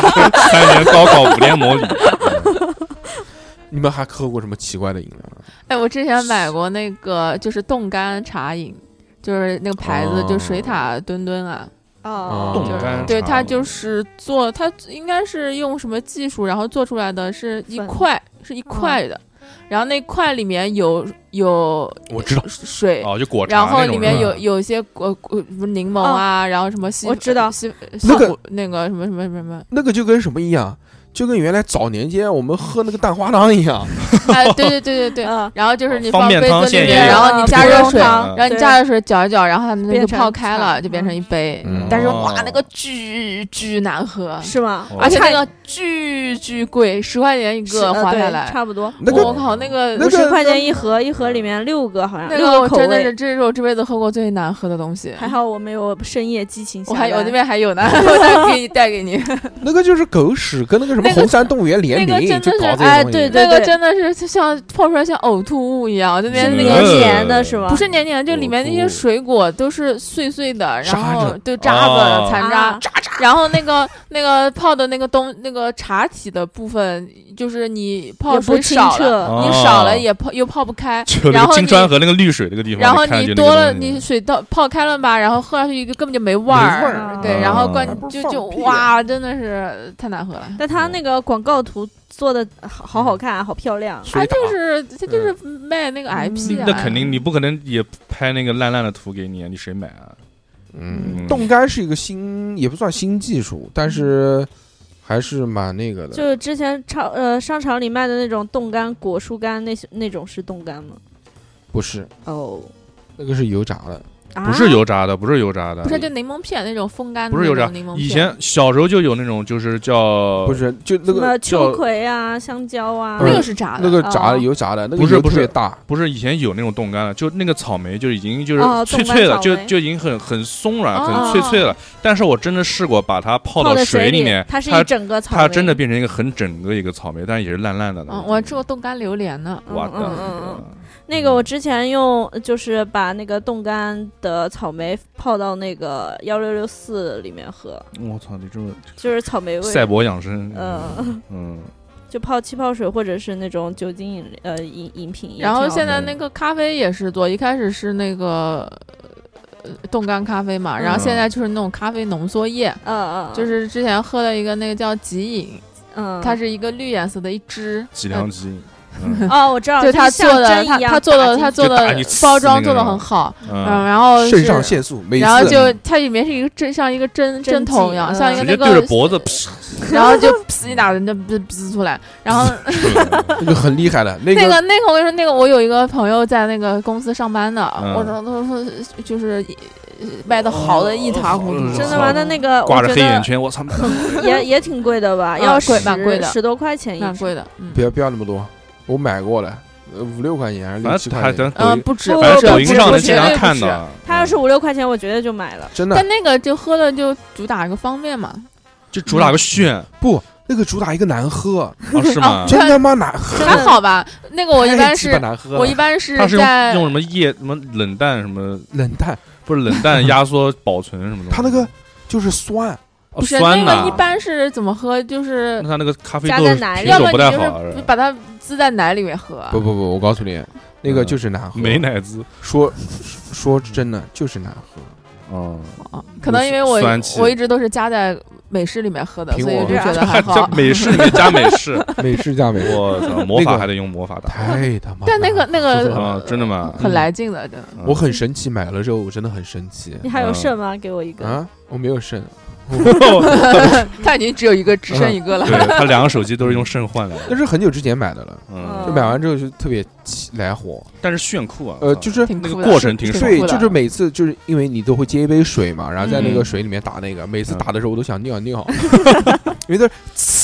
Speaker 4: ？3年高考5年模拟。
Speaker 2: 你们还喝过什么奇怪的饮料？
Speaker 3: 哎，我之前买过那个就是冻干茶饮，就是那个牌子，就水塔墩墩啊。
Speaker 4: 冻干，
Speaker 3: 对，它就是做，它应该是用什么技术，然后做出来的是一块的，然后那块里面有
Speaker 2: 我知道
Speaker 3: 水
Speaker 4: 就果茶，
Speaker 3: 然后里面有一些柠檬啊，然后什么
Speaker 5: 我知道
Speaker 3: 那个什么，
Speaker 2: 那个就跟什么一样。就跟原来早年间我们喝那个蛋花汤一样，
Speaker 3: 哎，对，然后就是你放杯子里面，然后你加热水，然后你加热水搅一搅，然后它那个泡开了就变成一杯，但是哇，那个巨难喝，
Speaker 5: 是吗？
Speaker 3: 而且那个巨贵，10块钱一个花下来，
Speaker 5: 差不多。
Speaker 3: 我靠，那个
Speaker 5: 50块钱一盒，一盒里面6个，好像
Speaker 3: 那个真的是，这是我这辈子喝过最难喝的东西。
Speaker 5: 还好我没有深夜激情，
Speaker 3: 我那边还有呢，我带给你。
Speaker 2: 那个就是狗屎，跟那个什么红山动物园联名，就搞这些东西。
Speaker 5: 哎，对，
Speaker 3: 那个真的是像泡出来像呕吐物一样，这边那个
Speaker 5: 黏的是吗？
Speaker 3: 不是黏黏，就里面那些水果都是碎碎的，然后就渣子残渣，然后那个泡的那个茶体的部分，就是你泡水少了，你少了又泡不开。然后
Speaker 4: 金砖和那个绿水那个地方，
Speaker 3: 然后你多了，你水泡开了吧，然后喝下去根本就没味儿，对，然后就哇，真的是太难喝了。
Speaker 5: 但他那个广告图做的好看，好漂亮。
Speaker 3: 他就是卖那个 IP 啊。
Speaker 4: 那肯定你不可能也拍那个烂的图给你，你谁买啊？
Speaker 2: 冻干是一个也不算新技术，但是还是蛮那个的。
Speaker 5: 就是之前商场里卖的那种冻干果蔬干，那种是冻干吗？
Speaker 2: 不是
Speaker 5: 哦，
Speaker 2: 那个是油炸的。
Speaker 4: 不是油炸的，不是
Speaker 3: 就柠檬片那种风干的，
Speaker 4: 不是油炸。以前小时候就有那种，就是叫
Speaker 2: 不是就那个
Speaker 5: 秋葵啊、香蕉啊，
Speaker 3: 那个是炸的，
Speaker 2: 那个炸的油炸的，那个
Speaker 4: 不是
Speaker 2: 大，
Speaker 4: 不是以前有那种冻干的，就那个草莓就已经就是脆脆的，就已经很松软、很脆了。但是我真的试过把它泡到水里面，
Speaker 5: 它是一整个草莓，
Speaker 4: 它真的变成一个很整个一个草莓，但是也是烂的。
Speaker 3: 我吃过冻干榴莲呢，
Speaker 4: 哇的。
Speaker 5: 那个我之前就是把那个冻干的草莓泡到那个1664里面喝。
Speaker 4: 我操，你这么
Speaker 5: 就是草莓味，
Speaker 4: 赛博养生。
Speaker 5: 就泡气泡水或者是那种酒精饮品。
Speaker 3: 然后现在那个咖啡也是做，一开始是那个冻干咖啡嘛，然后现在就是那种咖啡浓缩液。就是之前喝了一个那个叫极饮，它是一个绿颜色的一支
Speaker 4: 脊梁极饮。
Speaker 5: 我知道，
Speaker 3: 就他做的，他做的包装做的很好，然后
Speaker 2: 肾上腺素，
Speaker 3: 然后就它里面是一个像一个针筒一样，像一个那个
Speaker 4: 对着脖子，
Speaker 3: 然后就噗一打人就噗出来，然后
Speaker 2: 那个很厉害的，那个
Speaker 3: 我跟你说，那个我有一个朋友在那个公司上班的，我都说就是卖的好的一塌糊涂，
Speaker 5: 真的吗？那个
Speaker 4: 挂着黑眼圈，我操，
Speaker 5: 也挺贵的吧？要
Speaker 3: 蛮贵的
Speaker 5: ，10多块钱一支，
Speaker 3: 蛮贵的。
Speaker 2: 不要那么多。我买过了，5、6块钱还是6、7块钱？
Speaker 3: 不止，
Speaker 4: 反正抖音上能经常看到。
Speaker 5: 他要是5、6块钱，我绝对就买了。
Speaker 2: 真的。
Speaker 3: 但那个就喝了就主打一个方便嘛，
Speaker 4: 就主打个炫。
Speaker 2: 不，那个主打一个难喝。
Speaker 4: 是吗？
Speaker 2: 真他妈难喝。
Speaker 3: 还好吧？那个我一般是
Speaker 4: 他是
Speaker 3: 在
Speaker 4: 用什么什么冷淡什么
Speaker 2: 冷淡，
Speaker 4: 不是冷淡压缩保存什么的。
Speaker 2: 他那个就是酸。
Speaker 3: 不是那个一般是怎么喝？就是
Speaker 4: 那那个咖啡豆
Speaker 3: 要么你就是把它滋在奶里面喝。
Speaker 2: 不，我告诉你，那个就是难喝，
Speaker 4: 没奶滋。
Speaker 2: 说真的就是难喝。
Speaker 3: 可能因为我一直都是加在美式里面喝的，所以就觉得还好。
Speaker 4: 美式里面加美式，
Speaker 2: 美式加美式。
Speaker 4: 我操，魔法还得用魔法打。
Speaker 2: 太他妈！
Speaker 3: 但那个
Speaker 4: 真的吗？
Speaker 3: 很来劲的，真的。
Speaker 2: 我很生气，买了之后我真的很生气。
Speaker 5: 你还有肾吗？给我一个
Speaker 2: 啊！我没有肾。
Speaker 3: 他已经只有一个，只剩一个了。
Speaker 4: 对，他2个手机都是用肾换来的。
Speaker 2: 那是很久之前买的了，就买完之后就特别来火，
Speaker 4: 但是炫酷啊！
Speaker 2: 就是
Speaker 4: 那个过程挺爽。
Speaker 2: 对，就是每次就是因为你都会接一杯水嘛，然后在那个水里面打那个，每次打的时候我都想尿，因为它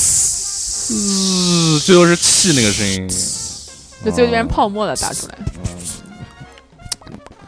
Speaker 4: 最后是气那个声音，
Speaker 3: 就最后变成泡沫了打出来。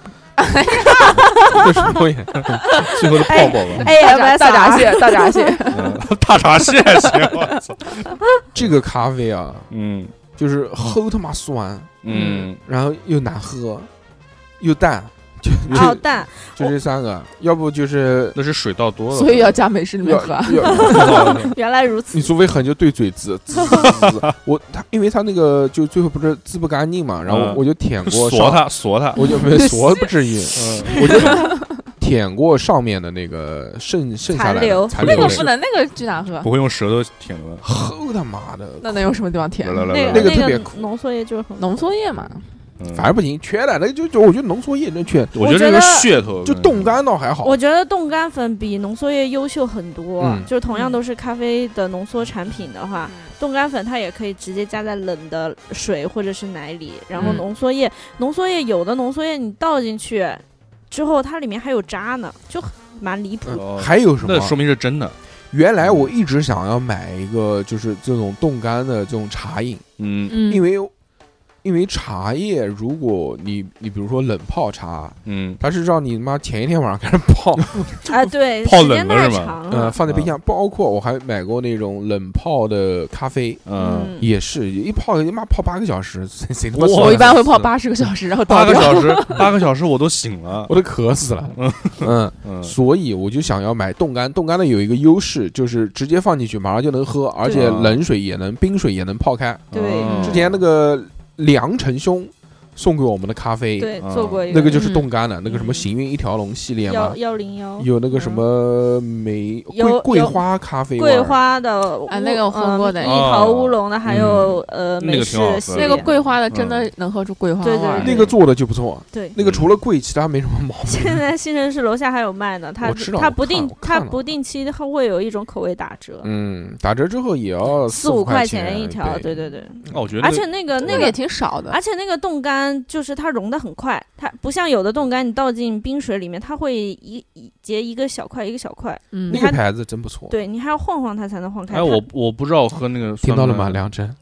Speaker 2: 这什么东西？
Speaker 4: 最后的泡泡吧。
Speaker 5: 哎，
Speaker 3: 大闸蟹，大闸蟹，
Speaker 4: 大闸蟹行，我操！
Speaker 2: 这个咖啡啊，就是齁他妈酸，然后又难喝，又淡，
Speaker 5: 淡，
Speaker 2: 就这三个，要不就是
Speaker 4: 那是水倒多了，
Speaker 3: 所以要加美式里面喝。
Speaker 5: 原来如此，
Speaker 2: 你除非狠就对嘴滋，因为他那个就最后不是滋不干净嘛，然后我就舔过，
Speaker 4: 锁它，
Speaker 2: 我就没锁不至于，我就舔过上面的那个剩下来的残留，
Speaker 3: 那个不能，那个巨难喝，
Speaker 4: 不会用舌头舔的，
Speaker 2: 齁他妈的，
Speaker 3: 那能用什么地方舔？
Speaker 5: 那
Speaker 2: 个特别苦，
Speaker 5: 浓缩液就是很
Speaker 3: 浓缩液嘛。
Speaker 2: 反正不行，缺的那就我觉得浓缩液真缺，
Speaker 4: 我觉得这个噱头
Speaker 2: 就冻干倒还好。
Speaker 5: 我觉得冻干粉比浓缩液优秀很多，就是同样都是咖啡的浓缩产品的话，冻干粉它也可以直接加在冷的水或者是奶里，然后浓缩液有的浓缩液你倒进去之后，它里面还有渣呢，就蛮离谱。
Speaker 2: 还有什么？
Speaker 4: 那说明是真的。
Speaker 2: 原来我一直想要买一个，就是这种冻干的这种茶饮，因为茶叶，如果你比如说冷泡茶，它是让你妈前一天晚上开始泡，
Speaker 5: 对，
Speaker 4: 泡冷了是吗？
Speaker 2: 放在冰箱。包括我还买过那种冷泡的咖啡，也是一泡你妈泡8个小时，谁他妈？
Speaker 3: 我一般会泡80个小时，然后
Speaker 4: 8个小时我都醒了，
Speaker 2: 我都渴死了。所以我就想要买冻干的有一个优势，就是直接放进去马上就能喝，而且冷水也能，冰水也能泡开。
Speaker 5: 对，
Speaker 2: 之前那个梁成兄送给我们的咖啡，
Speaker 5: 对，做过一
Speaker 2: 个，那个就是冻干的，那个什么行运一条龙系列嘛
Speaker 5: ，101
Speaker 2: 有那个什么桂花咖啡，
Speaker 5: 桂花的
Speaker 3: 那个我喝过的，
Speaker 5: 蜜桃乌龙的，还有美式
Speaker 3: 那个桂花的真的能喝出桂花味，
Speaker 5: 对，
Speaker 2: 那个做的就不错，
Speaker 5: 对，
Speaker 2: 那个除了贵，其他没什么毛病。
Speaker 5: 现在新城市楼下还有卖呢，它不定期它会有一种口味打折，
Speaker 2: 打折之后也要
Speaker 5: 4-5块钱一条，对。
Speaker 4: 我觉得，
Speaker 5: 而且那个
Speaker 3: 也挺少的，
Speaker 5: 而且那个冻干就是它融的很快，它不像有的冻干你倒进冰水里面，它会结一个小块一个小块。
Speaker 2: 那个牌子真不错。
Speaker 5: 对，你还要晃晃它才能晃开。
Speaker 4: 我不知道我喝那个
Speaker 2: 听到了吗，梁真？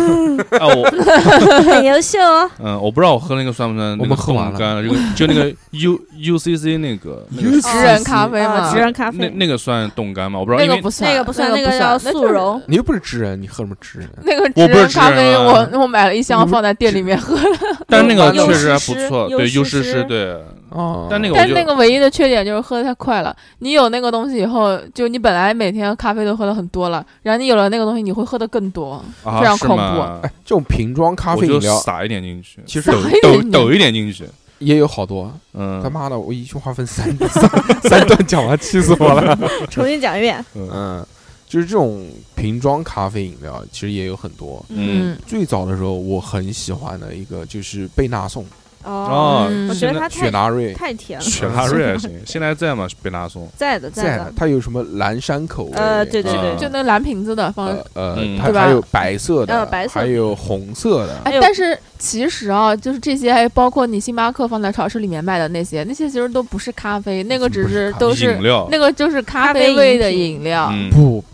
Speaker 5: 很优秀哦。
Speaker 4: 我不知道我喝那个算不算？
Speaker 2: 我们喝完
Speaker 4: 了，就那个 UCC 那个
Speaker 3: 直人咖啡嘛，
Speaker 5: 直人咖啡
Speaker 4: 那个算冻干吗？我不知道，
Speaker 3: 那个不算，
Speaker 5: 那个叫速溶。
Speaker 2: 你又不是直人，你喝什么直人？
Speaker 3: 那个直人咖啡，我买了一箱放在店里面喝了。
Speaker 4: 但那个确实还不错，对，优诗诗，对。但那
Speaker 3: 个唯一的缺点就是喝的太快了。你有那个东西以后，就你本来每天咖啡都喝的很多了，然后你有了那个东西，你会喝的更多，非常恐怖。
Speaker 2: 这种瓶装咖啡饮料
Speaker 4: 撒一点进去，
Speaker 2: 其实
Speaker 4: 抖一点进去
Speaker 2: 也有好多。他妈的，我一句话分三段讲完，气死我了。
Speaker 5: 重新讲一遍。
Speaker 2: 就是这种瓶装咖啡饮料，其实也有很多。最早的时候我很喜欢的一个就是贝纳颂。
Speaker 5: 我觉得它
Speaker 2: 雪纳瑞
Speaker 5: 太甜了，
Speaker 4: 雪纳瑞还行。现在在吗？贝纳颂
Speaker 5: 在的。
Speaker 2: 它有什么蓝山口味？
Speaker 5: 对，
Speaker 3: 就那蓝瓶子的，
Speaker 2: 它还有白色的，还有红色的。
Speaker 3: 但是其实啊，就是这些，还包括你星巴克放在超市里面卖的那些其实都不是咖啡，那个只是都是
Speaker 4: 饮料，
Speaker 3: 那个就是咖啡味的饮料。
Speaker 2: 不，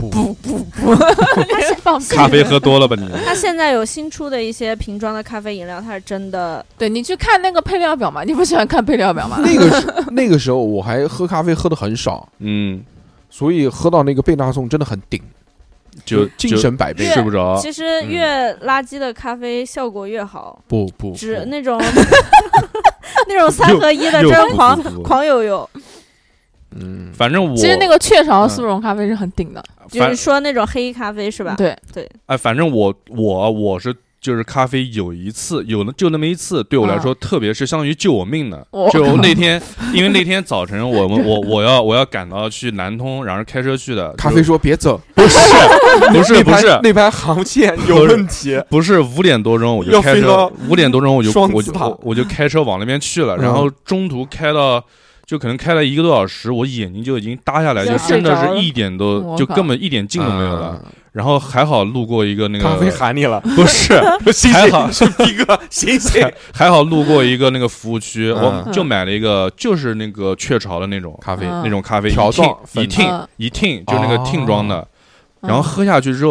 Speaker 4: 咖啡喝多了吧你？
Speaker 5: 它现在有新出的一些瓶装的咖啡饮料，它是真的。
Speaker 3: 对，你去看那个配料表嘛，你不喜欢看配料表吗？
Speaker 2: 那个时候我还喝咖啡喝的很少，所以喝到那个贝纳颂真的很顶，就精神百倍，
Speaker 4: 睡不着。
Speaker 5: 其实越垃圾的咖啡效果越好。
Speaker 2: 不，
Speaker 5: 只那种那种3合1的真狂有用。
Speaker 4: 反正
Speaker 3: 其实那个雀巢速溶咖啡是很顶的，
Speaker 5: 就是说那种黑咖啡是吧？
Speaker 3: 对。
Speaker 4: 反正我是。就是咖啡有就那么一次，对我来说，特别是相当于救我命的。就那天，因为那天早晨我要赶到去南通，然后开车去的。
Speaker 2: 咖啡说别走，
Speaker 4: 不是，
Speaker 2: 那盘航线有问题。
Speaker 4: 不是5点多钟我就开车，5点多钟我就开车往那边去了，然后中途开到。就可能开了1个多小时，我眼睛就已经搭下来，就真的是一点都，就根本一点劲都没有了。然后还好路过一个那个
Speaker 2: 咖啡喊你了，
Speaker 4: 不是，还好
Speaker 2: 是逼哥，醒醒！
Speaker 4: 还好路过一个那个服务区，我就买了一个，就是那个雀巢的那种
Speaker 2: 咖啡，
Speaker 4: 那种咖啡
Speaker 2: 条状
Speaker 4: 一听就那个听装的，然后喝下去之后。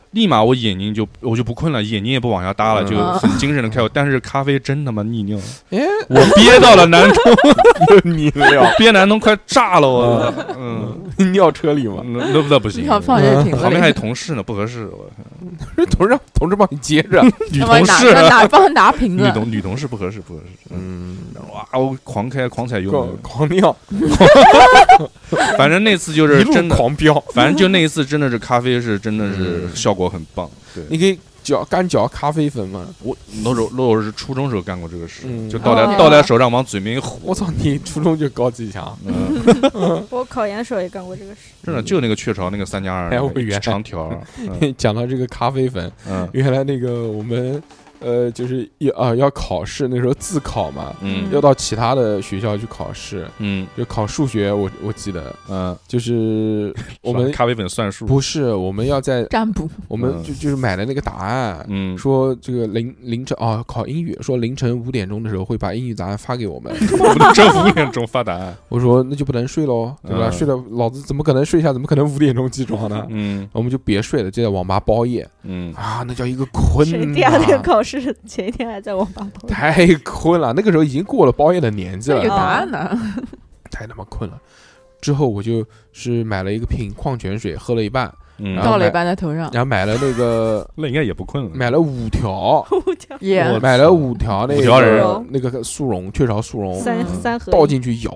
Speaker 4: 立马我就不困了，眼睛也不往下搭了，就很精神的开。但是咖啡真他妈利尿，我憋到了南充，
Speaker 2: 你尿
Speaker 4: 憋南充快炸了我，
Speaker 2: 尿车里吗？
Speaker 4: 那不行，
Speaker 3: 放这瓶子，
Speaker 4: 旁边还有同事呢，不合适。我
Speaker 2: 同事帮你接着，
Speaker 4: 女同事
Speaker 3: 拿瓶子，
Speaker 4: 女同事不合适。哇，我狂踩油门，
Speaker 2: 狂尿，
Speaker 4: 反正那次就是真的
Speaker 2: 狂飙，
Speaker 4: 反正就那一次真的是咖啡是真的是效果很棒。对，
Speaker 2: 你可以干嚼咖啡粉吗？
Speaker 4: 我那时候是初中时候干过这个事，就倒在手上往嘴边一糊。
Speaker 2: 我操，你初中就高级强。
Speaker 5: 我考研时候也干过这个事，
Speaker 4: 真的就那个雀巢那个3+2长条。
Speaker 2: 讲到这个咖啡粉，原来那个我们。就是要考试，那时候自考嘛，要到其他的学校去考试，就考数学，我记得，就是我们
Speaker 4: 咖啡粉算数，
Speaker 2: 不是，我们要在
Speaker 3: 占卜，
Speaker 2: 我们就是买的那个答案，说这个凌晨考英语，说凌晨5点钟的时候会把英语答案发给我们，
Speaker 4: 凌晨5点钟发答案，
Speaker 2: 我说那就不能睡喽，对吧？睡了老子怎么可能睡下？怎么可能5点钟起床呢？我们就别睡了，就在网吧包夜，那叫一个困，
Speaker 5: 谁第二天考试前一天还在网吧包夜，
Speaker 2: 太困了，那个时候已经过了包夜的年纪了，
Speaker 3: 有答案呢，
Speaker 2: 太他妈困了。之后我就是买了一个瓶矿泉水，喝了一半，
Speaker 3: 倒了一半在头上，
Speaker 2: 然后买了那个，
Speaker 4: 那应该也不困了，
Speaker 2: 买了5条，
Speaker 3: 买
Speaker 2: 了5条那个速溶，雀巢速溶，
Speaker 5: 三盒
Speaker 2: 倒进去摇，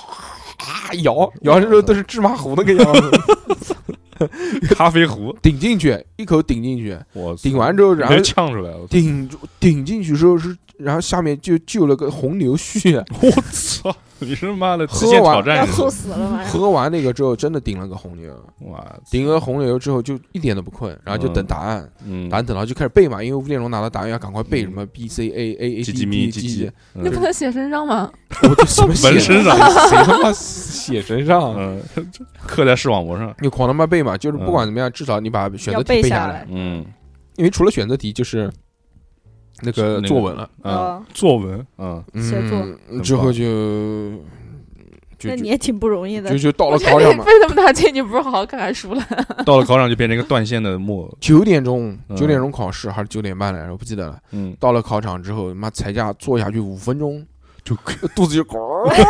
Speaker 2: 摇的时候都是芝麻糊那个样子。
Speaker 4: 咖啡壶
Speaker 2: 顶进去，一口顶进去，
Speaker 4: 我
Speaker 2: 顶完之后，然后
Speaker 4: 呛出来了，
Speaker 2: 顶进去之后是，然后下面就了个红牛血，
Speaker 4: 我操！你是妈的极限挑战，
Speaker 5: 要猝死了吗？
Speaker 2: 喝完那个之后，真的顶了个红牛，
Speaker 4: 哇！
Speaker 2: 顶了红牛之后就一点都不困，然后就等答案，答案等到就开始背嘛，因为5点钟拿到答案要赶快背什么 B C A A A B B G，
Speaker 3: 你不能写身上吗？
Speaker 2: 我就什么
Speaker 4: 纹身上，
Speaker 2: 谁他妈写身上？
Speaker 4: 刻在视网膜上，
Speaker 2: 你狂他妈背嘛，就是不管怎么样，至少你把选择题背下来，因为除了选择题就是那个作文了，
Speaker 4: 作文，
Speaker 5: 写作
Speaker 2: 之后就
Speaker 5: 那你也挺不容易的，
Speaker 2: 就到了考场嘛。
Speaker 3: 费这么大劲，你不是好好看看书了？
Speaker 4: 到了考场就变成一个断线的墨。
Speaker 2: 9点钟考试还是9点半来着，我不记得了。到了考场之后，妈才架坐下去5分钟，就肚子就咕，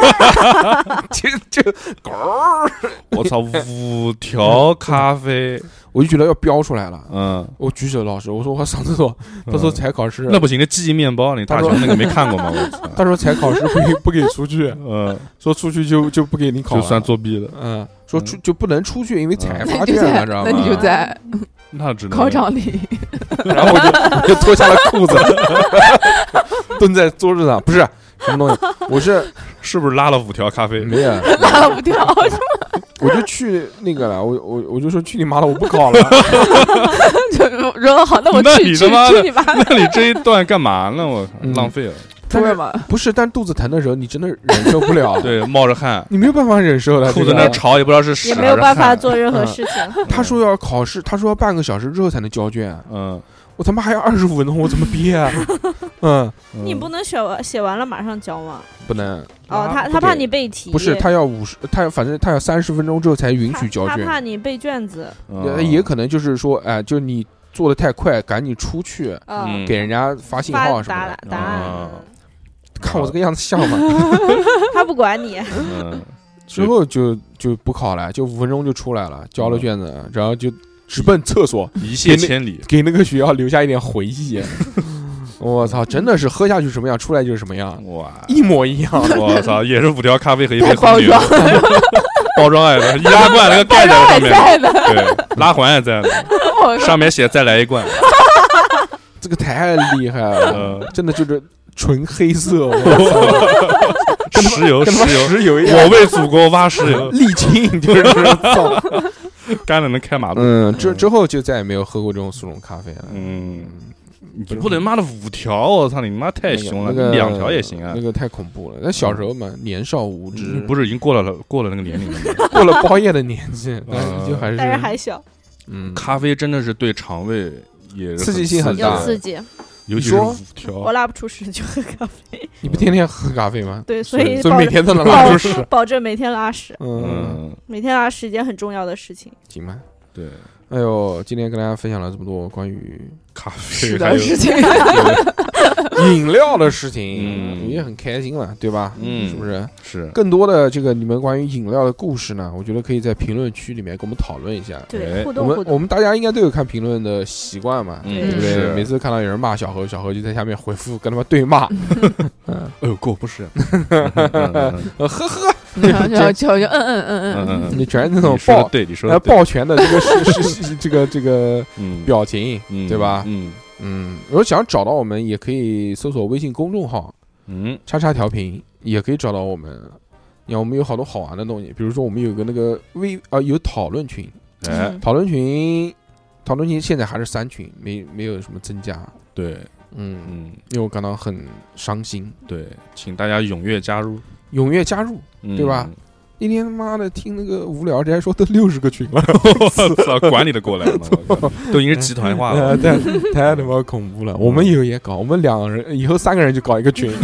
Speaker 2: 就咕。
Speaker 4: 我操，5条咖啡。
Speaker 2: 我就觉得要飙出来了，我举手老师，我说我上厕所，他说才考试，
Speaker 4: 那不行，那记忆面包，你大雄那个没看过吗？我操，
Speaker 2: 他说才考试不给出去，说出去就不给你考，
Speaker 4: 就算作弊了，
Speaker 2: 说就不能出去，因为才发卷了，知道吗？
Speaker 3: 那你就在考场里，
Speaker 2: 然后我就脱下了裤子，蹲在桌子上，不是什么东西，我
Speaker 4: 是不是拉了5条咖啡？
Speaker 2: 没有，
Speaker 3: 拉了5条。
Speaker 2: 我就去那个了，我就说去你妈的，我不考了。
Speaker 3: 就说好，那我去你妈的。
Speaker 4: 那你这一段干嘛呢？我浪费了。
Speaker 2: 不是，但肚子疼的时候，你真的忍受不了。
Speaker 4: 对，冒着汗，
Speaker 2: 你没有办法忍受的。
Speaker 4: 裤子那潮也不知道是屎，
Speaker 5: 也没有办法做任何事情。
Speaker 2: 他说要考试，他说要半个小时之后才能交卷。我他妈还要25分钟，我怎么憋啊？
Speaker 5: 你不能写完了马上交吗？
Speaker 2: 不能。
Speaker 5: 他怕你背题。
Speaker 2: 不是，他要反正他要30分钟之后才允许交卷。
Speaker 5: 他怕你背卷子。
Speaker 2: 也可能就是说，哎，就你做的太快，赶紧出去，给人家发信号什么的。
Speaker 5: 答案。
Speaker 2: 看我这个样子像吗？
Speaker 5: 他不管你。
Speaker 2: 之后就不考了，就5分钟就出来了，交了卷子，然后就直奔厕所，
Speaker 4: 一泻千里，
Speaker 2: 给那个学校留下一点回忆。我操，真的是喝下去什么样，出来就是什么样，哇，一模一样。
Speaker 4: 我操，也是5条咖啡和一杯红牛，包装爱的，易拉罐那个盖在上面，对，拉环也在呢，上面写再来一罐。
Speaker 2: 这个太厉害了，真的就是纯黑色，
Speaker 4: 石油
Speaker 2: 一样。
Speaker 4: 我为祖国挖石油，
Speaker 2: 沥青就是造，
Speaker 4: 干了能开马路。
Speaker 2: 之后就再也没有喝过这种速溶咖啡了。
Speaker 4: 你不能妈的5条，我操你妈太凶了，2条也行啊。
Speaker 2: 那个太恐怖了。那小时候嘛，年少无知，
Speaker 4: 不是已经过了那个年龄了吗？
Speaker 2: 过了包夜的年纪，但
Speaker 5: 是还小。
Speaker 4: 咖啡真的是对肠胃也
Speaker 2: 刺激性很大，
Speaker 5: 有刺激。
Speaker 4: 尤其是5条，
Speaker 5: 我拉不出屎就喝咖啡。
Speaker 2: 你不天天喝咖啡吗？
Speaker 5: 对，所以
Speaker 2: 每天都能拉出屎，
Speaker 5: 保证每天拉屎。
Speaker 2: 嗯，
Speaker 5: 每天拉屎一件很重要的事情。
Speaker 2: 行吧。
Speaker 4: 对，
Speaker 2: 哎呦，今天跟大家分享了这么多关于
Speaker 4: 咖啡
Speaker 3: 是的事情，
Speaker 2: 饮料的事情，也很开心了，对吧？是不是？
Speaker 4: 是。
Speaker 2: 更多的这个你们关于饮料的故事呢，我觉得可以在评论区里面跟我们讨论一下。
Speaker 5: 对，互动。
Speaker 2: 我们大家应该都有看评论的习惯嘛，对不对？每次看到有人骂小何，小何就在下面回复，跟他们对骂。
Speaker 4: 过不是，
Speaker 2: 呵呵。你全是那种
Speaker 4: 对你说
Speaker 2: 抱拳的这个这个表情，对吧？如果想找到我们，也可以搜索微信公众号，叉叉调频，也可以找到我们。你看，我们有好多好玩的东西，比如说我们有个那个有讨论群，讨论群现在还是3群，没有什么增加。
Speaker 4: 对，
Speaker 2: 因为我感到很伤心。
Speaker 4: 对，请大家踊跃加入，
Speaker 2: 对吧？那天他妈的听那个无聊斋说都60个群了，
Speaker 4: 我操，管理的过来吗？都已经是集团化了，
Speaker 2: 太他妈恐怖了。我们以后也搞，我们2个人以后3个人就搞一个群，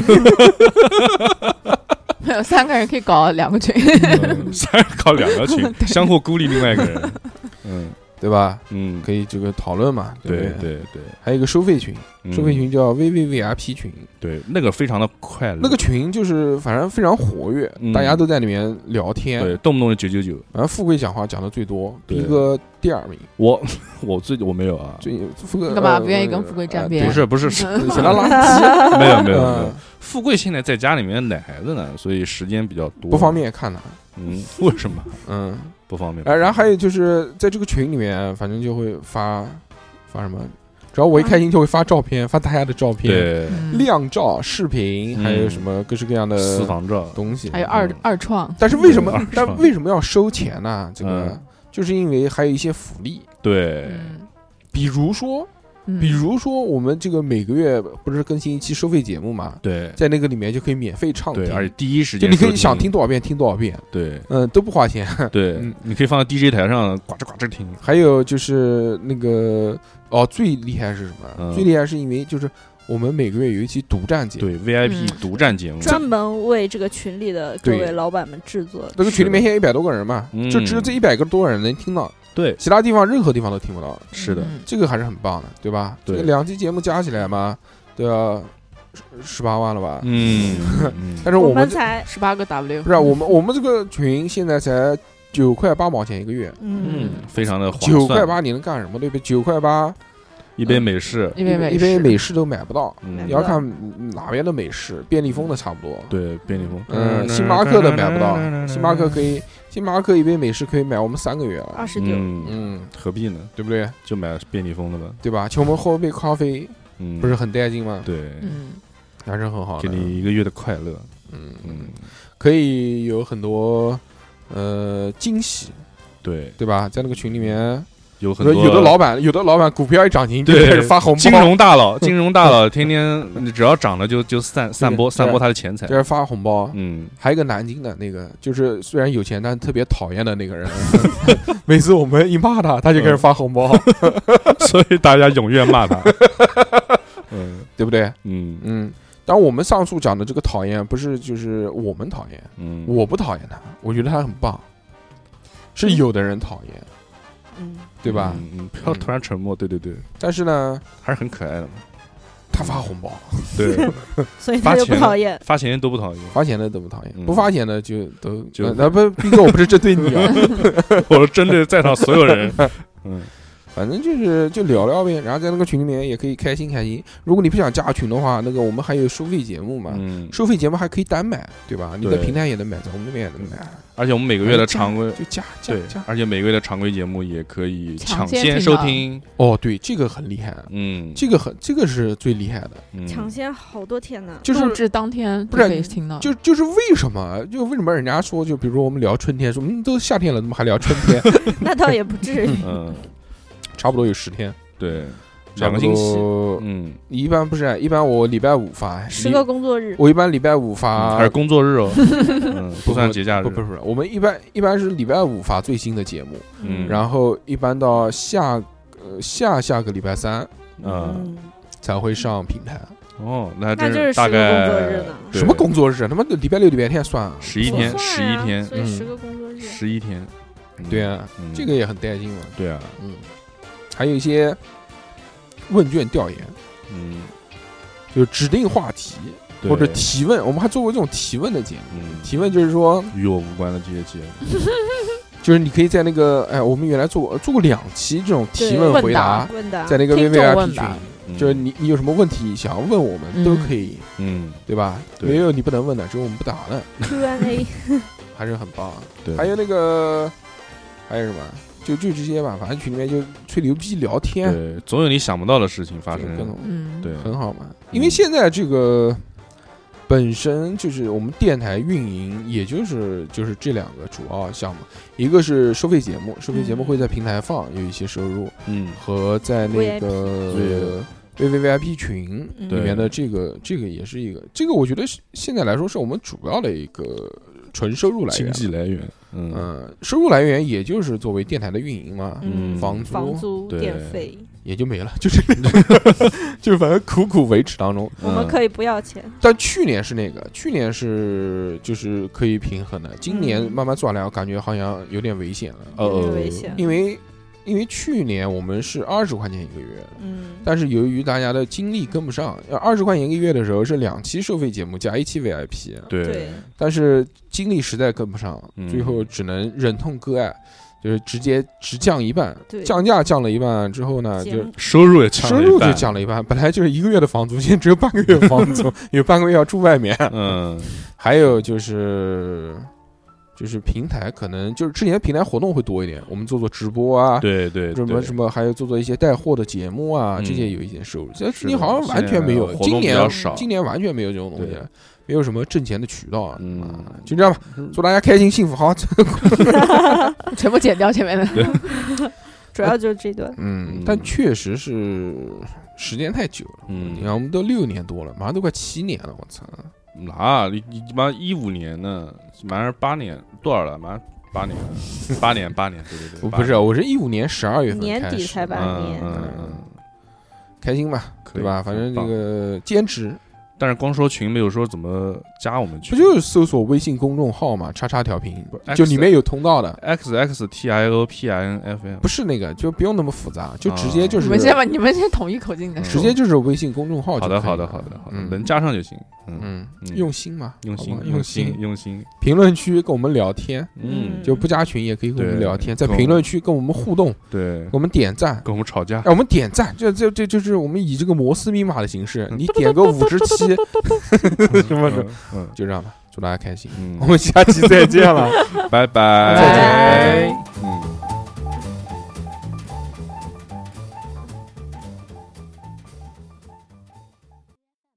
Speaker 3: 没有3个人可以搞2个群
Speaker 4: ，3人搞2个群，相互孤立另外一个人，
Speaker 2: 对吧？可以这个讨论嘛，对。还有一个收费群，收费群叫 VVVIP 群，
Speaker 4: 对，那个非常的快乐，
Speaker 2: 那个群就是反正非常活跃，大家都在里面聊天，
Speaker 4: 对，动不动就999，
Speaker 2: 然后富贵讲话讲的最多，第1个第2名，
Speaker 4: 我没有啊，
Speaker 2: 富贵
Speaker 3: 干嘛不愿意跟富贵沾边？
Speaker 4: 不是，
Speaker 2: 嫌他垃圾，
Speaker 4: 没有，富贵现在在家里面奶孩子呢，所以时间比较多，
Speaker 2: 不方便看他，
Speaker 4: 为什么？不方便。
Speaker 2: 然后还有就是在这个群里面，反正就会发什么，只要我一开心就会发照片，发大家的照片，
Speaker 4: 对，
Speaker 2: 靓照、视频，还有什么各式各样的
Speaker 4: 私房照
Speaker 2: 东西，
Speaker 3: 还有二创。
Speaker 2: 但是为什么要收钱呢？这个就是因为还有一些福利，
Speaker 4: 对，
Speaker 2: 比如说我们这个每个月不是更新一期收费节目嘛？对，在那个里面就可以免费畅听，
Speaker 4: 而且第一时间
Speaker 2: 就你可以想听多少遍听多少遍，
Speaker 4: 对，
Speaker 2: 都不花钱，
Speaker 4: 对，你可以放到 DJ 台上呱吱呱吱听。
Speaker 2: 还有就是那个最厉害是什么？最厉害是因为就是我们每个月有一期独占节目，
Speaker 4: 对 VIP 独占节目，
Speaker 5: 专门为这个群里的各位老板们制作。
Speaker 2: 那个群里面现在100多个人嘛，就只有这100多个人能听到。对，其他地方任何地方都听不到。
Speaker 4: 是的，这
Speaker 2: 个还是很棒的，对吧？
Speaker 4: 对，
Speaker 2: 这2期节目加起来嘛，都要18万了吧？但是
Speaker 5: 我们才
Speaker 3: 18个 W，
Speaker 2: 不是我们这个群现在才9块8毛钱1个月，
Speaker 4: 非常的划算。
Speaker 2: 9块8你能干什么？对不对？9块8。
Speaker 4: 一杯美式，
Speaker 2: 一杯美式都买不到，你要看哪边的美式，便利蜂的差不多。
Speaker 4: 对，便利蜂，
Speaker 2: 星巴克的买不到，星巴克一杯美式可以买我们3个月了
Speaker 5: ，29。
Speaker 4: 何必呢？
Speaker 2: 对不对？
Speaker 4: 就买便利蜂的吧，
Speaker 2: 对吧？请我们喝杯咖啡，不是很带劲吗？
Speaker 4: 对，
Speaker 2: 还是很好的，
Speaker 4: 给你1个月的快乐。
Speaker 2: 可以有很多惊喜，
Speaker 4: 对
Speaker 2: 吧？在那个群里面。
Speaker 4: 有很多
Speaker 2: 有的老板股票一涨停就开始发红包，
Speaker 4: 金融大佬天天只要涨了就散播他的钱财，
Speaker 2: 就是发红包。还有一个南京的那个，就是虽然有钱但特别讨厌的那个人，每次我们一骂他就开始发红包，
Speaker 4: 所以大家踊跃骂他，
Speaker 2: 对不对？当然我们上述讲的这个讨厌不是就是我们讨厌，我不讨厌他，我觉得他很棒，是有的人讨厌。对吧？
Speaker 4: 不要突然沉默。对，
Speaker 2: 但是呢，
Speaker 4: 还是很可爱的嘛。
Speaker 2: 他发红包，
Speaker 4: 对，
Speaker 5: 所以他就不讨厌。
Speaker 4: 发钱都不讨厌，
Speaker 2: 发钱的都不讨厌，不发钱的就不，毕竟我不是针对你啊，
Speaker 4: 我是针对在场所有人。
Speaker 2: 反正就聊聊呗，然后在那个群里面也可以开心。如果你不想加群的话，那个我们还有收费节目嘛，收费节目还可以单买，对吧？你在平台也能买，在我们那边也能买。
Speaker 4: 而且我们每个月的常规
Speaker 2: 就加，
Speaker 4: 而且每个月的常规节目也可以抢先收听。
Speaker 2: 哦，对，这个很厉害，这个是最厉害的，
Speaker 5: 抢先好多天呢，
Speaker 2: 就是
Speaker 3: 录制当天不可以听到。
Speaker 2: 就是为什么人家说，就比如说我们聊春天，说都夏天了，怎么还聊春天？
Speaker 5: 那倒也不至于，
Speaker 2: 差不多有10天，
Speaker 4: 对，2个星期。
Speaker 2: 一般不是，一般我礼拜5发
Speaker 5: 10个工作日，
Speaker 2: 我一般礼拜5发，
Speaker 4: 还是工作日哦，不算节假日。
Speaker 2: 不是，我们一般是礼拜5发最新的节目，然后一般到下个礼拜3，才会上平台。
Speaker 4: 哦，那
Speaker 5: 就是
Speaker 4: 大概
Speaker 5: 10个工作日呢？
Speaker 2: 什么工作日？他妈的礼拜6、礼拜天算
Speaker 4: 11天，
Speaker 5: 所以10个工作日
Speaker 4: 11天。
Speaker 2: 对啊，这个也很带劲嘛。
Speaker 4: 对啊，
Speaker 2: 还有一些问卷调研，就指定话题或者提问，我们还做过这种提问的节目。提问就是说
Speaker 4: 与我无关的这些节目，
Speaker 2: 就是你可以在那个我们原来做过2期这种提问回答，在那个 VVIP 群。就是你有什么问题想要问我们都可以，对吧？没有你不能问的，只有我们不答的。
Speaker 5: Q&A
Speaker 2: 还是很棒。
Speaker 4: 对，
Speaker 2: 还有那个还有什么？就这些吧，反正群里面就吹牛逼聊天，
Speaker 4: 对，总有你想不到的事情发生，
Speaker 2: 对，很好嘛。因为现在这个本身就是我们电台运营，也就是这2个主要项目，一个是收费节目，收费节目会在平台放，有一些收入，和在那个VVIP 群里面的这个也是一个，这个我觉得现在来说是我们主要的一个纯收入来源，
Speaker 4: 经济来源。
Speaker 2: 收入来源也就是作为电台的运营嘛，房
Speaker 5: 租、电费
Speaker 2: 也就没了，就这个，就反正苦苦维持当中。
Speaker 5: 我们可以不要钱，
Speaker 2: 但去年是是就是可以平衡的，今年慢慢做下来，我感觉好像有点危险了。
Speaker 5: 有点危险，
Speaker 2: 因为去年我们是20块钱一个月，但是由于大家的精力跟不上，20块钱一个月的时候是2期收费节目加1期 VIP，
Speaker 4: 对，
Speaker 2: 但是精力实在跟不上，最后只能忍痛割爱，就是直降一半，降价降了一半之后呢，就
Speaker 4: 收入就
Speaker 2: 降了一半，本来就是1个月的房租，现在只有半个月房租，有半个月要住外面，还有就是平台可能就是之前平台活动会多一点，我们做直播啊，
Speaker 4: 对，
Speaker 2: 什么，还有做一些带货的节目啊，这些有一些收入。你好像完全没有，今年完全没有这种东西，没有什么挣钱的渠道啊。就这样吧，祝大家开心幸福，好，
Speaker 3: 全部剪掉前面的，
Speaker 5: 主要就是这段。
Speaker 2: 但确实是时间太久了。你看我们都6年多了，马上都快7年了，我操！
Speaker 4: 你妈15年呢，马上8年多少了？马上8年了，8年，对，
Speaker 2: 不是，我是15年12月份
Speaker 5: 年底才8年，
Speaker 2: 开心吧，对吧？反正这个兼职，
Speaker 4: 但是光说群没有说怎么加我们群，
Speaker 2: 不就是搜索微信公众号嘛，叉调频，就里面有通道的
Speaker 4: XXTIOPINFM，
Speaker 2: 不是那个，就不用那么复杂，就直接就是
Speaker 3: 你们先统一口径的，
Speaker 2: 直接就是微信公众号。
Speaker 4: 好的，能加上就行。
Speaker 2: 用心嘛，
Speaker 4: 用心。
Speaker 2: 评论区跟我们聊天，就不加群也可以跟我们聊天，在评论区跟我们互动，
Speaker 4: 对，
Speaker 2: 给我们点赞，
Speaker 4: 跟我们吵架，
Speaker 2: 我们点赞，这就是我们以这个摩斯密码的形式，你点个57，什么就这样吧，祝大家开心，我们下期再见了，
Speaker 4: 拜拜，
Speaker 2: 再见。